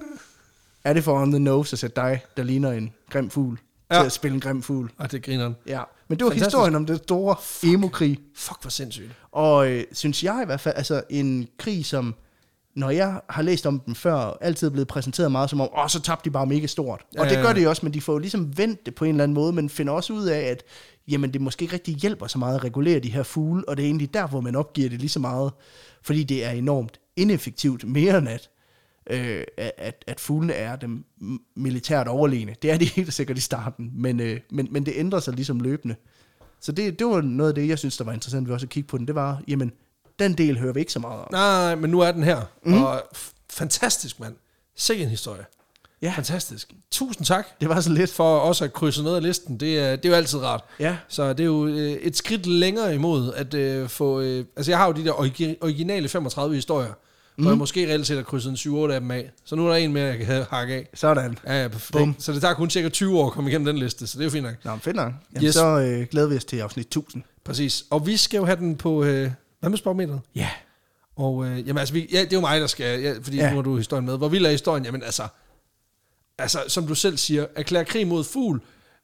er det for on the nose at sætte dig, der ligner en grim fugl, ja. til at spille en grim fugl? Og det griner han. Ja, men det var Fantastisk. Historien om det store emo-krig. Fuck, hvor sindssygt. Og øh, synes jeg i hvert fald, altså en krig, som, når jeg har læst om den før, altid er blevet præsenteret meget som om, åh, så tabte de bare mega stort. Og ja, det gør det jo også, men de får jo ligesom vendt det på en eller anden måde, men finder også ud af, at jamen, det måske ikke rigtig hjælper så meget at regulere de her fugle, og det er egentlig der, hvor man opgiver det lige så meget, fordi det er enormt ineffektivt, mere end at, øh, at, at fuglene er dem militært overlegne. Det er de helt sikkert i starten, men, øh, men, men det ændrer sig ligesom løbende. Så det, det var noget af det, jeg synes, der var interessant ved også at kigge på den. Det var, jamen, den del hører vi ikke så meget om. Nej, men nu er den her. Mm. Og f- fantastisk, mand. Sikke en historie. Ja. Fantastisk. Tusind tak. Det var så lidt. For også at krydse ned af listen. Det er, det er jo altid rart. Ja. Så det er jo øh, et skridt længere imod at øh, få... Øh, altså jeg har jo de der origi- originale femogtredive historier, mm. hvor jeg måske reelt set har krydset en syv otte af dem af. Så nu er der en mere, jeg kan hakke af. Sådan. Ja, ja, Bum. Så det tager kun cirka tyve år at komme igennem den liste, så det er jo fint nok. Nå, fedt nok. Jamen, yes. Så øh, glæder vi os til afsnit tusind. Præcis. Og vi skal jo have den på... Øh, hvad med sportmeteret? Ja. Og øh, jamen altså, vi, ja, det er jo mig, der skal... Ja, fordi ja. Nu har du historien med. Hvor vild er historien? Jamen altså... Altså, som du selv siger, erklære krig mod fugl.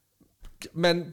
Man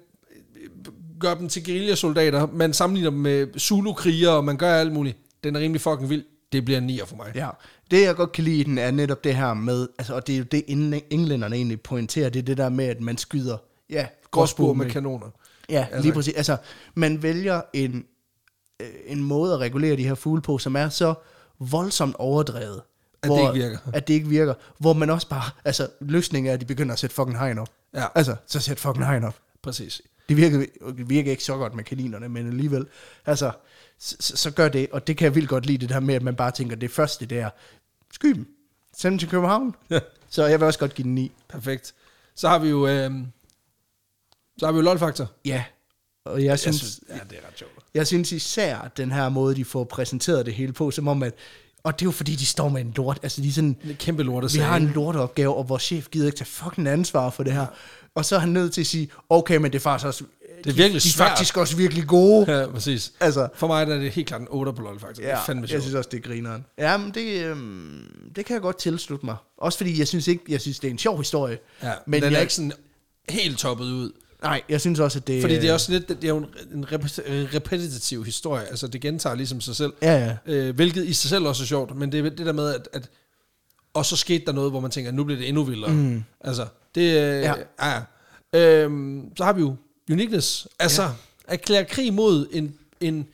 gør dem til guerillasoldater, man sammenligner dem med Zulu-krigere, og man gør alt muligt. Den er rimelig fucking vild. Det bliver en nier for mig. Ja, det jeg godt kan lide den er netop det her med, altså, og det er jo det, englænderne egentlig pointerer, det er det der med, at man skyder, ja, gråspurve med kanoner. Ja, altså. Lige præcis. Altså, man vælger en, en måde at regulere de her fugle på, som er så voldsomt overdrevet. At hvor, det ikke virker. At det ikke virker. Hvor man også bare, altså løsningen er, at de begynder at sætte fucking hegn op. Ja. Altså, så sæt fucking hegn op. Præcis. Det virker, det virker ikke så godt med kaninerne, men alligevel, altså, så, så gør det, og det kan jeg vildt godt lide, det der med, at man bare tænker, det første det er, sky dem, send dem til København. Ja. Så jeg vil også godt give den ni. Perfekt. Så har vi jo, øh, så har vi jo lol-faktor. Ja, og jeg synes, jeg synes, ja, det er ret sjovt. Jeg synes især, den her måde, de får præsenteret det hele på, som om, at og det er jo fordi, de står med en lort. Altså, de er sådan, det er kæmpe lort. Vi har en lorteopgave, og vores chef gider ikke tage fucking ansvar for det her. Og så er han nødt til at sige, okay, men det er faktisk også... Det er virkelig de, de svært. er faktisk også virkelig gode. Ja, præcis. Altså, for mig er det helt klart en otter på lol, faktisk. Ja, det er fandme jeg synes også, det er grineren. Ja, men det, øhm, det kan jeg godt tilslutte mig. Også fordi, jeg synes ikke, jeg synes, det er en sjov historie. Ja, men den jeg, er ikke sådan helt toppet ud. Nej, jeg synes også, at det... Fordi det er også lidt, det er jo en, en repetitiv historie, altså det gentager ligesom sig selv, ja, ja. Øh, hvilket i sig selv også er sjovt, men det er det der med, at, at og så skete der noget, hvor man tænker, at nu bliver det endnu vildere. Mm. Altså, det øh, ja. ja. Øhm, så har vi jo uniqueness, altså ja. Erklære krig mod en, en,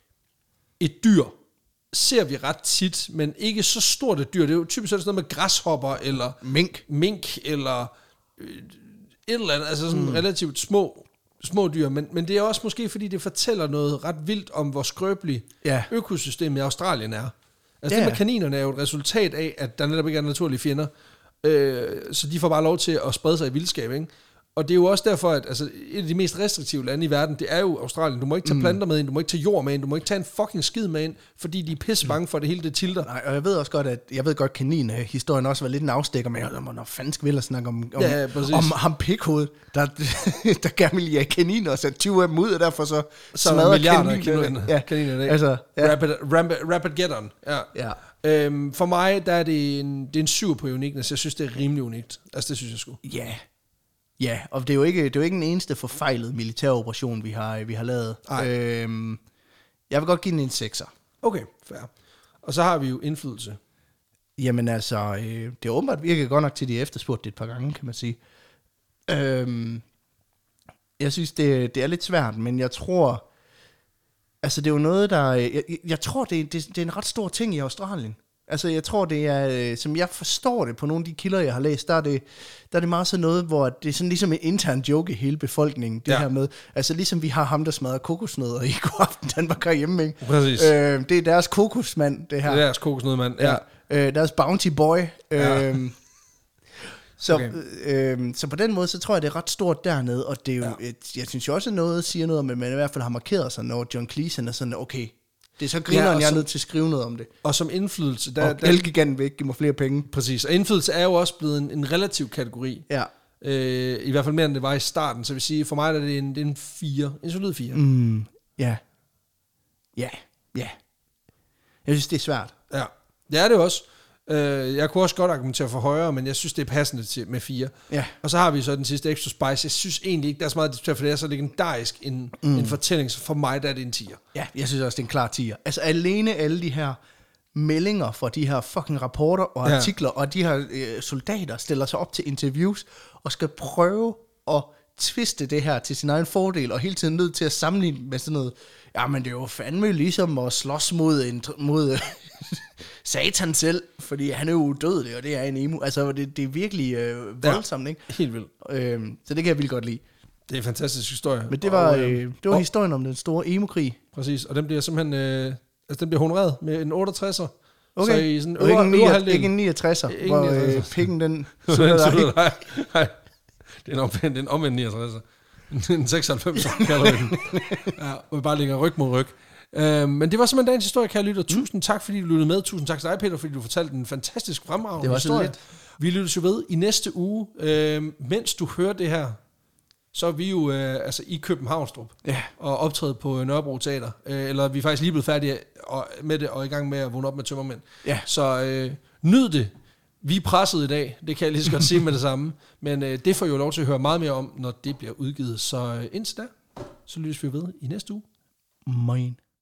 et dyr, ser vi ret tit, men ikke så stort et dyr. Det er jo typisk sådan noget med græshopper, eller mink, mink eller... Øh, et eller andet, altså sådan mm. relativt små, små dyr, men, men det er også måske, fordi det fortæller noget ret vildt om, hvor skrøbeligt ja. økosystemet i Australien er. Altså ja. Det med kaninerne er jo et resultat af, at der netop ikke er naturlige fjender, øh, så de får bare lov til at sprede sig i vildskab, ikke? Og det er jo også derfor, at altså, et af de mest restriktive lande i verden, det er jo Australien. Du må ikke tage mm. planter med ind, du må ikke tage jord med ind, du må ikke tage en fucking skid med ind, fordi de er pisse bange for, at det hele det tilter. Nej, og jeg ved også godt, at jeg ved godt, kanin-historien også var lidt en afstikker, men jeg når fanden skal vi ellers snakke om, om, ja, om ham pikhoved, der, der gerne ville ja, kaniner og sætte tyve af dem ud, og derfor så, så smadrer kaniner. Ja, kaniner altså, ja. Rapid, rapid, rapid get on. Ja. Ja. Øhm, for mig, der er det en, det er en syv på uniqueness. Jeg synes, det er rimelig unikt. Altså, det synes jeg sgu. Ja. Yeah. Ja, og det er jo ikke, det er jo ikke den eneste forfejlede militæroperation, vi har, vi har lavet. Øhm, jeg vil godt give den en sekser. Okay, fair. Og så har vi jo indflydelse. Jamen altså, øh, det er åbenbart virket godt nok til, de efterspurgte det et par gange, kan man sige. Øhm, jeg synes, det, det er lidt svært, men jeg tror, altså det er jo noget, der, jeg, jeg tror, det, det, det er en ret stor ting i Australien. Altså jeg tror, det er, som jeg forstår det på nogle af de kilder, jeg har læst, der er det, der er det meget sådan noget, hvor det er sådan ligesom en intern joke i hele befolkningen, det ja. her med, altså ligesom vi har ham, der smadrer kokosnødder i God Aften Danmark herhjemme, ikke? Præcis. Øh, det er deres kokosmand, det her. Det er deres kokosnødmand, ja. ja. Øh, deres bounty boy. Ja. Øh, så, okay. øh, så på den måde, så tror jeg, det er ret stort dernede, og det er jo, ja. et, jeg synes jo også noget, siger noget om, at man i hvert fald har markeret sig, når John Cleese er sådan, okay, det er så grineren, ja, jeg er nødt til at skrive noget om det. Og som indflydelse... Der, og Elgiganten vil ikke give mig flere penge. Præcis, og indflydelse er jo også blevet en, en relativ kategori. Ja. Øh, I hvert fald mere, end det var i starten. Så jeg vil sige, for mig er det en, det er en fire. En solid fire. Mm, ja. Ja, ja. Jeg synes, det er svært. Ja, det er det også. Øh, jeg kunne også godt argumentere for højere, men jeg synes, det er passende til, med fire. Ja. Og så har vi så den sidste Extra Spice. Jeg synes egentlig ikke, der er så meget at diskutere, for det er så legendarisk en, mm. en fortælling. Så for mig der er det en tier. Ja, jeg synes også, det er en klar tier. Altså alene alle de her meldinger fra de her fucking rapporter og ja. artikler, og de her øh, soldater stiller sig op til interviews, og skal prøve at twiste det her til sin egen fordel, og hele tiden nødt til at sammenligne med sådan noget, ja, men det er jo fandme ligesom at slås mod, en, mod Satan selv, fordi han er jo udødelig, og det er en emo. Altså, det, det er virkelig øh, voldsomt, ja, ikke? Helt vildt. Øhm, så det kan jeg vildt godt lide. Det er en fantastisk historie. Men det var, og, øh, det var og, historien om den store emo-krig. Præcis, og den bliver simpelthen, øh, altså den bliver honoreret med en otteogtresser. Okay, så i sådan og øver, ikke, en ikke en niogtresser, hvor øh, pikken den sutter dig. Nej, nej. Det er en omvendt, en omvendt niogtresser. En seksoghalvfems, kalder vi den. Ja, hvor vi bare ligger ryg mod ryg. Uh, men det var simpelthen dagens historie, kære lytter. Tusind mm. tak, fordi du lyttede med. Tusind tak til dig, Peter, fordi du fortalte en fantastisk fremragende historie. Lidt. Vi lyttes jo ved i næste uge. Uh, mens du hører det her, så er vi jo uh, altså i Københavnstrup yeah. og optrædet på Nørrebro Teater. Uh, eller vi er faktisk lige blevet færdige med det og i gang med at vågne op med tømmermænd. Yeah. Så uh, nyd det. Vi er presset i dag, det kan jeg lige så godt sige med det samme. Men øh, det får jo lov til at høre meget mere om, når det bliver udgivet. Så øh, indtil da, så lyttes vi ved i næste uge. Moin.